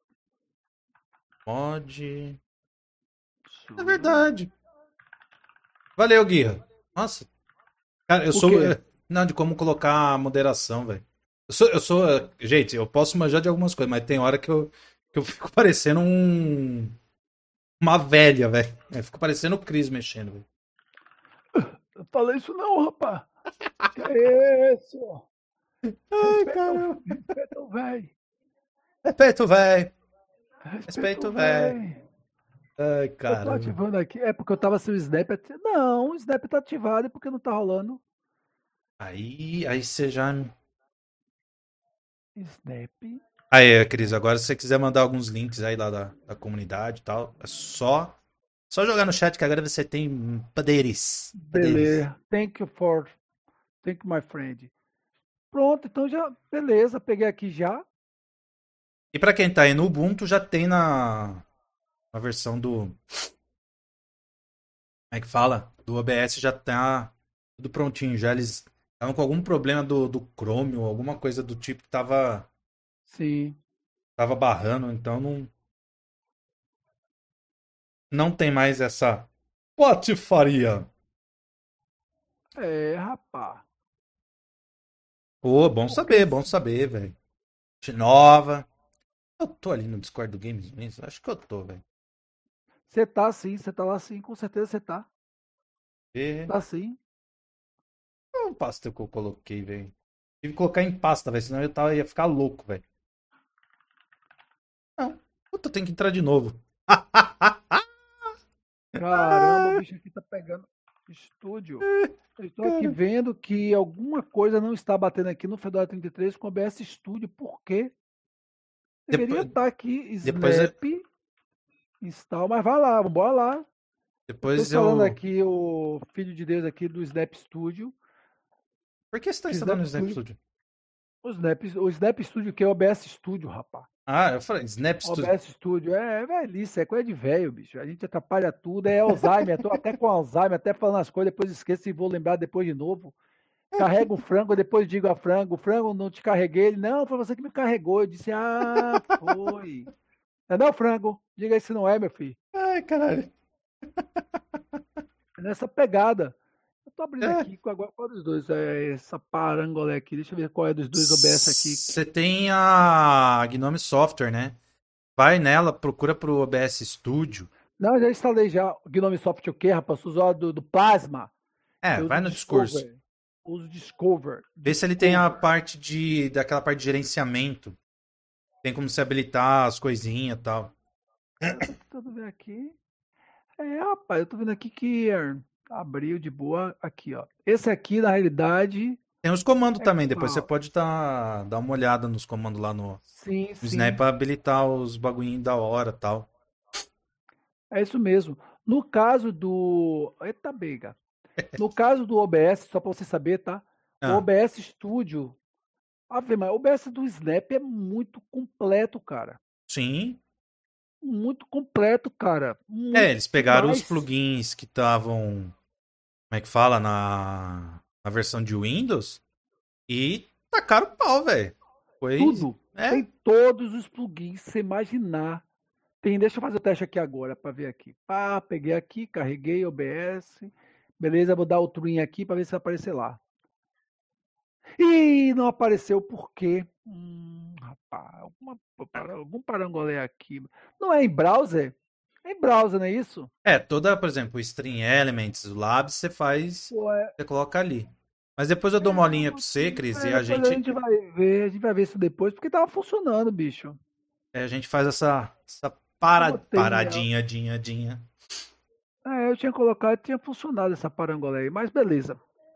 Pode. É verdade. Valeu, Guirra. Nossa, cara, eu O sou. quê? eh, Não, de como colocar a moderação, velho. Eu sou, eu sou. eh, Gente, eu posso manjar de algumas coisas, mas tem hora que eu, que eu fico parecendo um. Uma velha, velho. Eu fico parecendo o Chris mexendo, velho. Não fala isso não, rapaz. Que é isso? Ai, Respeita, o- caramba. respeita o velho. Respeito, velho. Respeita o Respeito, velho. velho. Ai, Eu tô caramba. ativando aqui. É porque eu tava sem o Snap. ati- Não, o Snap tá ativado. É porque não tá rolando. Aí, aí você já. Snap. Aí, Cris, agora se você quiser mandar alguns links aí lá da, da comunidade e tal, é só, só jogar no chat que agora você tem poderes. Poderes. Beleza. Thank you for. Thank you, my friend. Pronto, então já. Beleza, peguei aqui já. E pra quem tá aí no Ubuntu, já tem na, na versão do. Como é que fala? Do O B S já tá tudo prontinho. Já eles estavam com algum problema do, do Chrome ou alguma coisa do tipo que tava, Sim. tava barrando, então não. Não tem mais essa patifaria. É, rapá. Pô, bom Porque. saber, bom saber, velho. Gente nova. Eu tô ali no Discord do Games Wins? Acho que eu tô, velho. Você tá sim, você tá lá sim, com certeza você tá. E... Tá sim. Qual é o pasta que eu coloquei, velho? Tive que colocar em pasta, velho, senão eu tava, ia ficar louco, velho. Não. Puta, tem que entrar de novo. Caramba, o bicho aqui tá pegando estúdio. Eu estou aqui Cara. vendo que alguma coisa não está batendo aqui no Fedora trinta e três com o O B S Studio. Por quê? Deveria Depois, estar aqui, depois, eu- Snap, install, mas vai lá, bora lá. Eu tô depois instalando eu. aqui o Filho de Deus aqui do Snap Studio. Por que você tá Que instalando Snap o Snap Studio, Studio? o Snap, o Snap Studio que é o O B S Studio, rapaz. Ah, eu falei, Snap O Studio. O B S Studio é, é velhice, é coisa de velho, bicho. A gente atrapalha tudo, é Alzheimer. Tô até com Alzheimer, até falando as coisas, depois esqueço e vou lembrar depois de novo. Carrego o frango, depois digo a frango, o frango não te carreguei. Ele, não, foi você que me carregou. Eu disse, ah, foi. É não, frango? Diga aí se não é, meu filho. Ai, caralho. É nessa pegada. Eu tô abrindo É. aqui, agora qual dos dois? É essa parangolé aqui. Deixa eu ver qual é dos dois O B S aqui. Você tem a Gnome Software, né? Vai nela, procura pro O B S Studio. Não, já instalei já o Gnome Soft o quê, rapaz? Sou usuário do, do Plasma. É, Eu uso vai o no discurso. Discover. Uso o Discover. Vê se ele tem a Discover. parte de. Daquela parte de gerenciamento. Tem como se habilitar as coisinhas e tal. Eu tô tentando ver aqui. É, rapaz, eu tô vendo aqui que é, abriu de boa aqui, ó. Esse aqui, na realidade, Tem os comandos é também, depois você qual? pode tá, dar uma olhada nos comandos lá no, Sim, no Snap sim. pra habilitar os bagulhinhos da hora e tal. É isso mesmo. No caso do. Eita, bega. No caso do O B S, só para você saber, tá? O Ah, O B S Studio. Ave Maria, o O B S do Snap é muito completo, cara. sim. Muito completo, cara. É, Muito eles pegaram os demais. plugins que estavam, como é que fala, na, na versão de Windows e tacaram o pau, velho. Foi. Tudo. Tem É. todos os plugins, se imaginar. Tem, deixa eu fazer o teste aqui agora para ver aqui. Pá, peguei aqui, carreguei O B S. Beleza, vou dar o twin aqui para ver se vai aparecer lá. E não apareceu por quê? Hum, rapaz, alguma, algum parangolé aqui. Não é em browser? É em browser, não é isso? É, toda, por exemplo, o Stream Elements, o Labs, você faz, Pô, é, você coloca ali. Mas depois eu dou é, uma não, olhinha pra não você, tem. Cris, É, e a depois a gente, gente vai ver, a gente vai ver isso depois, porque tava funcionando, bicho. a gente faz essa, essa Eu para, botei. ó, paradinha, dinha, dinha. É, eu tinha colocado e tinha funcionado essa parangolé aí, mas beleza.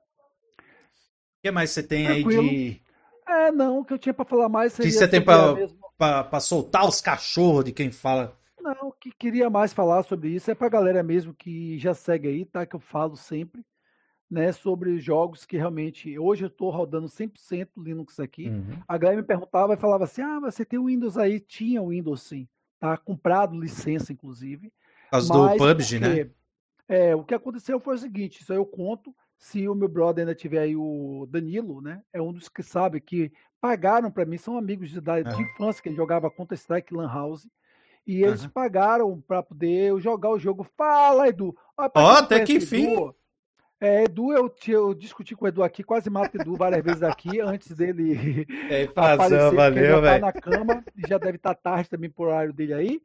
O que mais você tem aí Tranquilo. de. É, não, o que eu tinha para falar mais O que seria você tem sobre a pra, mesma. pra, pra soltar os cachorros de quem fala? Não, o que queria mais falar sobre isso é pra galera mesmo que já segue aí, tá? Que eu falo sempre, né? Sobre jogos que realmente. Hoje eu tô rodando cem por cento Linux aqui. Uhum. A galera me perguntava e falava assim: ah, você tem o Windows aí? Tinha o Windows sim, tá? Comprado licença, inclusive. Por causa do Mas por P U B G, né? quê? É, o que aconteceu foi o seguinte: isso aí eu conto. Se o meu brother ainda tiver aí, o Danilo, né? É um dos que sabe que pagaram para mim, são amigos de, da- de Aham. infância que jogava Counter-Strike Lan House. E eles Aham. pagaram para poder eu jogar o jogo. Fala, Edu! Ó, para Ó, quem não até que conhece o enfim. Edu, é, Edu, eu, te- eu discuti com o Edu aqui, quase mato o Edu várias vezes aqui, antes dele E aí, Pazão, aparecer, porque ele já valeu, tá velho. na cama, e já deve estar tarde também por horário dele aí.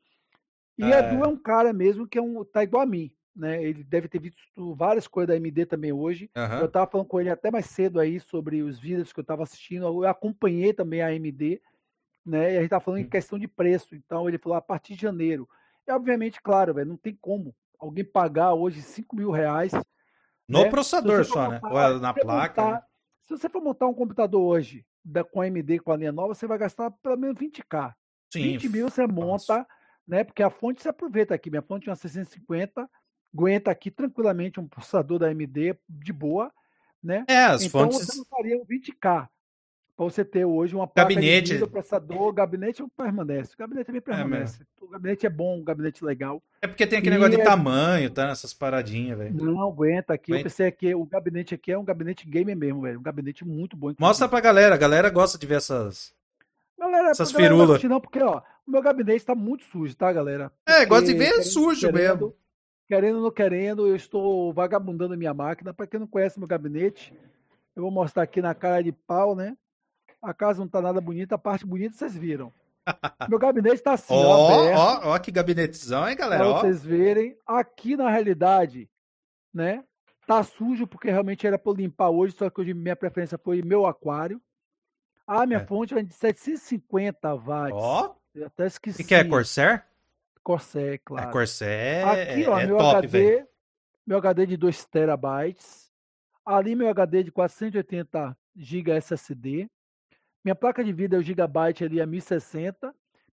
E Edu é É. um cara mesmo que é um, tá igual a mim, né? Ele deve ter visto várias coisas da A M D também hoje. Eu Aham. tava falando com ele até mais cedo aí sobre os vídeos que eu tava assistindo. Eu acompanhei também a A M D, né? E a gente tá falando em questão de preço. Então ele falou a partir de janeiro. E obviamente, claro, velho, não tem como alguém pagar hoje cinco mil reais, No né? Se você processador for só, né? montar, Ou olha, é se na você placa, né? montar, se você for montar um computador hoje da, com A M D, com a linha nova, você vai gastar pelo menos vinte k. Sim, vinte mil você fácil. monta, né? Porque a fonte se aproveita aqui. Minha fonte é uma seiscentos e cinquenta, aguenta aqui tranquilamente um processador da A M D de boa, né? É, as Então você não fontes. faria um vinte k para você ter hoje uma placa de vídeo, Gabinete. processador, o gabinete permanece. O gabinete também É mesmo. permanece. O gabinete é bom, um gabinete legal. É porque tem aquele negócio E de é, tamanho, tá? Essas paradinhas, velho. não aguenta aqui. Eu Aguenta. pensei que o gabinete aqui é um gabinete gamer mesmo, velho. Um gabinete muito bom, Mostra inclusive. pra galera. A galera gosta de ver essas, Galera, a essas galera não vai firulas. curtir não, porque, ó, o meu gabinete está muito sujo, tá, galera? É, gosta de Porque, ver querendo ou não sujo mesmo. querendo, querendo ou não querendo, eu estou vagabundando minha máquina. Para quem não conhece meu gabinete, eu vou mostrar aqui na cara de pau, né? A casa não tá nada bonita, a parte bonita vocês viram. Meu gabinete está Ó, assim, ó, aberto, ó, ó que gabinetezão, hein, para galera? Ó. vocês verem. Aqui, na realidade, né? Tá sujo porque realmente era para eu limpar hoje, só que hoje minha preferência foi meu aquário. Ah, minha É. fonte é de setecentos e cinquenta watts. Ó. Eu até O que, que é esqueci. Corsair? Corsair, É, claro. Aqui, Corsair ó, é, é meu top, velho. H D, meu H D de dois terabytes. Ali meu H D de quatrocentos e oitenta gigas S S D. Minha placa de vídeo é o Gigabyte ali a mil e sessenta.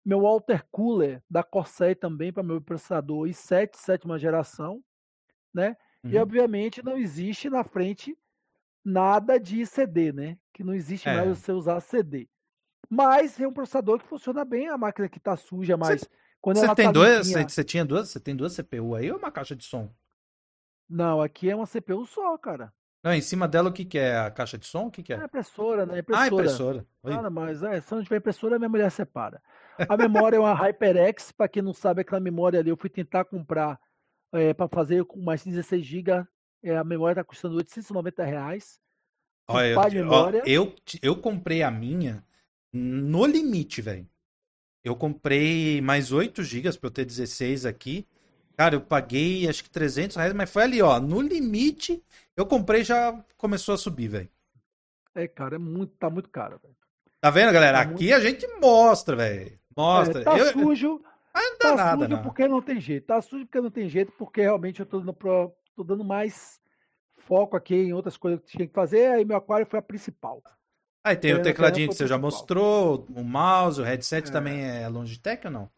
meu water cooler da Corsair também para meu processador i sete, sétima geração, né? E Uhum. obviamente não existe na frente nada de C D, né? Que não existe mais É. você usar C D. Mas é um processador que funciona bem, a máquina que tá suja, mas quando Você ela tem tá dois, você limpinha. você tinha duas, você tem duas C P U aí ou uma caixa de som? Não, aqui é uma C P U só, cara. Não, em cima dela o que que é? A caixa de som? O que que É é? impressora, né? Ah, Impressora. impressora. Oi. Nada mais. É, se não tiver impressora, minha mulher separa. A memória é uma HyperX, para quem não sabe, aquela memória ali, eu fui tentar comprar é, para fazer com mais dezesseis gigas. É, a memória tá custando oitocentos e noventa reais. O Ó, eu, pai de ó, memória. eu, eu comprei a minha no limite, velho. Eu comprei mais oito gigas pra eu ter dezesseis aqui. Cara, eu paguei acho que trezentos reais, mas foi ali, ó, no limite. Eu comprei e já começou a subir, velho. É, cara, é muito, tá muito caro, velho. Tá vendo, galera? Tá muito. Aqui a gente mostra, velho. É, Mostra. tá Eu, sujo. ah, não dá Tá nada, sujo não. porque não tem jeito. Tá sujo porque não tem jeito, porque realmente eu tô dando, pro, tô dando mais foco aqui em outras coisas que tinha que fazer. Aí meu aquário foi a principal. Aí tem o Querendo ou querendo, tecladinho foi que a você já principal. mostrou, o mouse, o headset também É, é Logitech ou não?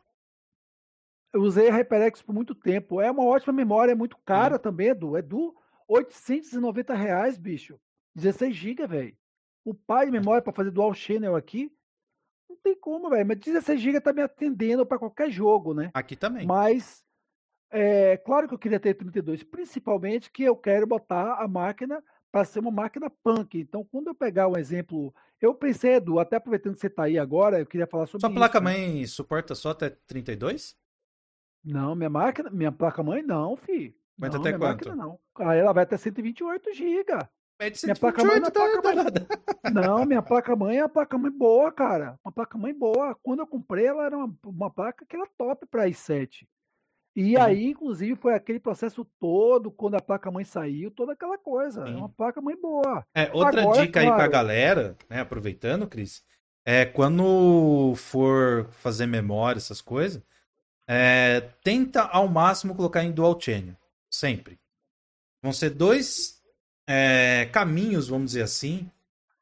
eu usei a HyperX por muito tempo. É uma ótima memória, é muito Sim. cara também, Edu. Edu, oitocentos e noventa reais, bicho. dezesseis gigas, velho. O pai de memória para fazer dual channel aqui, não tem como, velho. Mas dezesseis gigas tá me atendendo para qualquer jogo, né? Aqui também. Mas, é claro que eu queria ter trinta e dois, principalmente que eu quero botar a máquina para ser uma máquina punk. Então, quando eu pegar um exemplo, eu pensei, Edu, até aproveitando que você tá aí agora, eu queria falar Sua sobre isso, né? placa-mãe suporta só até trinta e dois? Não, minha máquina, minha placa-mãe não, fi. Aguenta Não, até minha máquina quanto? não. Aí ela vai até cento e vinte e oito gigas. É de Minha cento e vinte e placa-mãe não oito, é tá, tá placa-mãe. nada. Não, minha placa-mãe é uma placa-mãe boa, cara. Uma placa-mãe boa. Quando eu comprei, ela era uma, uma placa que era top para i sete. E Sim, aí, inclusive, foi aquele processo todo, quando a placa-mãe saiu, toda aquela coisa. É uma sim. placa-mãe boa. É, outra Agora, é dica aí pra claro. galera, né, aproveitando, Cris, é quando for fazer memória, essas coisas, é, tenta ao máximo colocar em dual channel, sempre. Vão ser dois é, caminhos, vamos dizer assim,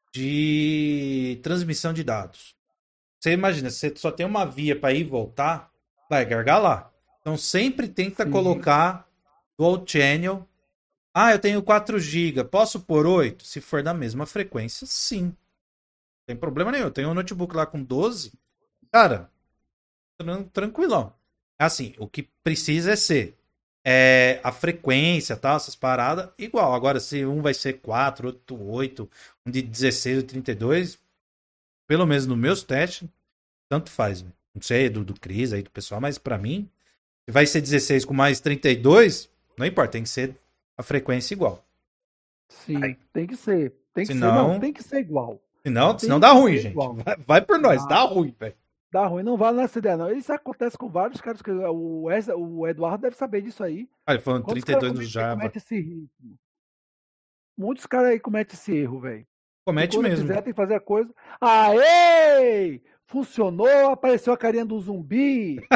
de transmissão de dados. Você imagina, você só tem uma via para ir e voltar, vai gargalar. Então sempre tenta Sim, colocar dual channel. Ah, eu tenho quatro gigas, posso pôr oito? Se for da mesma frequência, sim. Não tem problema nenhum. Eu tenho um notebook lá com doze. Cara, tran- tranquilão. Assim, o que precisa é ser é, a frequência, tal, essas paradas, igual. Agora, se um vai ser quatro, outro oito, um de dezesseis ou trinta e dois, pelo menos nos meus testes, tanto faz, velho. Não sei, do, do Cris aí, do pessoal, mas pra mim, se vai ser dezesseis com mais trinta e dois, não importa, tem que ser a frequência igual. sim. Tem que ser. Tem que ser. Não, Senão, tem que ser igual. senão, senão Tem dá que ruim, ser gente. igual. Vai, vai por nós, dá Dá. ruim, velho. Dá ruim, não vale nessa ideia, não. Isso acontece com vários caras que o, Wes- o Eduardo deve saber disso aí. Olha, falando Quantos caras trinta e dois no cometem, Java. cometem esse ritmo? Muitos caras aí cometem esse erro, velho. Que Comete quando mesmo. quiser tem que fazer a coisa. Aê! Funcionou, apareceu a carinha do zumbi.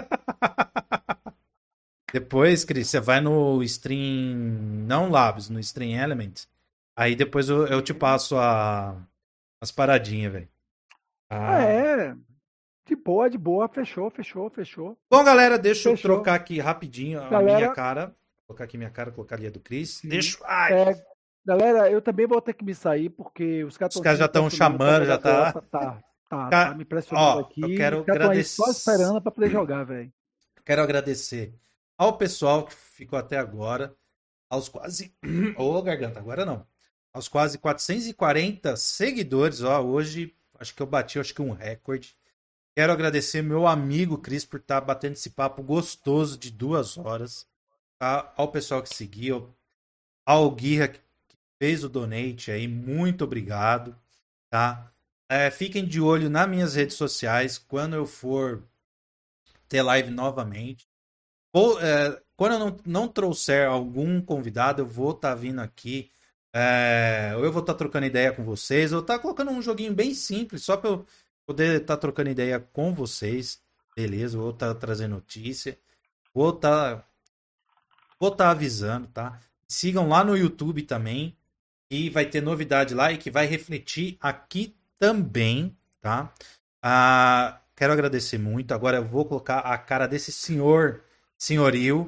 Depois, Cris, você vai no Stream. Não Labs, no Stream Elements. Aí depois eu, eu te Sim. passo a, as paradinhas, velho. Ah, Ah. é. De boa, de boa. Fechou, fechou, fechou. Bom, galera, deixa eu Fechou. trocar aqui rapidinho a minha Galera, cara. Colocar aqui minha cara, colocar ali a do Cris. sim. Deixa. Ai! É, galera, eu também vou ter que me sair, porque os caras Os estão caras aqui já me estão pressionando para chamando, já jogar tá. Dota. Tá, tá, tá Ca- me pressionando Ó, eu aqui. quero Os caras estão aí só agradecer. esperando para poder jogar, velho. Quero agradecer ao pessoal que ficou até agora. Aos quase. Ô, garganta, agora não. Aos quase quatrocentos e quarenta seguidores, ó. Hoje, acho que eu bati, acho que um recorde. Quero agradecer meu amigo Cris por estar batendo esse papo gostoso de duas horas. Tá? Ao pessoal que seguiu, ao Guirra que fez o donate aí, muito obrigado, tá? É, fiquem de olho nas minhas redes sociais quando eu for ter live novamente. Vou, é, quando eu não, não trouxer algum convidado, eu vou estar vindo aqui. É, ou eu vou estar trocando ideia com vocês, ou estar colocando um joguinho bem simples, só para eu poder estar trocando ideia com vocês. Beleza, vou estar trazendo notícia. Vou estar vou estar avisando, tá? Sigam lá no YouTube também. E vai ter novidade lá e que vai refletir aqui também, tá? Ah, quero agradecer muito. Agora eu vou colocar a cara desse senhor, senhorio,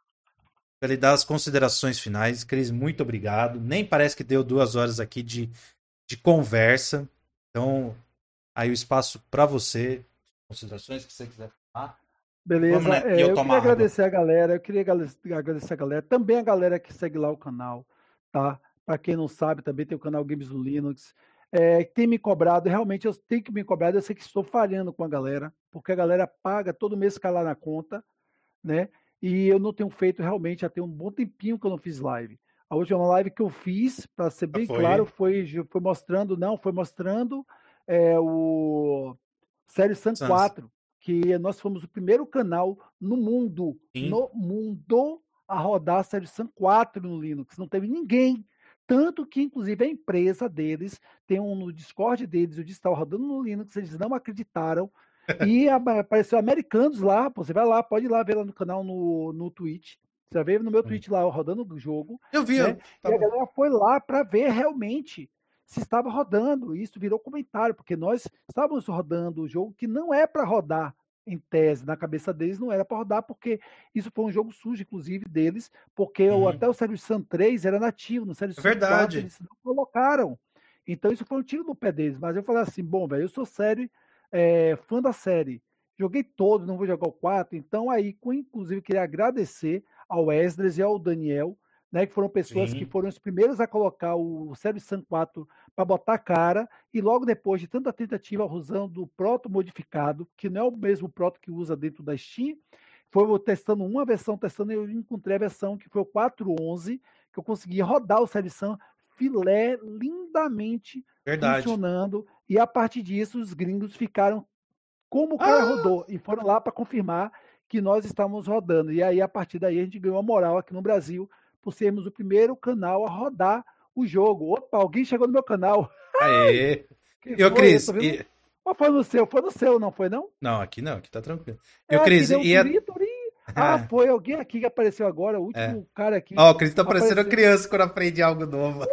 para ele dar as considerações finais. Cris, muito obrigado. Nem parece que deu duas horas aqui de, de conversa. Então, aí o espaço para você, considerações que você quiser falar. Vamos, Beleza, né? E é, eu eu tomo queria água. agradecer a galera, eu queria agradecer agradecer a galera, também a galera que segue lá o canal, tá? Para quem não sabe, também tem o canal Games do Linux. É, tem me cobrado, realmente eu tenho que me cobrar, eu sei que estou falhando com a galera, porque a galera paga todo mês cai lá na conta, né? E eu não tenho feito realmente, já tem um bom tempinho que eu não fiz live. A última live que eu fiz, para ser bem claro, Foi. foi, foi mostrando, não, foi mostrando é, o Série Sam Sans. quatro, que nós fomos o primeiro canal no mundo, Sim. no mundo, a rodar a Série Sam quatro no Linux. Não teve ninguém. Tanto que, inclusive, a empresa deles tem um no Discord deles, o estava rodando no Linux, eles não acreditaram. E apareceu americanos lá, pô, você vai lá, pode ir lá ver lá no canal no, no Twitch. Você vai ver no meu Twitch lá rodando o jogo, Eu vi, né? eu E a tava. galera foi lá para ver realmente se estava rodando. E isso virou comentário, porque nós estávamos rodando o jogo que não é para rodar em tese, na cabeça deles não era para rodar, porque isso foi um jogo sujo, inclusive, deles, porque o, Uhum. até o Serious Sam três era nativo, no Serious É Sam quatro verdade. eles não colocaram. Então isso foi um tiro no pé deles. Mas eu falei assim, bom, velho, eu sou sério, é, fã da série. Joguei todo, não vou jogar o quatro. Então aí, inclusive, queria agradecer ao Esdras e ao Daniel, né, que foram pessoas que Sim. foram os primeiros a colocar o Serious Sam quatro para botar a cara, e logo depois de tanta tentativa usando o proto modificado, que não é o mesmo proto que usa dentro da Steam, foi testando uma versão, testando, e eu encontrei a versão que foi o quatro ponto onze, que eu consegui rodar o Serious Sam filé lindamente Verdade. funcionando, e a partir disso os gringos ficaram como o cara Ah, rodou, e foram lá para confirmar que nós estávamos rodando. E aí, a partir daí, a gente ganhou a moral aqui no Brasil, por sermos o primeiro canal a rodar o jogo. Opa, alguém chegou no meu canal. aê. Quem E ô, foi? Eu tô Cris, vendo. e... Mas foi no seu, foi no seu, não foi não? Não, aqui não, aqui tá tranquilo. E o É, que Cris, nem o e a... Turi, Turi. Ah, foi alguém aqui que apareceu agora, o É. último cara aqui Ó, o Cris tá parecendo apareceu. criança quando aprende algo novo.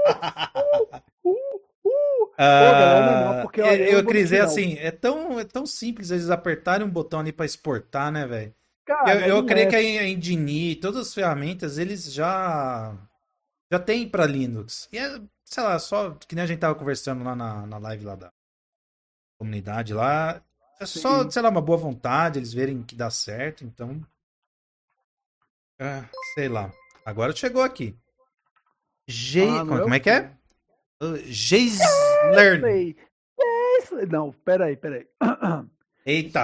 Uh, uh, uh. Ô, galera, não é não, Ah, porque olha, e, eu e, não ô, vou Cris, mentir é não. assim, é tão, é tão simples eles apertarem um botão ali pra exportar, né, velho? Eu, Cara, eu não creio é. que a Engine, todas as ferramentas, eles já já tem pra Linux. E é, sei lá, só que nem a gente tava conversando lá na, na live lá da comunidade lá. É só, Sim. sei lá, uma boa vontade, eles verem que dá certo, então, é, sei lá. Agora chegou aqui. G... Ah, não Como, é como o é que seu. é? Uh, Geisler. Wesley! Wesley! Não, peraí, peraí. Eita.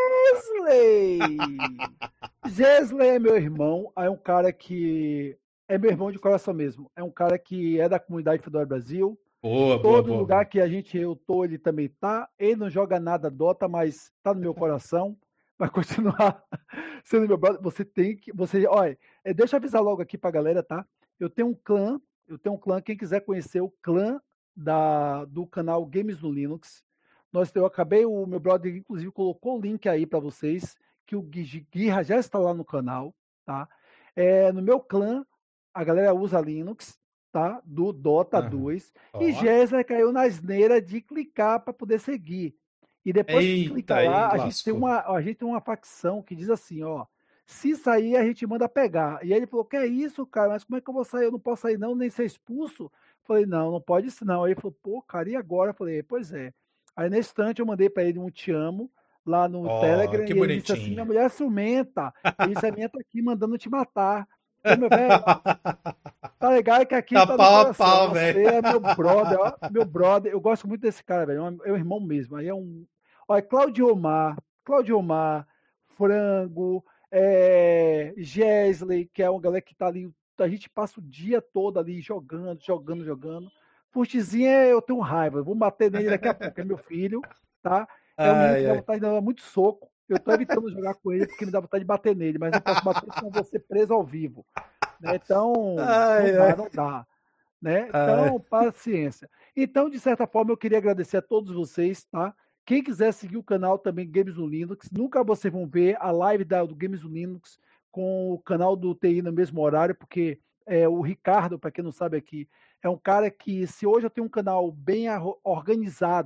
Gesley! Gesley é meu irmão, é um cara que é meu irmão de coração mesmo. É um cara que é da comunidade Fedora Brasil. Boa, boa, Todo boa, lugar boa. que a gente eu tô, ele também tá. Ele não joga nada Dota, mas tá no meu coração. Vai continuar sendo meu brother. Você tem que. Você, olha, é, deixa eu avisar logo aqui pra galera, tá? Eu tenho um clã. Eu tenho um clã. Quem quiser conhecer o clã da, do canal Games no Linux. Nós, eu acabei, o meu brother, inclusive, colocou o link aí para vocês, que o Gui- Guirra já está lá no canal, tá? É, no meu clã, a galera usa Linux, tá? Do Dota Aham. dois. E Ó. Jéssica caiu na asneira de clicar para poder seguir. E depois que Eita, clica aí lá, a gente tem lascou. uma, a gente tem uma facção que diz assim, ó, se sair a gente manda pegar. E aí ele falou, que é isso, cara? Mas como é que eu vou sair? Eu não posso sair não, nem ser expulso. Falei, não, não pode isso não. Aí ele falou, pô, cara, e agora? Eu falei, pois é. Aí nesse instante eu mandei para ele um te amo lá no Ó, Telegram que e ele disse assim, minha bonitinho. mulher é ciumenta. Ele disse, a minha tá aqui mandando te matar. Falei, meu velho, tá legal é que aqui Tá tá no pau a coração. pau, velho. Você é meu brother, ó, meu brother. Eu gosto muito desse cara, velho. É um é um irmão mesmo. Aí é um. Olha, Claudio Omar, Claudio Omar, Frango, é, Gesley, que é uma galera que tá ali. A gente passa o dia todo ali jogando, jogando, jogando. Fuxizinho é, eu tenho raiva. Eu vou bater nele daqui a pouco. É meu filho, tá? É um menino que Ai, dá ai. vontade de dar muito soco. Eu tô evitando jogar com ele porque me dá vontade de bater nele, mas não posso bater senão eu vou ser preso ao vivo, né? Então, não Ai, dá, ai. não dá, né? Ai. Então, paciência. Então, de certa forma, eu queria agradecer a todos vocês, tá? Quem quiser seguir o canal também Games no Linux, nunca vocês vão ver a live da, do Games no Linux com o canal do T I no mesmo horário, porque é, o Ricardo, para quem não sabe aqui, é um cara que, se hoje eu tenho um canal bem organizado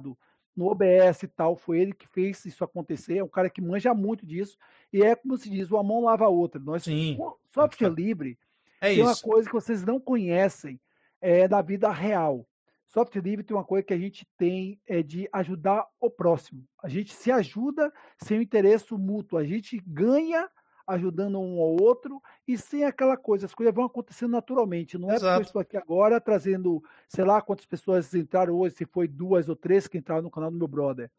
no O B S e tal, foi ele que fez isso acontecer, é um cara que manja muito disso, e é como se diz, uma mão lava a outra. Nós, Sim. software livre É tem uma isso. coisa que vocês não conhecem, é da vida real. Software livre tem uma coisa que a gente tem é de ajudar o próximo. A gente se ajuda sem o interesse mútuo. A gente ganha ajudando um ao outro e sem aquela coisa. As coisas vão acontecendo naturalmente. Não é porque eu Exato. estou aqui agora trazendo, sei lá, quantas pessoas entraram hoje, se foi duas ou três que entraram no canal do meu brother.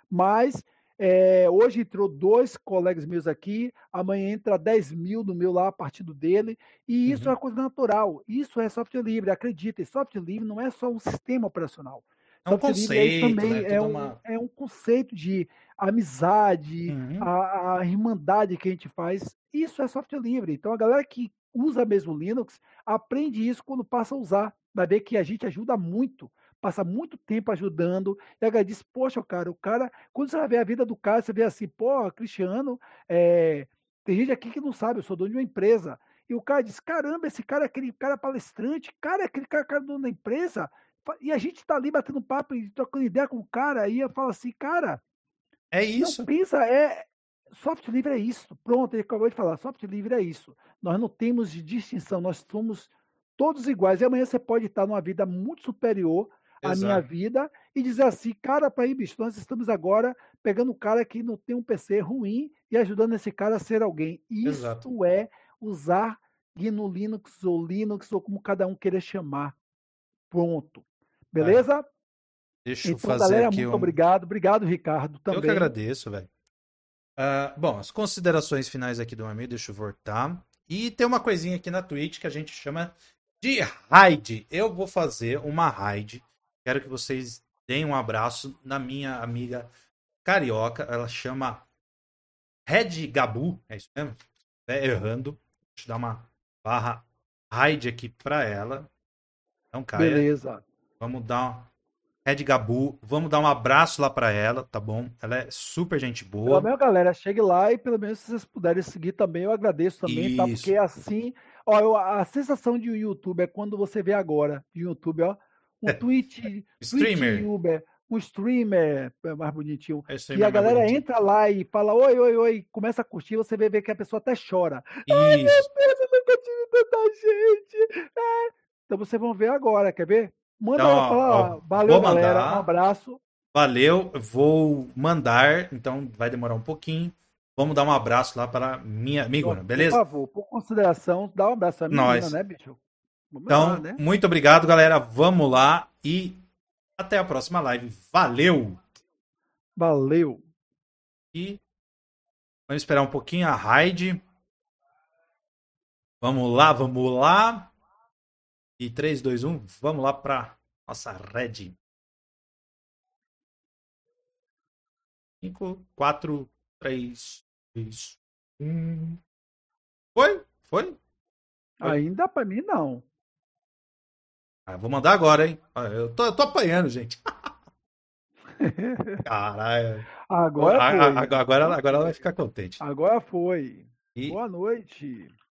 Mas é, hoje entrou dois colegas meus aqui, amanhã entra dez mil no meu lá, a partir do dele, e isso é Uhum. uma coisa natural. Isso é software livre, acreditem, software livre não é só um sistema operacional. É um Software livre é isso conceito, né? também, é Tudo um, uma. é um conceito de amizade, Uhum. a, a irmandade que a gente faz. Isso é software livre. Então a galera que usa mesmo Linux aprende isso quando passa a usar. Vai ver que a gente ajuda muito, passa muito tempo ajudando, e a galera diz, poxa, cara, o cara, quando você vai ver a vida do cara, você vê assim, pô, Cristiano, é, tem gente aqui que não sabe, eu sou dono de uma empresa, e o cara diz, caramba, esse cara é aquele cara palestrante, cara, é aquele cara, cara dono da empresa, e a gente tá ali batendo papo e trocando ideia com o cara, e eu falo assim, cara, É não isso. pensa, é, software livre é isso, pronto, ele acabou de falar, software livre é isso, nós não temos de distinção, nós somos todos iguais, e amanhã você pode estar numa vida muito superior à minha Exato. vida e dizer assim, cara, para aí, bicho, nós estamos agora pegando um cara que não tem um P C ruim e ajudando esse cara a ser alguém. Exato. Isto é usar G N U Linux ou Linux ou como cada um queira chamar. Pronto. Cara, Beleza? deixa eu Então, fazer galera, aqui muito um. obrigado. Obrigado, Ricardo, Eu que também. agradeço, velho. Ah, bom, as considerações finais aqui do meu amigo, deixa eu voltar. E tem uma coisinha aqui na Twitch que a gente chama de raid. Eu vou fazer uma raid. Quero que vocês deem um abraço na minha amiga carioca. Ela chama Red Gabu. É isso mesmo? É errando. Deixa eu dar uma barra raid aqui pra ela. Não caia. Beleza. Vamos dar uma. Red Gabu, vamos dar um abraço lá pra ela, tá bom? Ela é super gente Pelo boa. menos, galera, chegue lá e pelo menos se vocês puderem seguir também, eu agradeço também, tá? Porque Isso. assim, ó, eu- a sensação de um YouTube é quando você vê agora, de YouTube, ó, um tweet, tweet Streamer. Uber, um streamer é mais bonitinho, É que a streamer mais galera bonitinho. entra lá e fala oi, oi, oi, começa a curtir, você vê, vê que a pessoa até chora. Ai, Isso. meu Deus, eu nunca tive tanta gente. É. Então vocês vão ver agora, quer ver? Então, Manda, ó, fala ó, lá, valeu, vou galera, um mandar. abraço. Valeu, vou mandar. Então vai demorar um pouquinho. Vamos dar um abraço lá para minha amigona, Pronto, por beleza? favor, por consideração, dá um abraço à menina, Nós. né, bicho? Vamos lá, Então, né? muito obrigado, galera. Vamos lá e até a próxima live. Valeu! Valeu. E vamos esperar um pouquinho a raid. Vamos lá, vamos lá. E três, dois, um, vamos lá para nossa raid. cinco, quatro, três, dois, um. Foi? Foi? Foi. Ainda pra mim, não. Ah, vou mandar agora, hein? Ah, Eu tô, eu tô apanhando, gente. Caralho. Agora foi. Agora, agora Agora ela vai foi. ficar contente. Agora foi. E Boa noite.